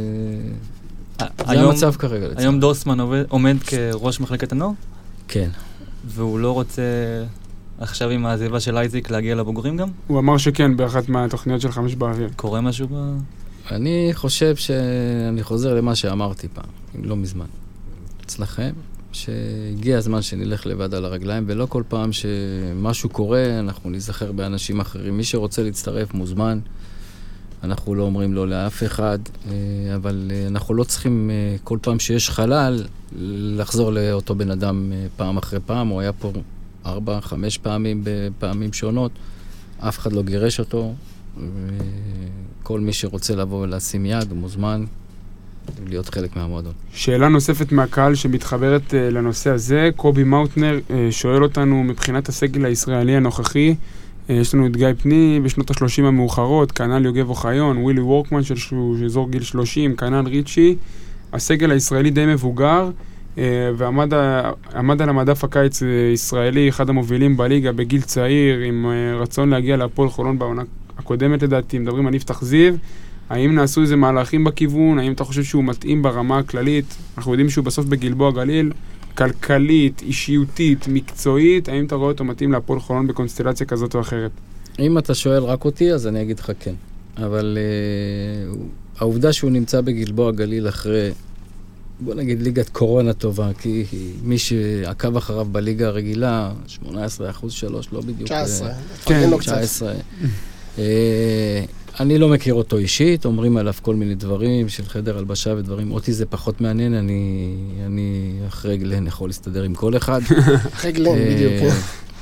זה המצב כרגע. היום דורסמן עומד כראש מחלקת הנוער? כן. והוא לא רוצה עכשיו עם העזיבה של אייזיק להגיע לבוגרים גם? הוא אמר שכן, באחת מהתוכניות של חמש באוויר. קורה משהו ב... אני חושב שאני חוזר למה שאמרתי פעם, לא מזמן. אצלכם, שהגיע הזמן שנלך לבד על הרגליים, ולא כל פעם שמשהו קורה, אנחנו נזכר באנשים אחרים. מי שרוצה להצטרף מוזמן, אנחנו לא אומרים לא לאף אחד, אבל אנחנו לא צריכים כל פעם שיש חלל, לחזור לאותו בן אדם פעם אחרי פעם. הוא היה פה ארבע, חמש פעמים בפעמים שונות, אף אחד לא גירש אותו, וכל מי שרוצה לבוא ולשים יד, הוא מוזמן להיות חלק מהמועדון. שאלה נוספת מהקהל שמתחברת uh, לנושא הזה, קובי מאוטנר uh, שואל אותנו מבחינת הסגל הישראלי הנוכחי, uh, יש לנו את גיא פני בשנות ה-שלושים המאוחרות, כנ"ל יוגב אוחיון, ווילי וורקמן של אזור גיל שלושים, כנ"ל ריצ'י, הסגל הישראלי די מבוגר, uh, ועמד ה, עמד על המדף הקיץ ישראלי, אחד המובילים בליגה בגיל צעיר, עם uh, רצון להגיע להפועל חולון בעונה הקודמת לדעתי, מדברים על יפתח זיו, האם נעשו איזה מהלכים בכיוון? האם אתה חושב שהוא מתאים ברמה הכללית? אנחנו יודעים שהוא בסוף בגלבוע גליל, כלכלית, אישיותית, מקצועית, האם אתה רואה אותו מתאים להפועל חולון בקונסטלציה כזאת או אחרת? אם אתה שואל רק אותי, אז אני אגיד לך כן. אבל uh, העובדה שהוא נמצא בגלבוע גליל אחרי, בוא נגיד ליגת קורונה טובה, כי מי שעקב אחריו בליגה הרגילה, שמונה עשרה אחוז שלוש, לא בדיוק. תשע עשרה. כן, תשע עשרה. אני לא מכיר אותו אישית, אומרים עליו כל מיני דברים של חדר הלבשה ודברים. אותי זה פחות מעניין, אני, אני אחרי גלן יכול להסתדר עם כל אחד. אחרי גלן, בדיוק.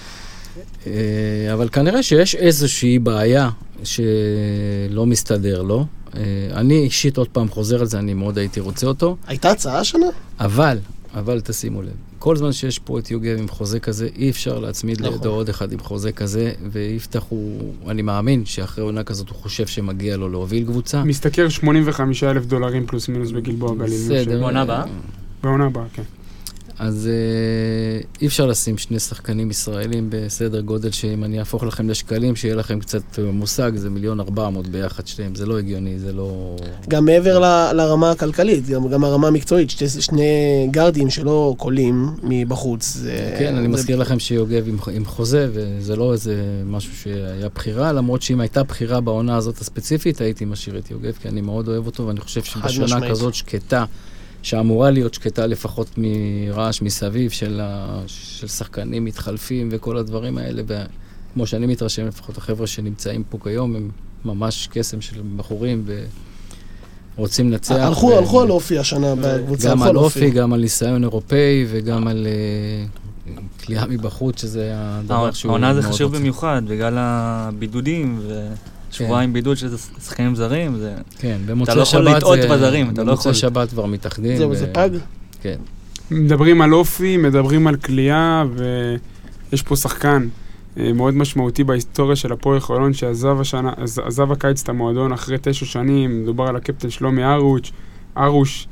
אבל כנראה שיש איזושהי בעיה שלא מסתדר לו. אני אישית עוד פעם חוזר על זה, אני מאוד הייתי רוצה אותו. הייתה הצעה שנה? אבל, אבל תשימו לב. כל זמן שיש פה את יוגב עם חוזה כזה, אי אפשר להצמיד לידו עוד אחד עם חוזה כזה, ויפתח הוא, אני מאמין שאחרי עונה כזאת הוא חושב שמגיע לו להוביל קבוצה. מסתכר שמונים וחמישה אלף דולרים פלוס מינוס בגלבוע גליל. בסדר. בעונה הבאה? בעונה הבאה, כן. אז אי אפשר לשים שני שחקנים ישראלים בסדר גודל שאם אני אהפוך לכם לשקלים, שיהיה לכם קצת מושג, זה מיליון ארבע מאות ביחד שתיים, זה לא הגיוני, זה לא... גם מעבר ל, לרמה הכלכלית, גם, גם הרמה המקצועית, שתי, שני גרדים שלא קולים מבחוץ. זה, כן, אני זה... מזכיר לכם שיוגב עם, עם חוזה, וזה לא איזה משהו שהיה בחירה, למרות שאם הייתה בחירה בעונה הזאת הספציפית, הייתי משאיר את יוגב, כי אני מאוד אוהב אותו, ואני חושב שבשנה כזאת שקטה, שאמורה להיות שקטה לפחות מרעש מסביב של, ה... של שחקנים מתחלפים וכל הדברים האלה, וכמו שאני מתרשם, לפחות החבר'ה שנמצאים פה כיום, הם ממש קסם של בחורים ורוצים לנצח. הלכו, ו... הלכו על אופי השנה בקבוצה. גם על אופי, גם על ניסיון אירופאי וגם על uh, כליאה מבחוץ, שזה הדבר שהוא... העונה זה חשוב במיוחד, בגלל הבידודים ו... שבועיים בידוד של שחקנים זרים, זה... כן, אתה לא יכול לטעות בזרים, אתה לא יכול... במוצאי שבת כבר מתאחדים. זהו, זה פג? כן. מדברים על אופי, מדברים על כלייה, ויש פה שחקן מאוד משמעותי בהיסטוריה של הפועל חולון, שעזב השנה, עזב הקיץ את המועדון אחרי תשע שנים, מדובר על הקפטן שלומי ארוש, ארוש,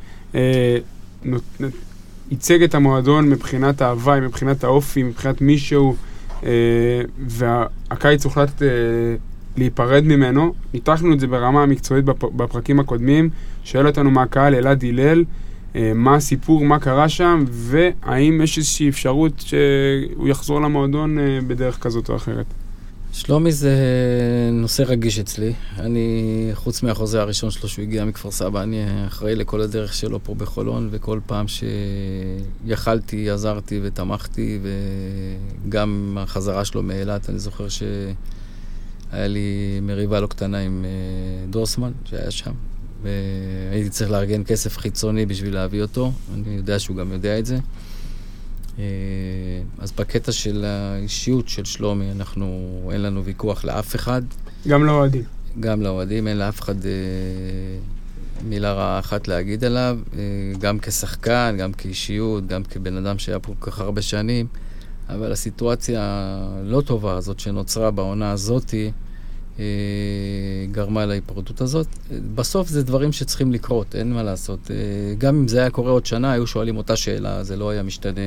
ייצג את המועדון מבחינת ההוואי, מבחינת האופי, מבחינת מישהו, והקיץ הוחלט להיפרד ממנו. ניתחנו את זה ברמה המקצועית בפרקים הקודמים, שואל אותנו מהקהל אלעד הלל, מה הסיפור, מה קרה שם, והאם יש איזושהי אפשרות שהוא יחזור למועדון בדרך כזאת או אחרת. שלומי זה נושא רגיש אצלי. אני, חוץ מהחוזה הראשון שלו שהוא הגיע מכפר סבא, אני אחראי לכל הדרך שלו פה בחולון, וכל פעם שיכלתי, עזרתי ותמכתי, וגם החזרה שלו מאילת, אני זוכר ש... היה לי מריבה לא קטנה עם דורסמן, שהיה שם, והייתי צריך לארגן כסף חיצוני בשביל להביא אותו. אני יודע שהוא גם יודע את זה. אז בקטע של האישיות של שלומי, אנחנו, אין לנו ויכוח לאף אחד. גם לאוהדים. גם לאוהדים, אין לאף אחד מילה רעה אחת להגיד עליו, גם כשחקן, גם כאישיות, גם כבן אדם שהיה פה כל כך הרבה שנים. אבל הסיטואציה הלא טובה הזאת שנוצרה בעונה הזאת גרמה להיפרדות הזאת. בסוף זה דברים שצריכים לקרות, אין מה לעשות. גם אם זה היה קורה עוד שנה, היו שואלים אותה שאלה, זה לא היה משתנה.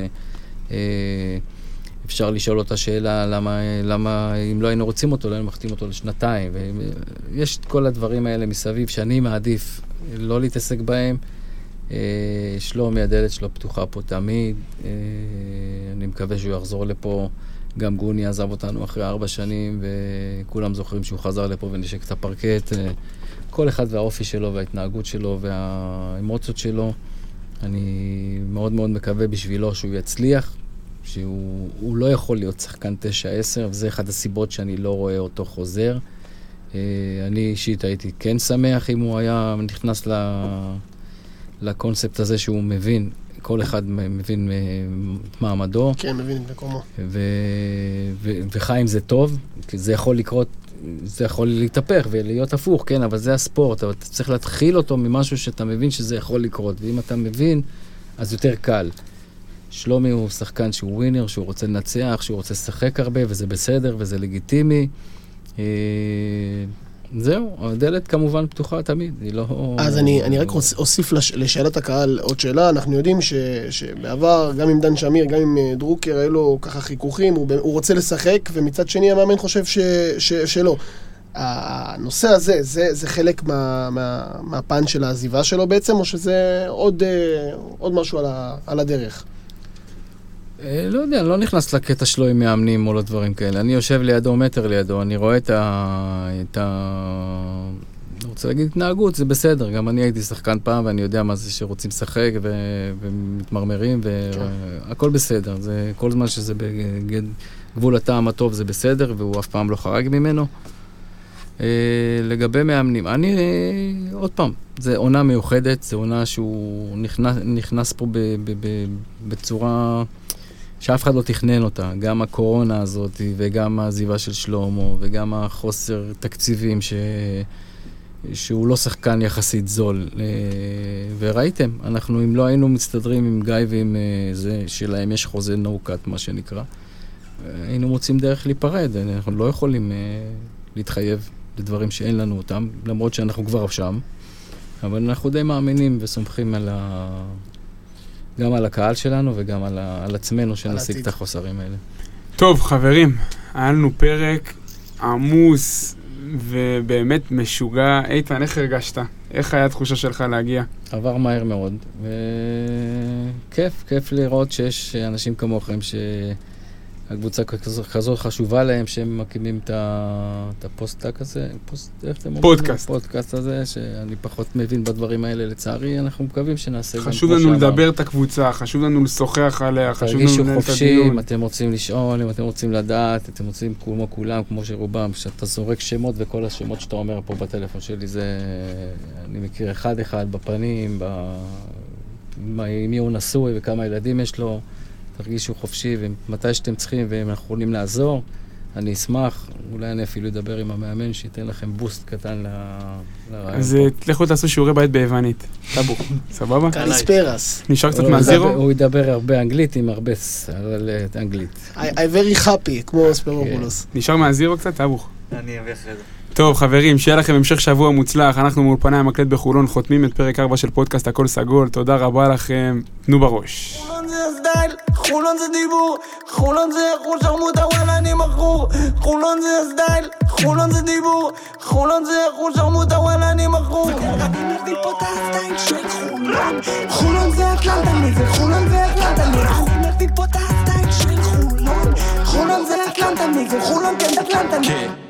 אפשר לשאול אותה שאלה, למה, למה אם לא היינו רוצים אותו, לא היינו מחתים אותו לשנתיים. יש את כל הדברים האלה מסביב שאני מעדיף לא להתעסק בהם. שלומי, הדלת שלו פתוחה פה תמיד. אני מקווה שהוא יחזור לפה. גם גוני עזב אותנו אחרי ארבע שנים, וכולם זוכרים שהוא חזר לפה ונשק את הפרקט. כל אחד והאופי שלו וההתנהגות שלו והאמוציות שלו. אני מאוד מאוד מקווה בשבילו שהוא יצליח, שהוא לא יכול להיות שחקן תשע עשר, וזה אחד הסיבות שאני לא רואה אותו חוזר. אני אישית הייתי כן שמח אם הוא היה נכנס לקונספט הזה שהוא מבין, כל אחד מבין את מעמדו. כן, מבין את מקומו. וחיים זה טוב, כי זה יכול לקרות, זה יכול להתהפך ולהיות הפוך, כן, אבל זה הספורט, אבל אתה צריך להתחיל אותו ממשהו שאתה מבין שזה יכול לקרות, ואם אתה מבין, אז יותר קל. שלומי הוא שחקן שהוא ווינר, שהוא רוצה לנצח, שהוא רוצה לשחק הרבה, וזה בסדר, וזה לגיטימי. זהו, הדלת כמובן פתוחה תמיד, היא לא... אז אני, אני רק אוסיף לש, לשאלת הקהל עוד שאלה. אנחנו יודעים ש, שבעבר, גם עם דן שמיר, גם עם דרוקר, היו לו ככה חיכוכים, הוא, הוא רוצה לשחק, ומצד שני המאמן חושב ש, ש, שלא. הנושא הזה, זה, זה חלק מה, מה, מהפן של העזיבה שלו בעצם, או שזה עוד, עוד משהו על, ה, על הדרך? לא יודע, אני לא נכנס לקטע שלו עם מאמנים או לא דברים כאלה. אני יושב לידו, מטר לידו, אני רואה את ה... את ה... אני רוצה להגיד התנהגות, זה בסדר. גם אני הייתי שחקן פעם ואני יודע מה זה שרוצים לשחק ו... ומתמרמרים והכל בסדר. זה... כל זמן שזה בגבול הטעם הטוב זה בסדר והוא אף פעם לא חרג ממנו. לגבי מאמנים, אני עוד פעם, זה עונה מיוחדת, זה עונה שהוא נכנס, נכנס פה ב... ב... ב... בצורה... שאף אחד לא תכנן אותה, גם הקורונה הזאת וגם העזיבה של שלמה וגם החוסר תקציבים ש... שהוא לא שחקן יחסית זול. וראיתם, אנחנו אם לא היינו מסתדרים עם גיא ועם זה שלהם יש חוזה נאוקת מה שנקרא, היינו מוצאים דרך להיפרד, אנחנו לא יכולים להתחייב לדברים שאין לנו אותם, למרות שאנחנו כבר שם, אבל אנחנו די מאמינים וסומכים על ה... גם על הקהל שלנו וגם על, ה... על עצמנו שנשיג את החוסרים האלה. טוב, חברים, היה לנו פרק עמוס ובאמת משוגע. איתן, איך הרגשת? איך היה התחושה שלך להגיע? עבר מהר מאוד, וכיף, כיף לראות שיש אנשים כמוכם שהקבוצה כזו חשובה להם, שהם מקימים את הפוסט-טק הזה, פוסט, איך אתם אומרים? פודקאסט. פודקאסט הזה, שאני פחות מבין בדברים האלה לצערי, אנחנו מקווים שנעשה... חשוב לנו לדבר את הקבוצה, חשוב לנו לשוחח עליה, חשוב לנו לנהל את הדיון. אם אתם רוצים לשאול, אם אתם רוצים לדעת, אתם רוצים כמו כולם, כמו שרובם, שאתה זורק שמות וכל השמות שאתה אומר פה בטלפון שלי, זה... אני מכיר אחד אחד בפנים, ב... מי הוא נשוי וכמה ילדים יש לו. תרגישו חופשי, ומתי שאתם צריכים, והם יכולים לעזור, אני אשמח, אולי אני אפילו אדבר עם המאמן, שייתן לכם בוסט קטן לרעיון. אז תלכו תעשו שיעורי בית ביוונית. טאבו, סבבה? קליספרס. נשאר קצת מהזירו? הוא ידבר הרבה אנגלית עם הרבה אנגלית. I very happy, כמו ספרובולוס. נשאר מהזירו קצת, טאבו. אני אביא אחרי זה. טוב חברים, שיהיה לכם המשך שבוע מוצלח, אנחנו מאולפני המקלט בחולון חותמים את פרק ארבע של פודקאסט הכל סגול, תודה רבה לכם, תנו בראש. חולון זה הסטייל, חולון זה דיבור, חולון זה חול שרמוטה וואלה אני מכור, חולון זה הסטייל, חולון זה דיבור, חולון זה חול שרמוטה וואלה אני מכור. רבים מביא פה את הסטייל של חולון, חולון זה אטלנטני וחולון זה אטלנטני, רבים מביא פה את הסטייל של חולון, חולון זה אטלנטני וחולון כן אטלנטני.